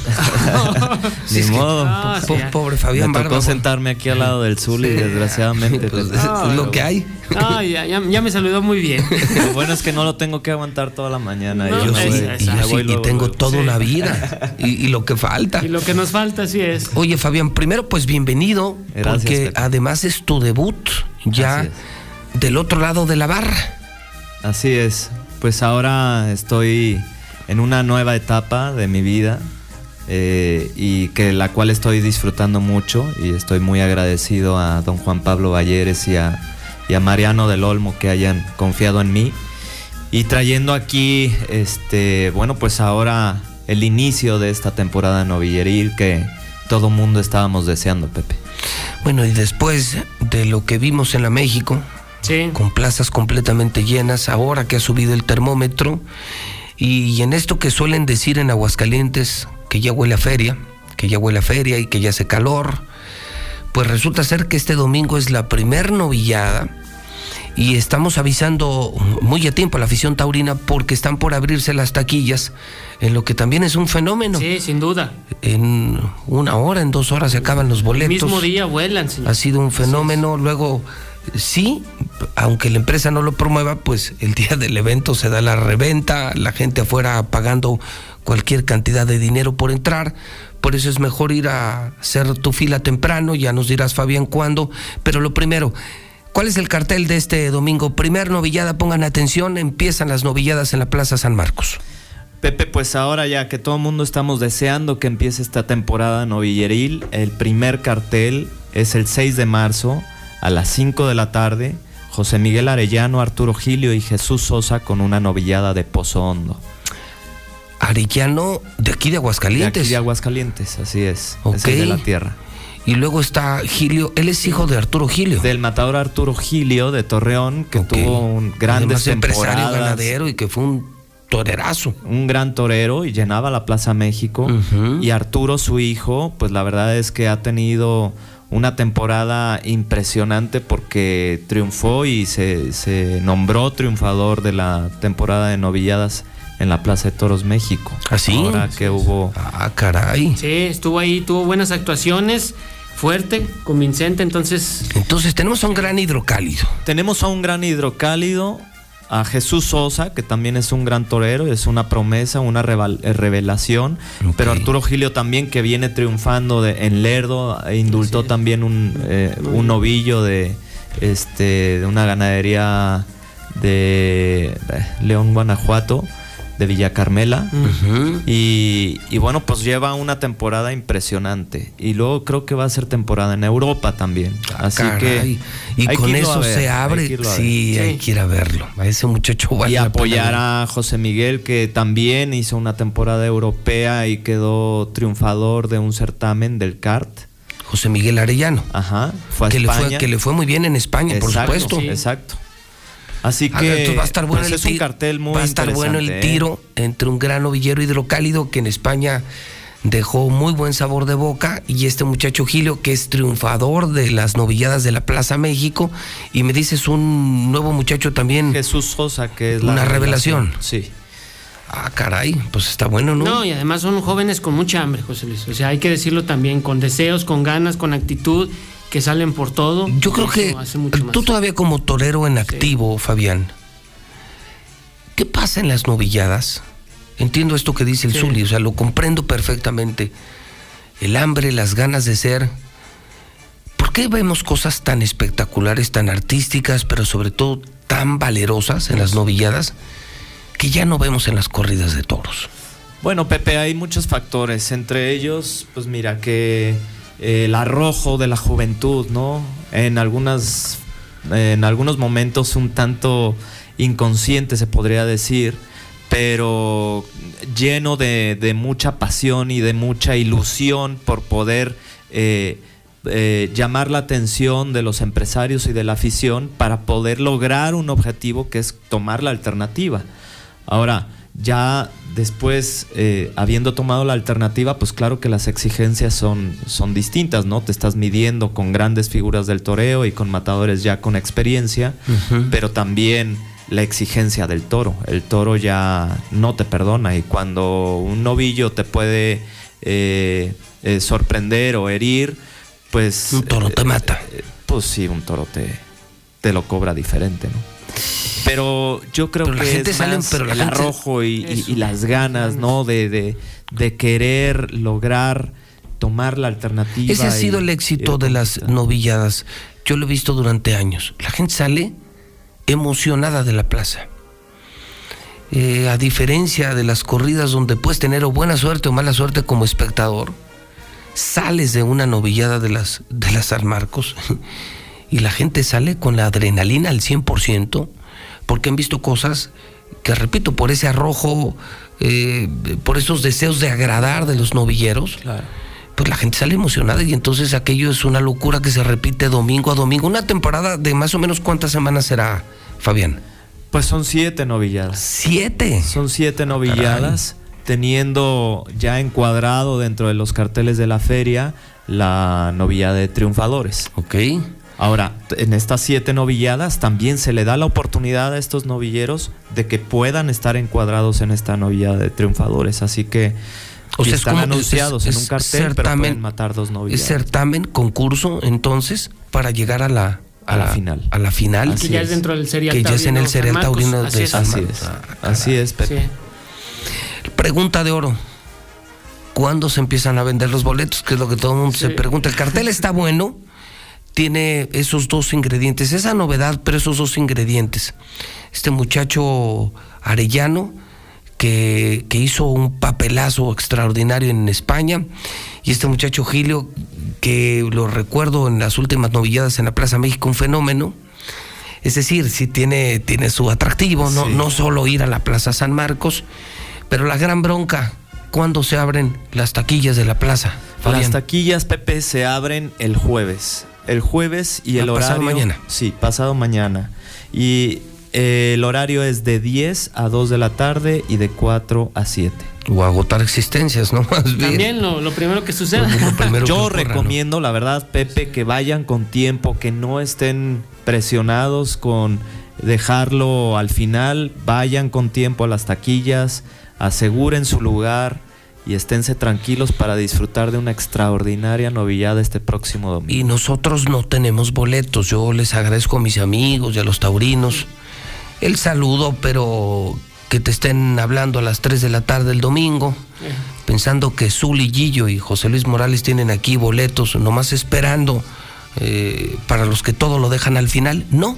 Ni modo. Pobre Fabián Barba. Me tocó sentarme aquí al lado del Zuli, desgraciadamente. Pues es lo que hay. Ya me saludó muy bien. Lo bueno es que no lo tengo que aguantar toda la mañana. No, yo tengo toda una vida y lo que falta. Y lo que nos falta, así es. Oye, Fabián, primero pues bienvenido. Gracias, porque Pepe. Además es tu debut ya del otro lado de la barra. Así es. Pues ahora estoy en una nueva etapa de mi vida y que la cual estoy disfrutando mucho y estoy muy agradecido a don Juan Pablo Balleres y a Mariano del Olmo que hayan confiado en mí y trayendo aquí bueno, pues ahora el inicio de esta temporada novilleril que todo mundo estábamos deseando, Pepe. Bueno, y después de lo que vimos en la México, con plazas completamente llenas, ahora que ha subido el termómetro, y en esto que suelen decir en Aguascalientes, que ya huele a feria y que ya hace calor, pues resulta ser que este domingo es la primer novillada y estamos avisando muy a tiempo a la afición taurina porque están por abrirse las taquillas, en lo que también es un fenómeno. Sí, sin duda. En 1 hora, en 2 horas se acaban los boletos. El mismo día vuelan, señor. Ha sido un fenómeno. Luego, sí, aunque la empresa no lo promueva, pues el día del evento se da la reventa, la gente afuera pagando cualquier cantidad de dinero por entrar. Por eso es mejor ir a hacer tu fila temprano, ya nos dirás, Fabián, cuándo. Pero lo primero, ¿cuál es el cartel de este domingo? Primer novillada, pongan atención, empiezan las novilladas en la Plaza San Marcos. Pepe, pues ahora ya que todo el mundo estamos deseando que empiece esta temporada novilleril, el primer cartel es el 6 de marzo a las 5 de la tarde, José Miguel Arellano, Arturo Gilio y Jesús Sosa con una novillada de Pozo Hondo. Arellano de aquí de Aguascalientes. De aquí de Aguascalientes, así es. Ok. Es el de la tierra. Y luego está Gilio, él es hijo de Arturo Gilio. Del matador Arturo gilio de Torreón, que tuvo grandes temporadas. Empresario ganadero y que fue un torerazo. Un gran torero y llenaba la Plaza México. Y Arturo, su hijo, pues la verdad es que ha tenido una temporada impresionante porque triunfó y se nombró triunfador de la temporada de novilladas en la Plaza de Toros México. ¿Así? Ahora que hubo... Ah, caray. Sí, estuvo ahí, tuvo buenas actuaciones, fuerte, convincente, entonces tenemos a un gran hidrocálido. Tenemos a un gran hidrocálido, a Jesús Sosa, que también es un gran torero, es una promesa, una revelación, pero Arturo Gilio también, que viene triunfando en Lerdo, indultó también un novillo de una ganadería de León, Guanajuato, de Villa Carmela, y bueno, pues lleva una temporada impresionante y luego creo que va a ser temporada en Europa también, así que y con eso se abre. Sí, hay que ir a verlo, a ese muchacho vale y la apoyar pena. a José Miguel, que también hizo una temporada europea y quedó triunfador de un certamen del kart. José Miguel Arellano. Ajá, fue a España. Que le fue muy bien en España, por supuesto. Sí. Exacto. Así que va a estar bueno, pues es un cartel muy va a estar bueno el tiro entre un gran novillero hidrocálido que en España dejó muy buen sabor de boca y este muchacho Gilio, que es triunfador de las novilladas de la Plaza México, y me dices un nuevo muchacho también, Jesús Sosa, que es una revelación. Sí. Ah, caray, pues está bueno, ¿no? No, y además son jóvenes con mucha hambre, José Luis. O sea, hay que decirlo también, con deseos, con ganas, con actitud, que salen por todo. Yo creo que tú todavía como torero en activo, Fabián, ¿qué pasa en las novilladas? Entiendo esto que dice el Zuli, o sea, lo comprendo perfectamente. El hambre, las ganas de ser. ¿Por qué vemos cosas tan espectaculares, tan artísticas, pero sobre todo tan valerosas en las novilladas que ya no vemos en las corridas de toros? Bueno, Pepe, hay muchos factores, entre ellos, pues mira, que el arrojo de la juventud, ¿no? En algunos momentos un tanto inconsciente, se podría decir, pero lleno de mucha pasión y de mucha ilusión por poder llamar la atención de los empresarios y de la afición para poder lograr un objetivo que es tomar la alternativa. Ahora, ya después, habiendo tomado la alternativa, pues claro que las exigencias son distintas, ¿no? Te estás midiendo con grandes figuras del toreo y con matadores ya con experiencia, pero también la exigencia del toro. El toro ya no te perdona, y cuando un novillo te puede sorprender o herir, pues... Un toro te mata. Pues sí, un toro te lo cobra diferente, ¿no? Pero yo creo que es más el arrojo y las ganas, ¿no? De querer lograr tomar la alternativa. Ese ha sido el éxito de las novilladas. Yo lo he visto durante años. La gente sale emocionada de la plaza. A diferencia de las corridas donde puedes tener o buena suerte o mala suerte como espectador, sales de una novillada de las San Marcos y la gente sale con la adrenalina al 100%, porque han visto cosas que, repito, por ese arrojo, por esos deseos de agradar de los novilleros, claro, pues la gente sale emocionada, y entonces aquello es una locura que se repite domingo a domingo. Una temporada de más o menos, ¿cuántas semanas será, Fabián? Pues son 7 novilladas. ¿7? Son 7 novilladas, teniendo ya encuadrado dentro de los carteles de la feria la novillada de triunfadores. Ok. Ahora, en estas 7 novilladas también se le da la oportunidad a estos novilleros de que puedan estar encuadrados en esta novillada de triunfadores, así que o sea, están anunciados en un cartel, certamen, pero pueden matar 2 novilladas. ¿Es certamen, concurso, entonces, para llegar a la final? A la final. Que ya es dentro del serial taurino. Que ya es en el serial taurino de San Marcos. Así es, Pepe. Sí. Pregunta de oro. ¿Cuándo se empiezan a vender los boletos? Que es lo que todo el mundo se pregunta. El cartel está bueno, tiene esos 2 ingredientes, esa novedad, pero esos 2 ingredientes. Este muchacho Arellano, que hizo un papelazo extraordinario en España, y este muchacho Gilio, que lo recuerdo en las últimas novilladas en la Plaza México, un fenómeno. Es decir, sí tiene su atractivo, no solo ir a la Plaza San Marcos, pero la gran bronca, ¿cuándo se abren las taquillas de la plaza, Fabián? Las taquillas, Pepe, se abren el jueves. El jueves, y el horario... Pasado mañana. Sí, pasado mañana. Y el horario es de 10 a 2 de la tarde y de 4 a 7. O agotar existencias, ¿no? Más bien. También lo primero que suceda. Yo recomiendo, ¿no? La verdad, Pepe, que vayan con tiempo, que no estén presionados con dejarlo al final. Vayan con tiempo a las taquillas, aseguren su lugar y esténse tranquilos para disfrutar de una extraordinaria novillada este próximo domingo. Y nosotros no tenemos boletos. Yo les agradezco a mis amigos y a los taurinos el saludo, pero que te estén hablando a las 3 de la tarde el domingo, pensando que Zuli, Gillo y José Luis Morales tienen aquí boletos, nomás esperando para los que todo lo dejan al final. No.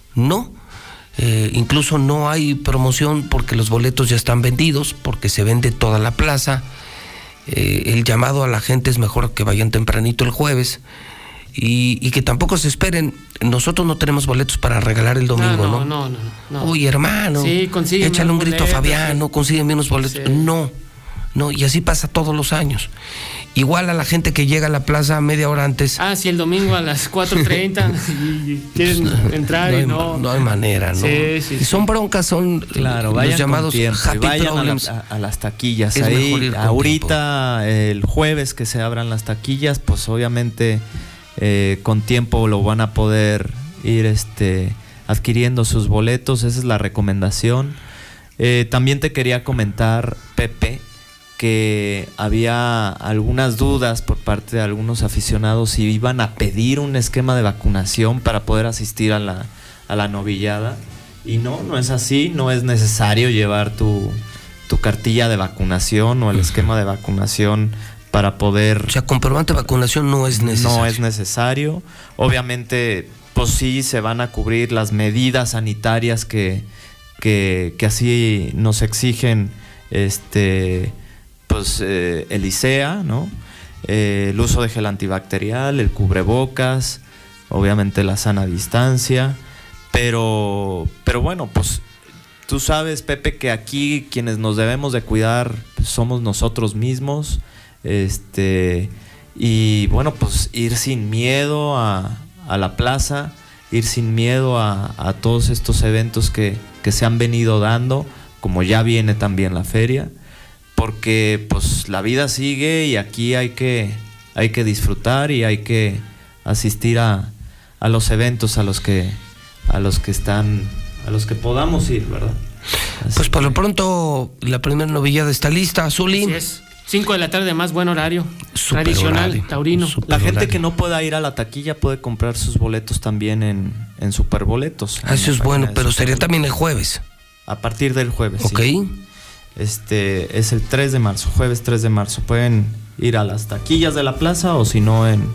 Incluso no hay promoción porque los boletos ya están vendidos, porque se vende toda la plaza. El llamado a la gente es mejor que vayan tempranito el jueves y que tampoco se esperen. Nosotros no tenemos boletos para regalar el domingo, ¿no? No. Uy, hermano, échale un grito a Fabián, consígueme unos boletos. Sí. No, y así pasa todos los años. Igual a la gente que llega a la plaza media hora antes. Sí, el domingo a las 4:30 y quieren entrar y no. No hay manera, ¿no? Sí. Y son broncas, son los llamados happy problems. A las taquillas. Es ahí, ahorita, el jueves que se abran las taquillas, pues obviamente con tiempo lo van a poder ir adquiriendo sus boletos. Esa es la recomendación. También te quería comentar, Pepe, que había algunas dudas por parte de algunos aficionados si iban a pedir un esquema de vacunación para poder asistir a la novillada. Y no es así, no es necesario llevar tu cartilla de vacunación o el esquema de vacunación para poder... O sea, comprobante de vacunación no es necesario. No es necesario. Obviamente, pues sí se van a cubrir las medidas sanitarias que así nos exigen el ICEA, ¿no? el uso de gel antibacterial, el cubrebocas, obviamente la sana distancia, pero bueno, pues tú sabes, Pepe, que aquí quienes nos debemos de cuidar somos nosotros mismos, y bueno, pues ir sin miedo a la plaza, ir sin miedo a todos estos eventos que se han venido dando, como ya viene también la feria, porque pues la vida sigue y aquí hay que disfrutar y hay que asistir a los eventos a los que podamos ir, ¿verdad? Así pues por lo pronto la primera novillada está lista, Zuli. Así es. 5 de la tarde, más buen horario. Super tradicional, horario, taurino. La gente horario. Que no pueda ir a la taquilla puede comprar sus boletos también en Superboletos. Eso es bueno, pero sería también el jueves. A partir del jueves. Ok. Sí. Es el 3 de marzo, jueves 3 de marzo. Pueden ir a las taquillas de la plaza o si no en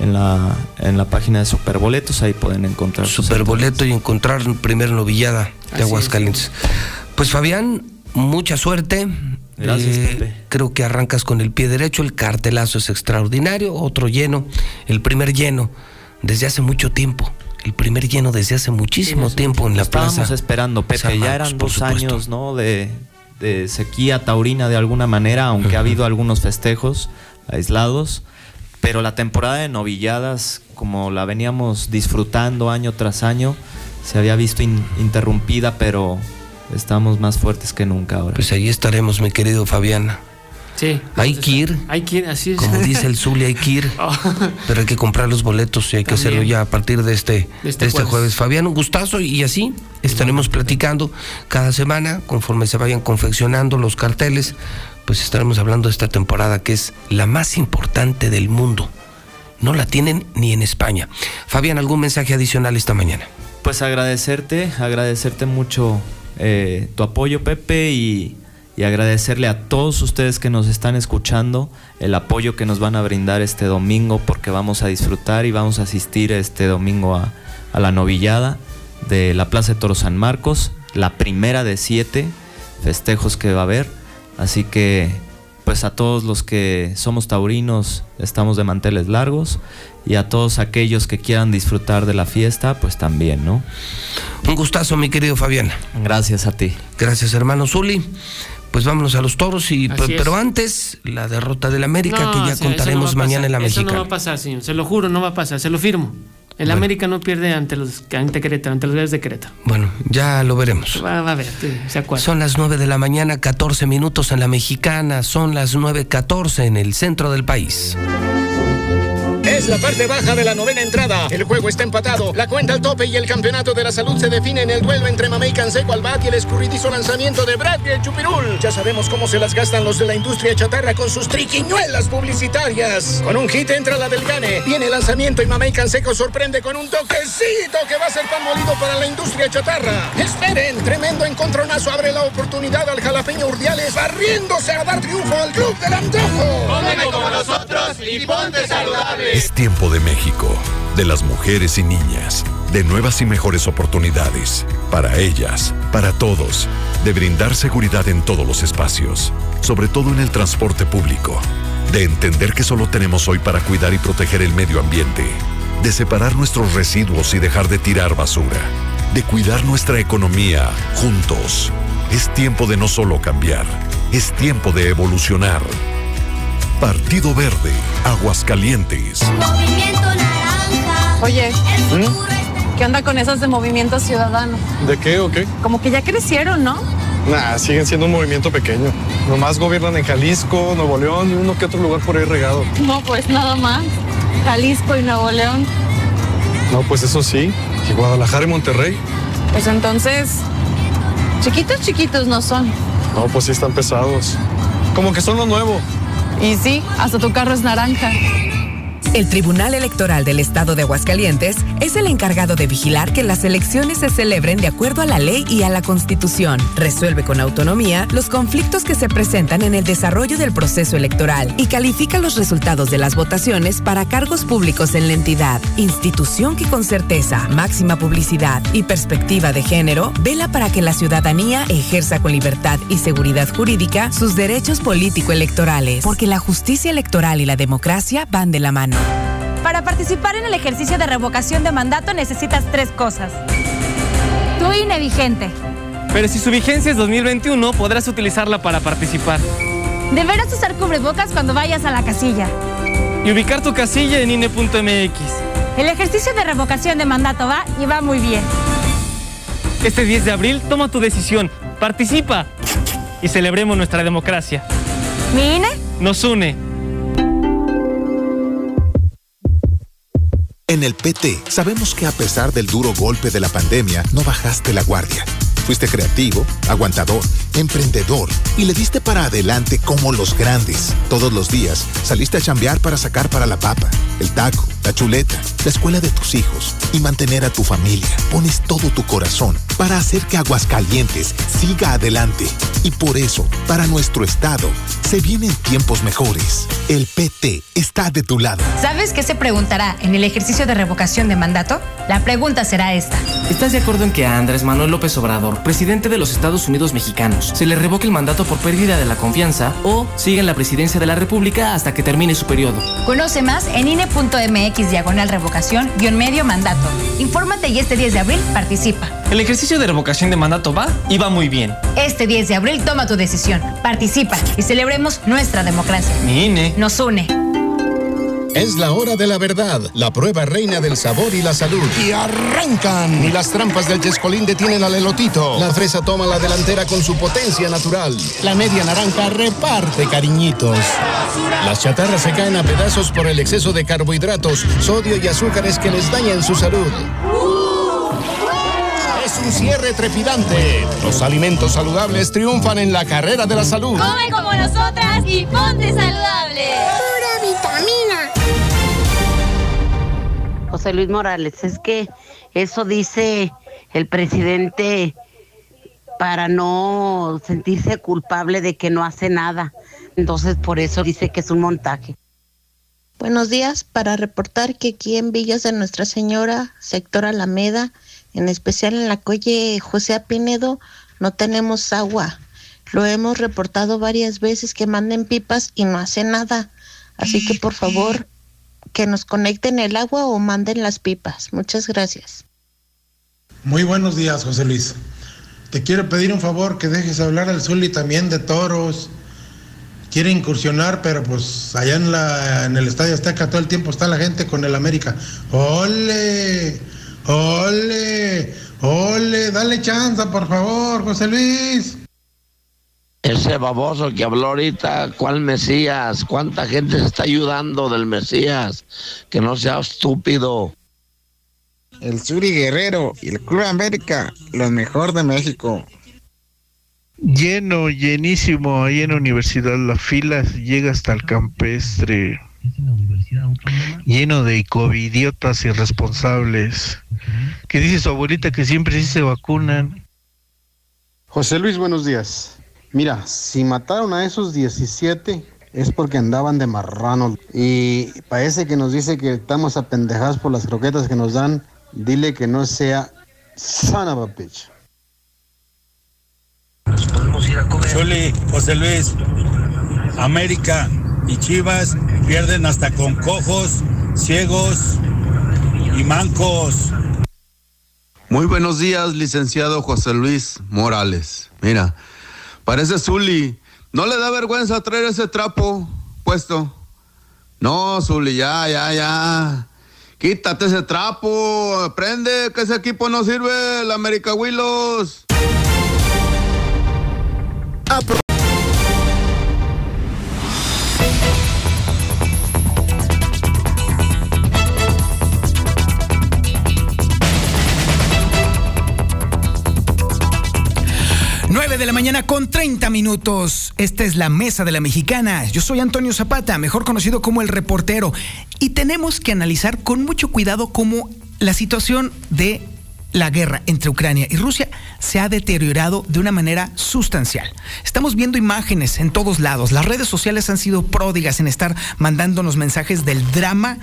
la página de Superboletos, ahí pueden encontrar Superboleto y encontrar primera novillada de Aguascalientes. Pues Fabián, mucha suerte. Gracias, Pepe. Creo que arrancas con el pie derecho, el cartelazo es extraordinario, otro lleno, el primer lleno desde hace mucho tiempo. El primer lleno desde hace muchísimo tiempo en la plaza. Estábamos esperando, Pepe, San Marcos, ya eran 2 años, ¿no? De sequía taurina de alguna manera, aunque ha habido algunos festejos aislados, pero la temporada de novilladas, como la veníamos disfrutando año tras año, se había visto interrumpida, pero estamos más fuertes que nunca ahora. Pues ahí estaremos, mi querido Fabián. Sí. Hay que ir. Así es. Como dice el Zuli, hay que ir. Pero hay que comprar los boletos y hay que hacerlo ya a partir de este jueves. Fabián, un gustazo y así estaremos platicando cada semana conforme se vayan confeccionando los carteles. Pues estaremos hablando de esta temporada que es la más importante del mundo. No la tienen ni en España. Fabián, ¿algún mensaje adicional esta mañana? Pues agradecerte mucho tu apoyo, Pepe, y agradecerle a todos ustedes que nos están escuchando el apoyo que nos van a brindar este domingo, porque vamos a disfrutar y vamos a asistir este domingo a la novillada de la Plaza de Toros San Marcos, la primera de 7 festejos que va a haber. Así que pues a todos los que somos taurinos estamos de manteles largos, y a todos aquellos que quieran disfrutar de la fiesta, pues también, ¿no? Un gustazo, mi querido Fabián. Gracias a ti. Gracias, hermano Zuli. Pues vámonos a los toros, pero antes la derrota del América, que ya contaremos mañana en la Mexicana. Eso no va a pasar, señor, se lo juro, no va a pasar, se lo firmo. El América no pierde ante los Querétaro, ante los Gallos de Querétaro. Bueno, ya lo veremos. Va a ver, se acuerda. Son las 9 de la mañana, 14 minutos en la Mexicana, son las 9:14 en el centro del país. Es la parte baja de la novena entrada. El juego está empatado. La cuenta al tope y el campeonato de la salud se define en el duelo entre Mamey Canseco al bat y el escurridizo lanzamiento de Brad y el Chupirul. Ya sabemos cómo se las gastan los de la industria chatarra con sus triquiñuelas publicitarias. Con un hit entra la del Gane. Viene el lanzamiento y Mamey Canseco sorprende con un toquecito que va a ser pan molido para la industria chatarra. Esperen, tremendo encontronazo abre la oportunidad al jalapeño Urdiales, barriéndose a dar triunfo al Club del Antojo. Cómeme como nosotros y ponte saludable. Es tiempo de México, de las mujeres y niñas, de nuevas y mejores oportunidades, para ellas, para todos, de brindar seguridad en todos los espacios, sobre todo en el transporte público, de entender que solo tenemos hoy para cuidar y proteger el medio ambiente, de separar nuestros residuos y dejar de tirar basura, de cuidar nuestra economía juntos. Es tiempo de no solo cambiar, es tiempo de evolucionar. Partido Verde, Aguascalientes. Movimiento Naranja. Oye, ¿qué onda con esas de Movimiento Ciudadano? ¿De qué o qué? Como que ya crecieron, ¿no? Nah, siguen siendo un movimiento pequeño. Nomás gobiernan en Jalisco, Nuevo León y uno que otro lugar por ahí regado. No, pues nada más. Jalisco y Nuevo León. No, pues eso sí. Y Guadalajara y Monterrey. Pues entonces, chiquitos no son. No, pues sí están pesados. Como que son lo nuevo. Y sí, hasta tu carro es naranja. El Tribunal Electoral del Estado de Aguascalientes es el encargado de vigilar que las elecciones se celebren de acuerdo a la ley y a la Constitución. Resuelve con autonomía los conflictos que se presentan en el desarrollo del proceso electoral y califica los resultados de las votaciones para cargos públicos en la entidad. Institución que con certeza, máxima publicidad y perspectiva de género vela para que la ciudadanía ejerza con libertad y seguridad jurídica sus derechos político-electorales, porque la justicia electoral y la democracia van de la mano. Para participar en el ejercicio de revocación de mandato necesitas 3 cosas. Tu INE vigente. Pero si su vigencia es 2021, podrás utilizarla para participar. Deberás usar cubrebocas cuando vayas a la casilla. Y ubicar tu casilla en INE.mx. El ejercicio de revocación de mandato va y va muy bien. Este 10 de abril, toma tu decisión, participa y celebremos nuestra democracia. ¿Mi INE? Nos une. En el PT, sabemos que a pesar del duro golpe de la pandemia, no bajaste la guardia. Fuiste creativo, aguantador, emprendedor y le diste para adelante como los grandes. Todos los días saliste a chambear para sacar para la papa, el taco, la chuleta, la escuela de tus hijos y mantener a tu familia. Pones todo tu corazón para hacer que Aguascalientes siga adelante. Y por eso, para nuestro estado, se vienen tiempos mejores. El PT está de tu lado. ¿Sabes qué se preguntará en el ejercicio de revocación de mandato? La pregunta será esta. ¿Estás de acuerdo en que a Andrés Manuel López Obrador, presidente de los Estados Unidos mexicanos, se le revoque el mandato por pérdida de la confianza o siga en la presidencia de la República hasta que termine su periodo? Conoce más en INE.mx/revocación-medio mandato. Infórmate y este 10 de abril participa. El ejercicio de revocación de mandato va y va muy bien. Este 10 de abril toma tu decisión, participa y celebremos nuestra democracia. Mi INE nos une. Es la hora de la verdad, la prueba reina del sabor y la salud. Y arrancan. Ni las trampas del chescolín detienen al elotito. La fresa toma la delantera con su potencia natural. La media naranja reparte cariñitos. Las chatarras se caen a pedazos por el exceso de carbohidratos, sodio y azúcares que les dañan su salud. Es un cierre trepidante. Los alimentos saludables triunfan en la carrera de la salud. Come como nosotras y ponte saludable. Pura vitamina. José Luis Morales, es que eso dice el presidente para no sentirse culpable de que no hace nada. Entonces, por eso dice que es un montaje. Buenos días, para reportar que aquí en Villas de Nuestra Señora, sector Alameda, en especial en la calle José Pinedo, no tenemos agua. Lo hemos reportado varias veces que manden pipas y no hacen nada. Así que por favor, que nos conecten el agua o manden las pipas. Muchas gracias. Muy buenos días, José Luis. Te quiero pedir un favor, que dejes hablar al Zuli también de toros. Quiere incursionar, pero pues allá en el Estadio Azteca todo el tiempo está la gente con el América. ¡Ole! ¡Ole! ¡Ole! Dale chance, por favor, José Luis. Ese baboso que habló ahorita, ¿cuál Mesías? ¿Cuánta gente se está ayudando del Mesías? Que no sea estúpido. El Zuri Guerrero y el Club América, lo mejor de México. Llenísimo ahí en la universidad, la fila llega hasta el campestre. Lleno de covidiotas irresponsables. Que dice su abuelita que siempre sí se vacunan. José Luis, buenos días. Mira, si mataron a esos 17 es porque andaban de marranos. Y parece que nos dice que estamos apendejados por las croquetas que nos dan. Dile que no sea son of a bitch. Chuli, José Luis, América y Chivas pierden hasta con cojos, ciegos y mancos. Muy buenos días, licenciado José Luis Morales. Mira, parece Zuli. ¿No le da vergüenza traer ese trapo puesto? No, Zuli, ya. Quítate ese trapo, aprende que ese equipo no sirve, el América Huilos. De la mañana 1:30. Esta es la Mesa de la Mexicana. Yo soy Antonio Zapata, mejor conocido como El Reportero. Y tenemos que analizar con mucho cuidado cómo la situación de la guerra entre Ucrania y Rusia se ha deteriorado de una manera sustancial. Estamos viendo imágenes en todos lados. Las redes sociales han sido pródigas en estar mandándonos mensajes del drama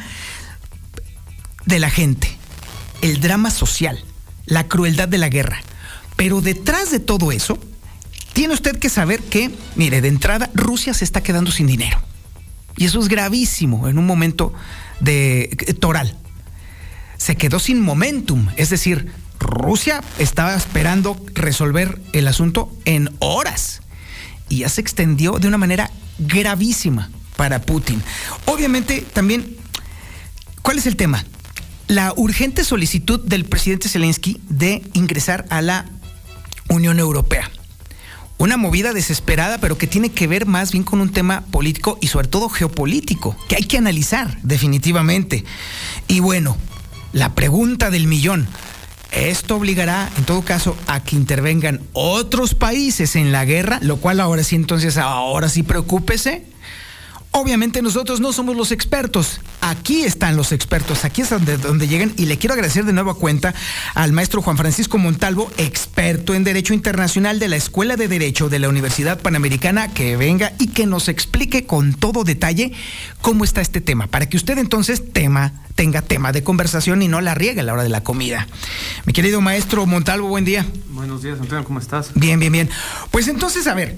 de la gente, el drama social, la crueldad de la guerra. Pero detrás de todo eso, tiene usted que saber que, mire, de entrada, Rusia se está quedando sin dinero. Y eso es gravísimo en un momento toral. Se quedó sin momentum, es decir, Rusia estaba esperando resolver el asunto en horas y ya se extendió de una manera gravísima para Putin. Obviamente también, ¿cuál es el tema? La urgente solicitud del presidente Zelensky de ingresar a la Unión Europea. Una movida desesperada, pero que tiene que ver más bien con un tema político y sobre todo geopolítico, que hay que analizar definitivamente. Y bueno, la pregunta del millón: ¿esto obligará, en todo caso, a que intervengan otros países en la guerra? Lo cual ahora sí preocúpese. Obviamente nosotros no somos los expertos. Aquí están los expertos, aquí es donde llegan. Y le quiero agradecer de nueva cuenta al maestro Juan Francisco Montalvo, experto en Derecho Internacional de la Escuela de Derecho de la Universidad Panamericana, que venga y que nos explique con todo detalle cómo está este tema, para que usted entonces tenga tema de conversación y no la riegue a la hora de la comida. Mi querido maestro Montalvo, buen día. Buenos días, Antonio, ¿cómo estás? Bien. Pues entonces, a ver,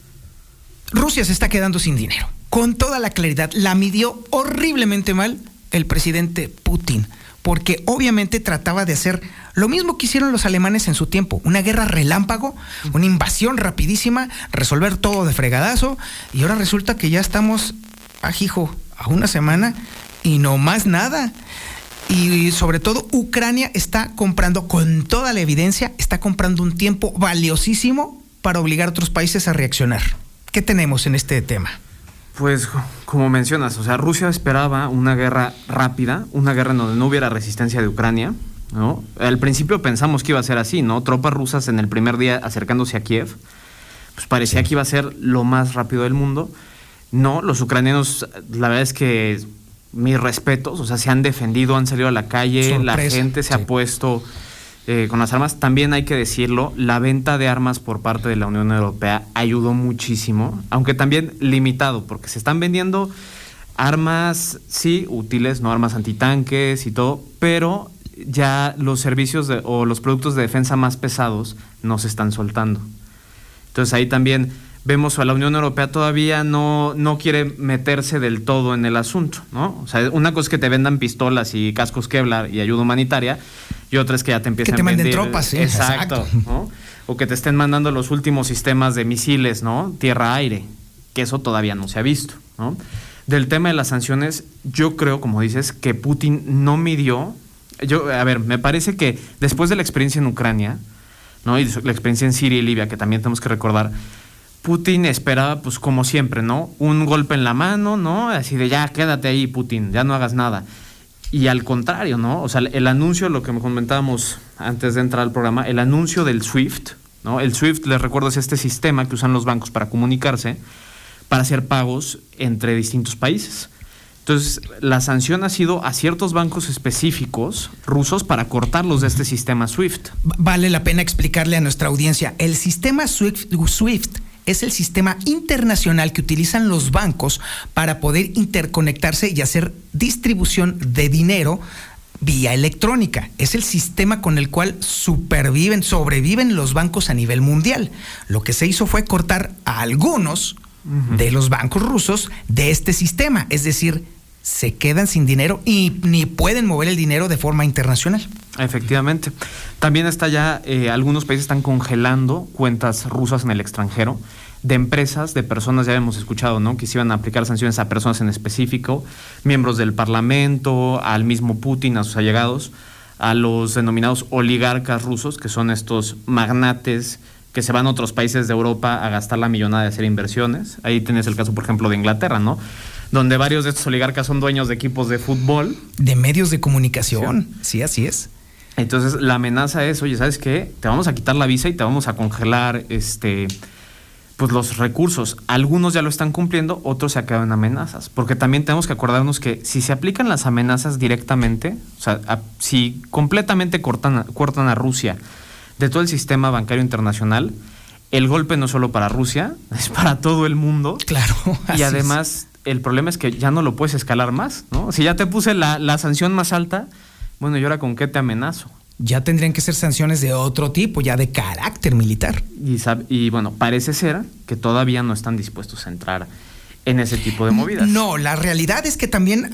Rusia se está quedando sin dinero. Con toda la claridad, la midió horriblemente mal el presidente Putin, porque obviamente trataba de hacer lo mismo que hicieron los alemanes en su tiempo, una guerra relámpago, una invasión rapidísima, resolver todo de fregadazo, y ahora resulta que ya estamos, a una semana y no más nada. Y sobre todo Ucrania está comprando, con toda la evidencia, está comprando un tiempo valiosísimo para obligar a otros países a reaccionar. ¿Qué tenemos en este tema? Pues como mencionas, o sea, Rusia esperaba una guerra rápida, una guerra en donde no hubiera resistencia de Ucrania, ¿no? Al principio pensamos que iba a ser así, ¿no? Tropas rusas en el primer día acercándose a Kiev, pues parecía que iba a ser lo más rápido del mundo. No, los ucranianos, la verdad es que mis respetos, o sea, se han defendido, han salido a la calle, sorpresa. La gente se ha puesto con las armas. También hay que decirlo, la venta de armas por parte de la Unión Europea ayudó muchísimo, aunque también limitado, porque se están vendiendo armas, sí, útiles, no armas antitanques y todo, pero ya los servicios o los productos de defensa más pesados no se están soltando. Entonces ahí también vemos a la Unión Europea todavía no quiere meterse del todo en el asunto, ¿no? O sea, una cosa es que te vendan pistolas y cascos Kevlar y ayuda humanitaria, y otra es que ya te empiezan a vender. Que te manden tropas, sí. Exacto. ¿No? O que te estén mandando los últimos sistemas de misiles, ¿no? Tierra-aire, que eso todavía no se ha visto, ¿no? Del tema de las sanciones, yo creo, como dices, que Putin no midió. Me parece que después de la experiencia en Ucrania, ¿no? Y la experiencia en Siria y Libia, que también tenemos que recordar, Putin esperaba, pues como siempre, ¿no? Un golpe en la mano, ¿no? Así de ya, quédate ahí, Putin, ya no hagas nada. Y al contrario, ¿no? O sea, el anuncio, lo que comentábamos antes de entrar al programa, el anuncio del SWIFT, ¿no? El SWIFT, les recuerdo, es este sistema que usan los bancos para comunicarse, para hacer pagos entre distintos países. Entonces, la sanción ha sido a ciertos bancos específicos rusos para cortarlos de este sistema SWIFT. Vale la pena explicarle a nuestra audiencia. El sistema SWIFT es el sistema internacional que utilizan los bancos para poder interconectarse y hacer distribución de dinero vía electrónica. Es el sistema con el cual sobreviven los bancos a nivel mundial. Lo que se hizo fue cortar a algunos de los bancos rusos de este sistema, es decir, se quedan sin dinero y ni pueden mover el dinero de forma internacional. Efectivamente. También está ya, algunos países están congelando cuentas rusas en el extranjero de empresas, de personas, ya hemos escuchado, ¿no? Que se iban a aplicar sanciones a personas en específico, miembros del Parlamento, al mismo Putin, a sus allegados, a los denominados oligarcas rusos, que son estos magnates que se van a otros países de Europa a gastar la millonada de hacer inversiones. Ahí tienes el caso, por ejemplo, de Inglaterra, ¿no? Donde varios de estos oligarcas son dueños de equipos de fútbol. De medios de comunicación, sí, así es. Entonces, la amenaza es, oye, ¿sabes qué? Te vamos a quitar la visa y te vamos a congelar pues los recursos. Algunos ya lo están cumpliendo, otros se quedado en amenazas. Porque también tenemos que acordarnos que si se aplican las amenazas directamente, o sea, si completamente cortan a Rusia de todo el sistema bancario internacional, el golpe no es solo para Rusia, es para todo el mundo. Claro. Y además, el problema es que ya no lo puedes escalar más, ¿no? Si ya te puse la sanción más alta, bueno, ¿y ahora con qué te amenazo? Ya tendrían que ser sanciones de otro tipo, ya de carácter militar. Y bueno, parece ser que todavía no están dispuestos a entrar en ese tipo de movidas. No, la realidad es que también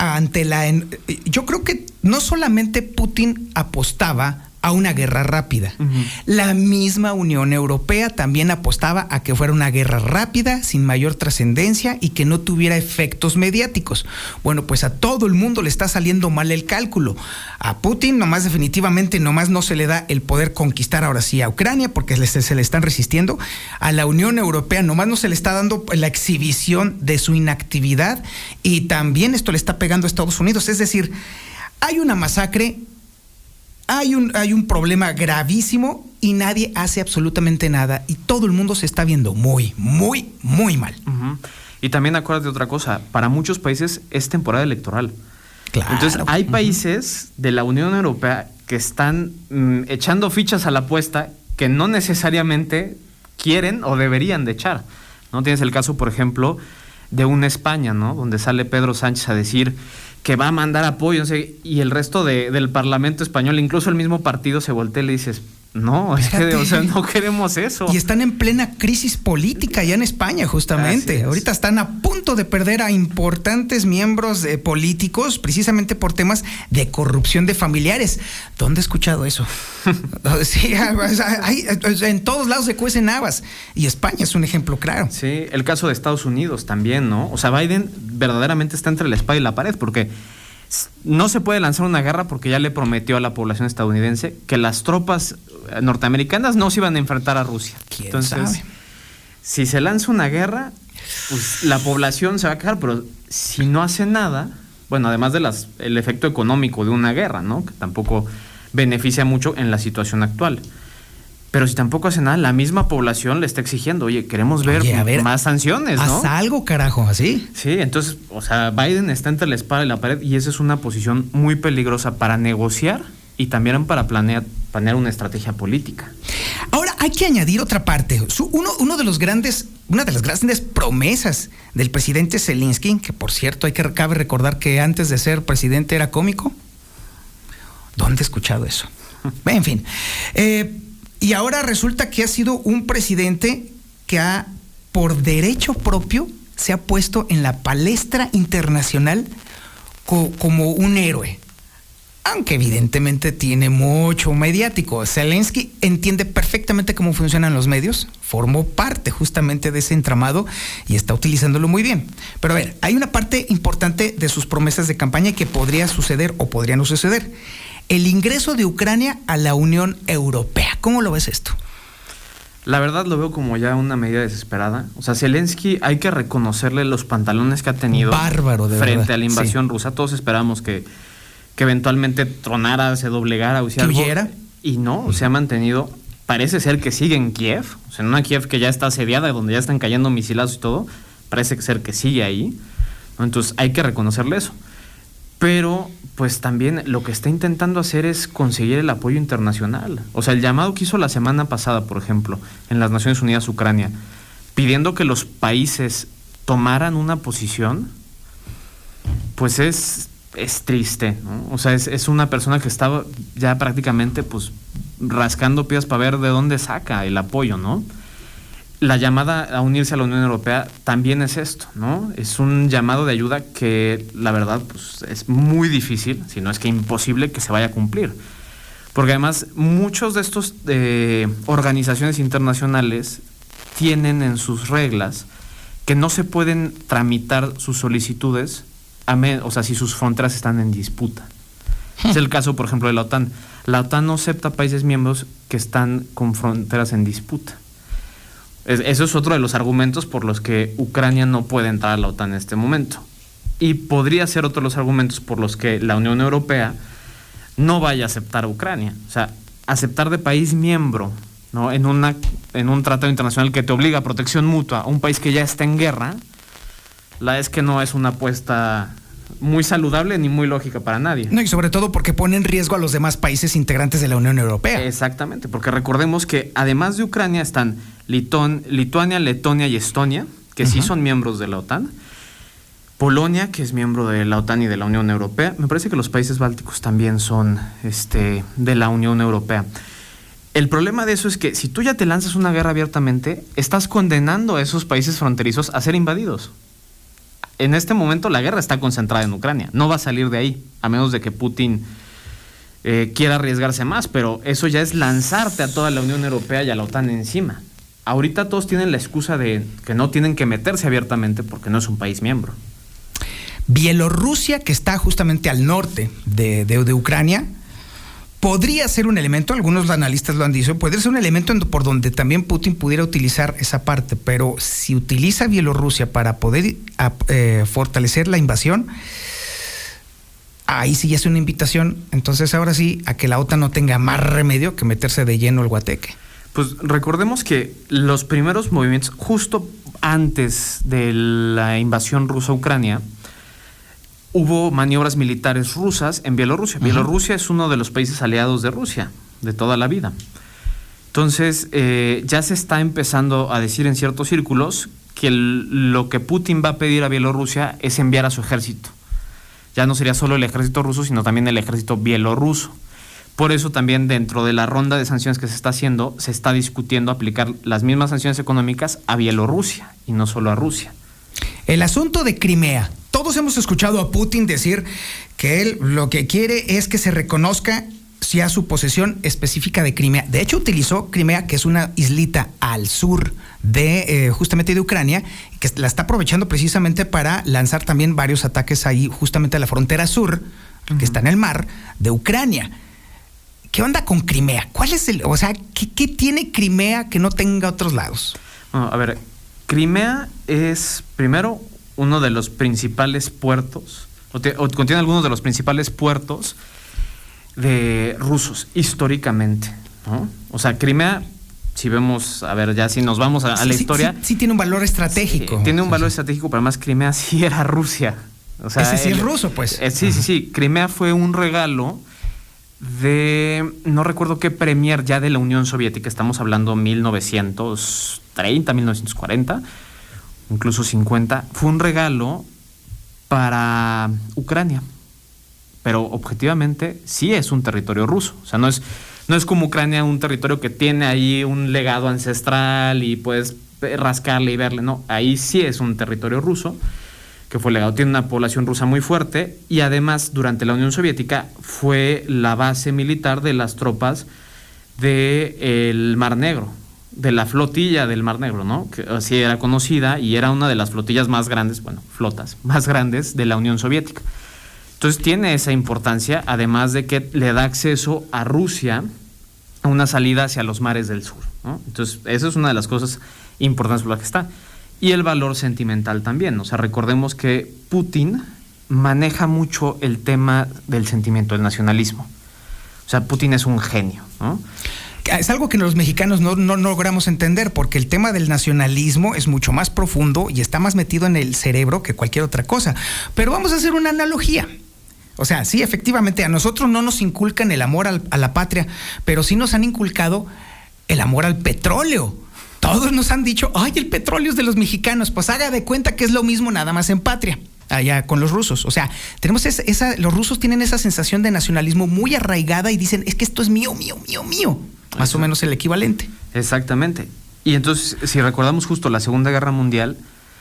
yo creo que no solamente Putin apostaba a una guerra rápida. La misma Unión Europea también apostaba a que fuera una guerra rápida, sin mayor trascendencia y que no tuviera efectos mediáticos. Bueno, pues a todo el mundo le está saliendo mal el cálculo. A Putin definitivamente no se le da el poder conquistar ahora sí a Ucrania porque se le están resistiendo. A la Unión Europea nomás no se le está dando la exhibición de su inactividad y también esto le está pegando a Estados Unidos. Es decir, hay una masacre. Hay un problema gravísimo y nadie hace absolutamente nada y todo el mundo se está viendo muy, muy, muy mal. Y también acuérdate de otra cosa, para muchos países es temporada electoral. Claro. Entonces hay países de la Unión Europea que están echando fichas a la apuesta que no necesariamente quieren o deberían de echar, ¿no? Tienes el caso, por ejemplo, de una España, ¿no? Donde sale Pedro Sánchez a decir que va a mandar apoyo, no sé, y el resto del Parlamento español, incluso el mismo partido se voltea y le dices, no, es que, o sea, no queremos eso. Y están en plena crisis política ya en España, justamente. Ahorita están a punto de perder a importantes miembros políticos, precisamente por temas de corrupción de familiares. ¿Dónde he escuchado eso? Sí, en todos lados se cuecen habas. Y España es un ejemplo claro. Sí, el caso de Estados Unidos también, ¿no? O sea, Biden verdaderamente está entre la espada y la pared, porque no se puede lanzar una guerra porque ya le prometió a la población estadounidense que las tropas norteamericanas no se iban a enfrentar a Rusia. Entonces, si se lanza una guerra, pues la población se va a quejar, pero si no hace nada, bueno, además de el efecto económico de una guerra, ¿no? Que tampoco beneficia mucho en la situación actual. Pero si tampoco hace nada, la misma población le está exigiendo, oye, queremos ver, más sanciones, ¿no? Haz algo, carajo, así. Sí, entonces, o sea, Biden está entre la espada y la pared y esa es una posición muy peligrosa para negociar y también para planear una estrategia política. Ahora, hay que añadir otra parte. Una de las grandes promesas del presidente Zelensky, que por cierto, cabe recordar que antes de ser presidente era cómico. ¿Dónde he escuchado eso? En fin. Y ahora resulta que ha sido un presidente que por derecho propio, se ha puesto en la palestra internacional como un héroe. Aunque evidentemente tiene mucho mediático. Zelensky entiende perfectamente cómo funcionan los medios, formó parte justamente de ese entramado y está utilizándolo muy bien. Pero a ver, hay una parte importante de sus promesas de campaña que podría suceder o podría no suceder. El ingreso de Ucrania a la Unión Europea. ¿Cómo lo ves esto? La verdad lo veo como ya una medida desesperada. O sea, Zelensky hay que reconocerle los pantalones que ha tenido. Bárbaro, de frente verdad. A la invasión rusa. Todos esperamos que eventualmente tronara, se doblegara o sea, algo. Y no, se ha mantenido. Parece ser que sigue en Kiev. O sea, en una Kiev que ya está asediada, donde ya están cayendo misilazos y todo. Parece ser que sigue ahí, ¿no? Entonces hay que reconocerle eso. Pero pues también lo que está intentando hacer es conseguir el apoyo internacional. O sea, el llamado que hizo la semana pasada, por ejemplo, en las Naciones Unidas Ucrania, pidiendo que los países tomaran una posición, pues es triste, ¿no? O sea, es una persona que estaba ya prácticamente pues rascando pies para ver de dónde saca el apoyo, ¿no? La llamada a unirse a la Unión Europea también es esto, ¿no? Es un llamado de ayuda que, la verdad, pues es muy difícil, si no es que imposible que se vaya a cumplir. Porque además, muchos de estos organizaciones internacionales tienen en sus reglas que no se pueden tramitar sus solicitudes, o sea, si sus fronteras están en disputa. Es el caso, por ejemplo, de la OTAN. La OTAN no acepta países miembros que están con fronteras en disputa. Eso es otro de los argumentos por los que Ucrania no puede entrar a la OTAN en este momento. Y podría ser otro de los argumentos por los que la Unión Europea no vaya a aceptar a Ucrania. O sea, aceptar de país miembro, ¿no? En un tratado internacional que te obliga a protección mutua a un país que ya está en guerra, la es que no es una apuesta muy saludable ni muy lógica para nadie. No, y sobre todo porque pone en riesgo a los demás países integrantes de la Unión Europea. Exactamente, porque recordemos que además de Ucrania están Lituania, Letonia y Estonia, que sí son miembros de la OTAN, Polonia, que es miembro de la OTAN y de la Unión Europea. Me parece que los países bálticos también son de la Unión Europea. El problema de eso es que si tú ya te lanzas una guerra abiertamente, estás condenando a esos países fronterizos a ser invadidos. En este momento la guerra está concentrada en Ucrania, no va a salir de ahí, a menos de que Putin quiera arriesgarse más, pero eso ya es lanzarte a toda la Unión Europea y a la OTAN encima. Ahorita todos tienen la excusa de que no tienen que meterse abiertamente porque no es un país miembro. Bielorrusia, que está justamente al norte de Ucrania, podría ser un elemento, algunos analistas lo han dicho, podría ser un elemento por donde también Putin pudiera utilizar esa parte, pero si utiliza Bielorrusia para poder fortalecer la invasión, ahí sí ya es una invitación, entonces ahora sí, a que la OTAN no tenga más remedio que meterse de lleno al guateque. Pues recordemos que los primeros movimientos, justo antes de la invasión rusa a Ucrania, hubo maniobras militares rusas en Bielorrusia. Bielorrusia es uno de los países aliados de Rusia, de toda la vida. Entonces, ya se está empezando a decir en ciertos círculos que lo que Putin va a pedir a Bielorrusia es enviar a su ejército. Ya no sería solo el ejército ruso, sino también el ejército bielorruso. Por eso también dentro de la ronda de sanciones que se está haciendo, se está discutiendo aplicar las mismas sanciones económicas a Bielorrusia y no solo a Rusia. El asunto de Crimea. Todos hemos escuchado a Putin decir que él lo que quiere es que se reconozca ya su posesión específica de Crimea. De hecho, utilizó Crimea, que es una islita al sur de justamente de Ucrania, que la está aprovechando precisamente para lanzar también varios ataques ahí justamente a la frontera sur, que está en el mar, de Ucrania. ¿Qué onda con Crimea? ¿Cuál es qué tiene Crimea que no tenga otros lados? Bueno, a ver, Crimea es, primero, uno de los principales puertos, o contiene algunos de los principales puertos de rusos, históricamente, ¿no? O sea, Crimea, si vemos, a ver, ya si nos vamos a la historia... Sí, tiene un valor estratégico. Tiene un valor estratégico, pero además Crimea sí era Rusia. O sea, ese sí es ruso, pues. Sí. Crimea fue un regalo de, no recuerdo qué premier ya de la Unión Soviética, estamos hablando 1930, 1940... incluso 50, fue un regalo para Ucrania, pero objetivamente sí es un territorio ruso. O sea, no es como Ucrania, un territorio que tiene ahí un legado ancestral y puedes rascarle y verle. No, ahí sí es un territorio ruso que fue legado. Tiene una población rusa muy fuerte y además durante la Unión Soviética fue la base militar de las tropas del Mar Negro, de la flotilla del Mar Negro, ¿no? Que así era conocida y era una de las flotillas más grandes, flotas más grandes de la Unión Soviética. Entonces tiene esa importancia, además de que le da acceso a Rusia a una salida hacia los mares del sur, ¿no? Entonces esa es una de las cosas importantes por las que está. Y el valor sentimental también. O sea, recordemos que Putin maneja mucho el tema del sentimiento, del nacionalismo. O sea, Putin es un genio, ¿no? Es algo que los mexicanos no logramos entender, porque el tema del nacionalismo es mucho más profundo y está más metido en el cerebro que cualquier otra cosa. Pero vamos a hacer una analogía. O sea, sí, efectivamente, a nosotros no nos inculcan el amor a la patria, pero sí nos han inculcado el amor al petróleo. Todos nos han dicho, ay, el petróleo es de los mexicanos. Pues haga de cuenta que es lo mismo, nada más en patria, allá con los rusos. O sea, tenemos los rusos tienen esa sensación de nacionalismo muy arraigada y dicen, es que esto es mío. Más o menos el equivalente. Exactamente. Y entonces, si recordamos justo la Segunda Guerra Mundial,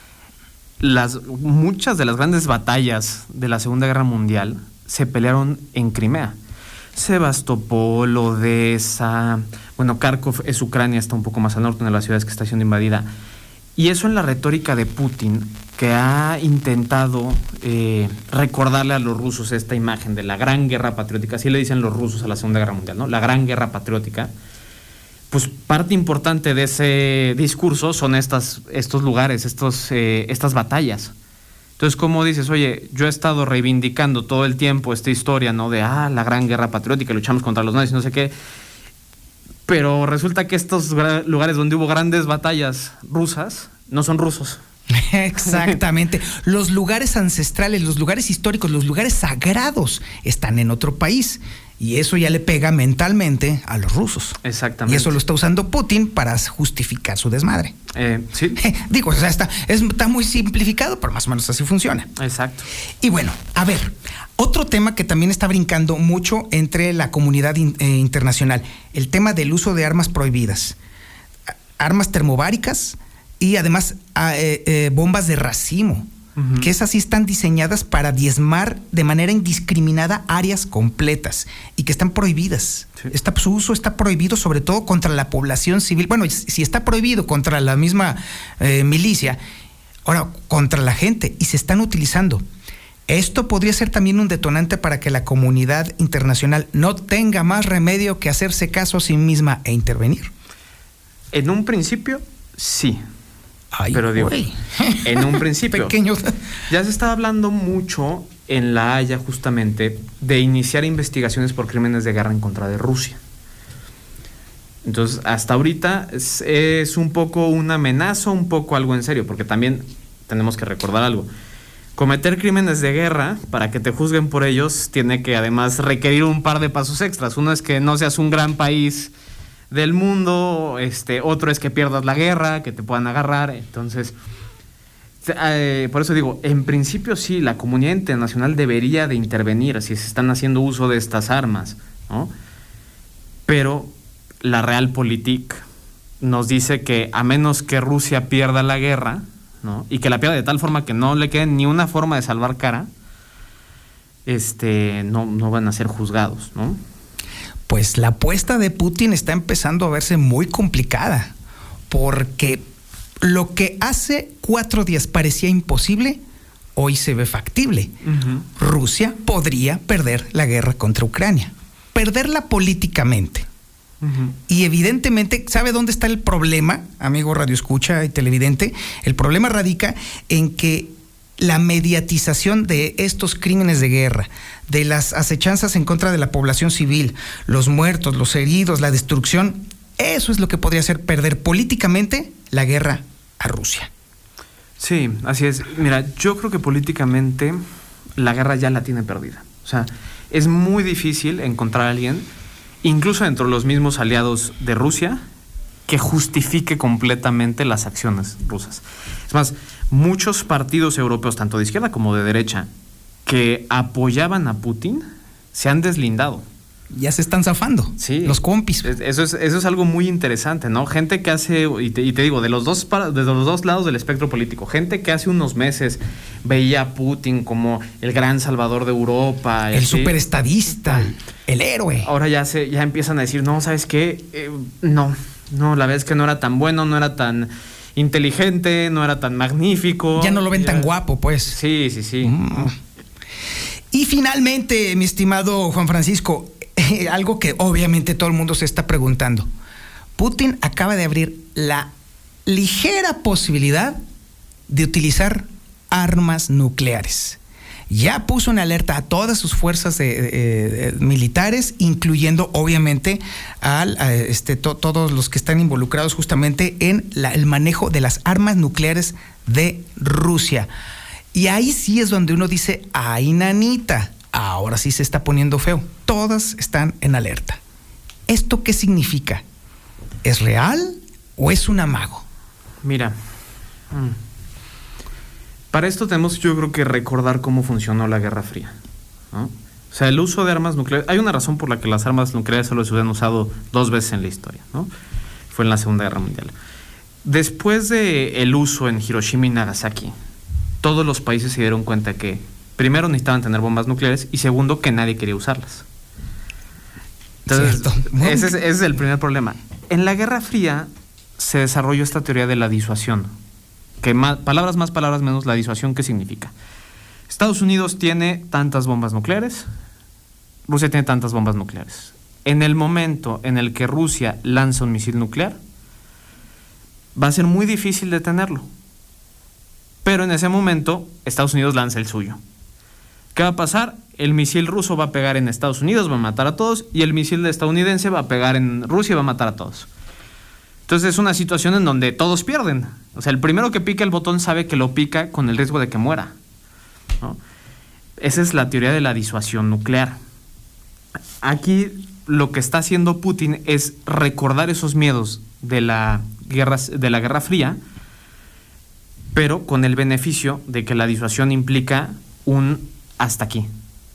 muchas de las grandes batallas de la Segunda Guerra Mundial se pelearon en Crimea. Sebastopol, Odessa, Kharkov es Ucrania, está un poco más al norte, una de las ciudades que está siendo invadida. Y eso en la retórica de Putin, que ha intentado recordarle a los rusos esta imagen de la gran guerra patriótica, así le dicen los rusos a la Segunda Guerra Mundial, ¿no? La gran guerra patriótica. Pues parte importante de ese discurso son estos lugares, estas batallas. Entonces, como dices, oye, yo he estado reivindicando todo el tiempo esta historia, ¿no? De, la gran guerra patriótica, luchamos contra los nazis, no sé qué. Pero resulta que estos lugares donde hubo grandes batallas rusas no son rusos. Exactamente. Los lugares ancestrales, los lugares históricos, los lugares sagrados están en otro país. Y eso ya le pega mentalmente a los rusos. Exactamente. Y eso lo está usando Putin para justificar su desmadre. Sí. Digo, o sea, está muy simplificado, pero más o menos así funciona. Exacto. Y bueno, a ver, otro tema que también está brincando mucho entre la comunidad internacional, el tema del uso de armas prohibidas, armas termobáricas y además bombas de racimo. Uh-huh. Que esas sí están diseñadas para diezmar de manera indiscriminada áreas completas y que están prohibidas. Sí. Su uso está prohibido sobre todo contra la población civil. Bueno, si está prohibido contra la misma milicia, ahora contra la gente, y se están utilizando. Esto podría ser también un detonante para que la comunidad internacional no tenga más remedio que hacerse caso a sí misma e intervenir. En un principio, sí. Ay, pero digo, en un principio pequeño. Ya se está hablando mucho en La Haya justamente de iniciar investigaciones por crímenes de guerra en contra de Rusia. Entonces, hasta ahorita es un poco una amenaza, un poco algo en serio, porque también tenemos que recordar algo. Cometer crímenes de guerra, para que te juzguen por ellos, tiene que además requerir un par de pasos extras. Uno es que no seas un gran país del mundo, otro es que pierdas la guerra, que te puedan agarrar. Entonces, por eso digo, en principio sí, la comunidad internacional debería de intervenir si se están haciendo uso de estas armas, ¿no? Pero la Realpolitik nos dice que a menos que Rusia pierda la guerra, ¿no? Y que la pierda de tal forma que no le quede ni una forma de salvar cara, no van a ser juzgados, ¿no? Pues la apuesta de Putin está empezando a verse muy complicada, porque lo que hace 4 días parecía imposible, hoy se ve factible. Uh-huh. Rusia podría perder la guerra contra Ucrania, perderla políticamente. Uh-huh. Y evidentemente, ¿sabe dónde está el problema, amigo radioescucha y televidente? El problema radica en que la mediatización de estos crímenes de guerra, de las acechanzas en contra de la población civil, los muertos, los heridos, la destrucción, eso es lo que podría hacer perder políticamente la guerra a Rusia. Sí, así es. Mira, yo creo que políticamente la guerra ya la tiene perdida. O sea, es muy difícil encontrar a alguien, incluso dentro de los mismos aliados de Rusia, que justifique completamente las acciones rusas. Es más, muchos partidos europeos, tanto de izquierda como de derecha, que apoyaban a Putin, se han deslindado. Ya se están zafando, sí, los compis. Eso es algo muy interesante, ¿no? Gente que hace, y te digo, de los dos lados del espectro político, gente que hace unos meses veía a Putin como el gran salvador de Europa. El superestadista, el héroe. Ahora ya empiezan a decir, no, ¿sabes qué? No, la verdad es que no era tan bueno, no era tan inteligente, no era tan magnífico. Ya no lo ven tan guapo, pues. Sí. Y finalmente, mi estimado Juan Francisco, algo que obviamente todo el mundo se está preguntando. Putin acaba de abrir la ligera posibilidad de utilizar armas nucleares. Ya puso en alerta a todas sus fuerzas militares, incluyendo obviamente a todos los que están involucrados justamente en el manejo de las armas nucleares de Rusia. Y ahí sí es donde uno dice, ay, nanita, ahora sí se está poniendo feo. Todas están en alerta. ¿Esto qué significa? ¿Es real o es un amago? Mira, para esto tenemos, yo creo, que recordar cómo funcionó la Guerra Fría, ¿no? O sea, el uso de armas nucleares, hay una razón por la que las armas nucleares solo se han usado 2 veces en la historia, ¿no? Fue en la Segunda Guerra Mundial. Después del uso en Hiroshima y Nagasaki, todos los países se dieron cuenta que primero necesitaban tener bombas nucleares y segundo que nadie quería usarlas. Entonces, ese es el primer problema. En la Guerra Fría se desarrolló esta teoría de la disuasión, que palabras más, palabras menos, la disuasión, ¿qué significa? Estados Unidos tiene tantas bombas nucleares, Rusia tiene tantas bombas nucleares. En el momento en el que Rusia lanza un misil nuclear, va a ser muy difícil detenerlo. Pero en ese momento, Estados Unidos lanza el suyo. ¿Qué va a pasar? el misil ruso va a pegar en Estados Unidos, va a matar a todos, y el misil estadounidense va a pegar en Rusia y va a matar a todos. Entonces es una situación en donde todos pierden. O sea, el primero que pica el botón sabe que lo pica con el riesgo de que muera, ¿no? Esa es la teoría de la disuasión nuclear. Aquí lo que está haciendo Putin es recordar esos miedos de la Guerra Fría, pero con el beneficio de que la disuasión implica un hasta aquí.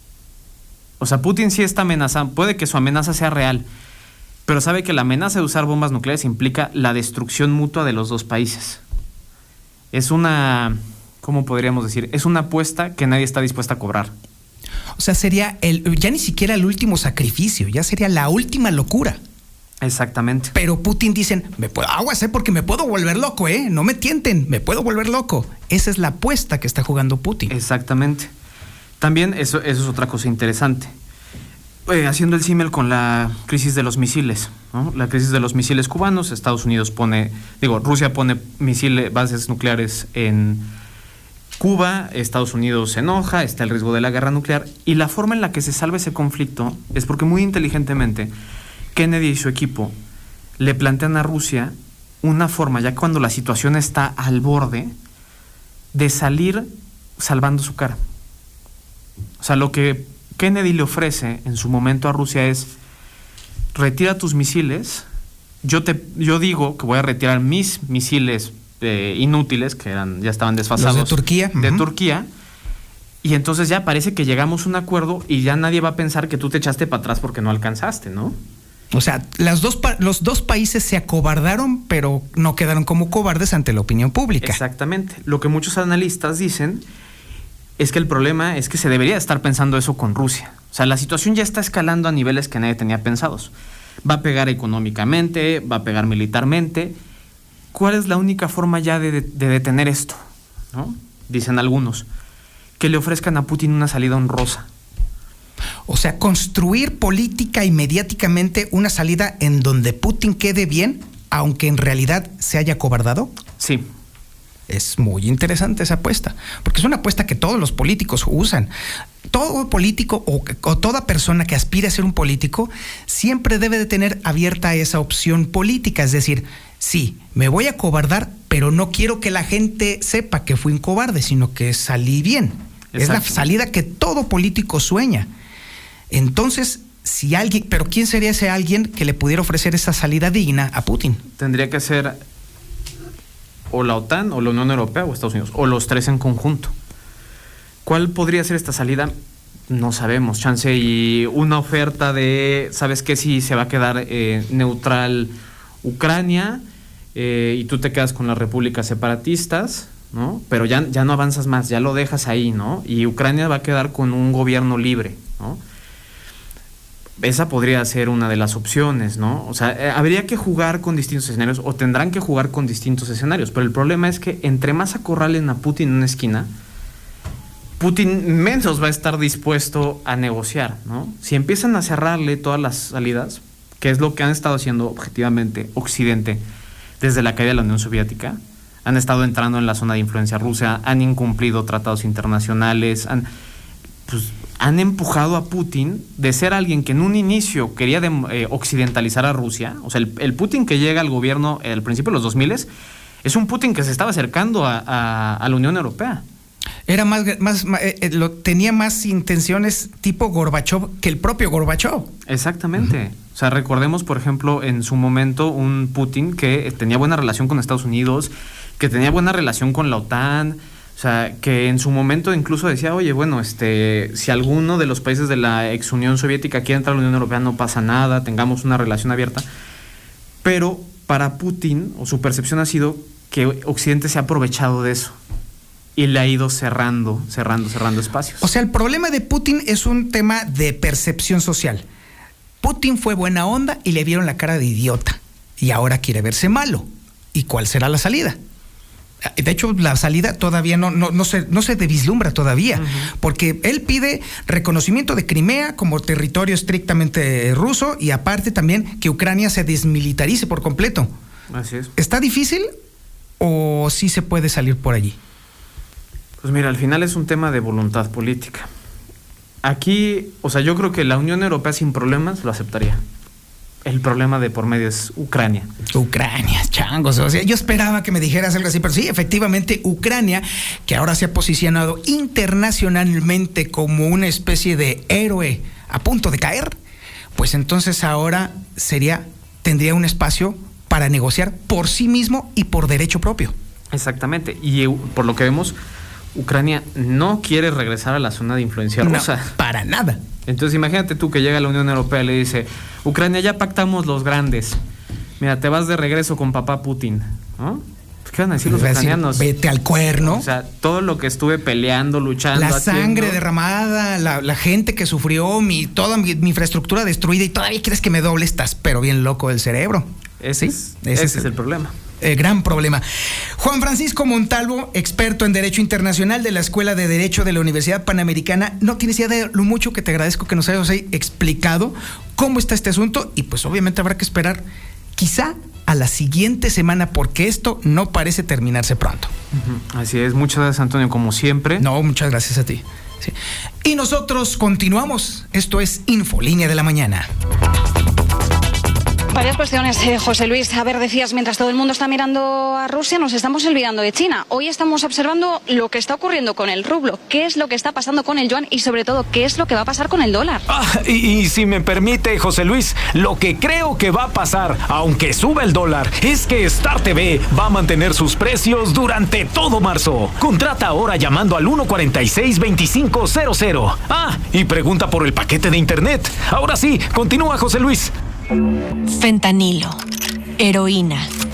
O sea, Putin sí está amenazando, puede que su amenaza sea real, pero sabe que la amenaza de usar bombas nucleares implica la destrucción mutua de los dos países. Es una, ¿cómo podríamos decir? Es una apuesta que nadie está dispuesta a cobrar. O sea, sería ya ni siquiera el último sacrificio, ya sería la última locura. Exactamente. Pero Putin dicen, aguas, porque me puedo volver loco, no me tienten, me puedo volver loco. Esa es la apuesta que está jugando Putin. Exactamente. También eso es otra cosa interesante. Haciendo el símil con la crisis de los misiles, ¿no? La crisis de los misiles cubanos, Rusia pone bases nucleares en Cuba, Estados Unidos se enoja, está el riesgo de la guerra nuclear, y la forma en la que se salva ese conflicto es porque muy inteligentemente Kennedy y su equipo le plantean a Rusia una forma, ya cuando la situación está al borde, de salir salvando su cara. O sea, lo que Kennedy le ofrece en su momento a Rusia es: retira tus misiles, yo digo que voy a retirar mis misiles inútiles, que ya estaban desfasados. Los de Turquía. De Turquía. Y entonces ya parece que llegamos a un acuerdo y ya nadie va a pensar que tú te echaste para atrás porque no alcanzaste, ¿no? O sea, los dos países se acobardaron, pero no quedaron como cobardes ante la opinión pública. Exactamente. Lo que muchos analistas dicen es que el problema es que se debería estar pensando eso con Rusia. O sea, la situación ya está escalando a niveles que nadie tenía pensados. Va a pegar económicamente, va a pegar militarmente. ¿Cuál es la única forma ya de detener esto? ¿No? Dicen algunos. Que le ofrezcan a Putin una salida honrosa. O sea, construir política y mediáticamente una salida en donde Putin quede bien, aunque en realidad se haya acobardado. Sí. Es muy interesante esa apuesta, porque es una apuesta que todos los políticos usan. Todo político o toda persona que aspire a ser un político siempre debe de tener abierta esa opción política. Es decir, sí, me voy a acobardar, pero no quiero que la gente sepa que fui un cobarde, sino que salí bien. Exacto. Es la salida que todo político sueña. Entonces, pero ¿quién sería ese alguien que le pudiera ofrecer esa salida digna a Putin? Tendría que ser o la OTAN, o la Unión Europea, o Estados Unidos, o los tres en conjunto. ¿Cuál podría ser esta salida? No sabemos, chance y una oferta de, ¿sabes qué? Si se va a quedar neutral Ucrania, y tú te quedas con las repúblicas separatistas, ¿no? Pero ya no avanzas más, ya lo dejas ahí, ¿no? Y Ucrania va a quedar con un gobierno libre, ¿no? Esa podría ser una de las opciones, ¿no? O sea, habría que jugar con distintos escenarios, o tendrán que jugar con distintos escenarios, pero el problema es que entre más acorralen a Putin en una esquina, Putin menos va a estar dispuesto a negociar, ¿no? Si empiezan a cerrarle todas las salidas, que es lo que han estado haciendo objetivamente Occidente desde la caída de la Unión Soviética, han estado entrando en la zona de influencia rusa, han incumplido tratados internacionales, han empujado a Putin de ser alguien que en un inicio quería occidentalizar a Rusia. O sea, el Putin que llega al gobierno al principio de los 2000 es un Putin que se estaba acercando a la Unión Europea. Era tenía más intenciones tipo Gorbachov que el propio Gorbachov. Exactamente. Uh-huh. O sea, recordemos, por ejemplo, en su momento un Putin que tenía buena relación con Estados Unidos, que tenía buena relación con la OTAN. O sea, que en su momento incluso decía, oye, bueno, si alguno de los países de la ex Unión Soviética quiere entrar a la Unión Europea, no pasa nada, tengamos una relación abierta. Pero para Putin, o su percepción ha sido que Occidente se ha aprovechado de eso y le ha ido cerrando espacios. O sea, el problema de Putin es un tema de percepción social. Putin fue buena onda y le vieron la cara de idiota, y ahora quiere verse malo. ¿Y cuál será la salida? De hecho, la salida todavía no se vislumbra todavía, uh-huh. Porque él pide reconocimiento de Crimea como territorio estrictamente ruso, y aparte también que Ucrania se desmilitarice por completo. Así es. ¿Está difícil o sí se puede salir por allí? Pues mira, al final es un tema de voluntad política. Aquí, o sea, yo creo que la Unión Europea sin problemas lo aceptaría. El problema de por medio es Ucrania. Ucrania, changos. O sea, yo esperaba que me dijeras algo así, pero sí, efectivamente, Ucrania, que ahora se ha posicionado internacionalmente como una especie de héroe a punto de caer, pues entonces ahora tendría un espacio para negociar por sí mismo y por derecho propio. Exactamente. Y por lo que vemos, Ucrania no quiere regresar a la zona de influencia rusa. No, para nada. Entonces imagínate tú que llega a la Unión Europea y le dice, Ucrania, ya pactamos los grandes. Mira, te vas de regreso con papá Putin, ¿no? ¿Qué van a decir los ucranianos? Vete al cuerno. O sea, todo lo que estuve peleando, luchando, la sangre derramada, la gente que sufrió, toda mi infraestructura destruida, y todavía quieres que me doble, estás pero bien loco del cerebro. Ese es el problema. Gran problema. Juan Francisco Montalvo, experto en Derecho Internacional de la Escuela de Derecho de la Universidad Panamericana. No tienes idea de lo mucho que te agradezco que nos hayas explicado cómo está este asunto, y pues obviamente habrá que esperar quizá a la siguiente semana, porque esto no parece terminarse pronto. Así es. Muchas gracias, Antonio, como siempre. No, muchas gracias a ti. Sí. Y nosotros continuamos. Esto es Infolínea de la Mañana. Varias cuestiones, José Luis. A ver, decías, mientras todo el mundo está mirando a Rusia, nos estamos olvidando de China. Hoy estamos observando lo que está ocurriendo con el rublo, qué es lo que está pasando con el yuan y, sobre todo, qué es lo que va a pasar con el dólar. Y si me permite, José Luis, lo que creo que va a pasar, aunque suba el dólar, es que Star TV va a mantener sus precios durante todo marzo. Contrata ahora llamando al 146-2500. Y pregunta por el paquete de internet. Ahora sí, continúa, José Luis. Fentanilo, heroína,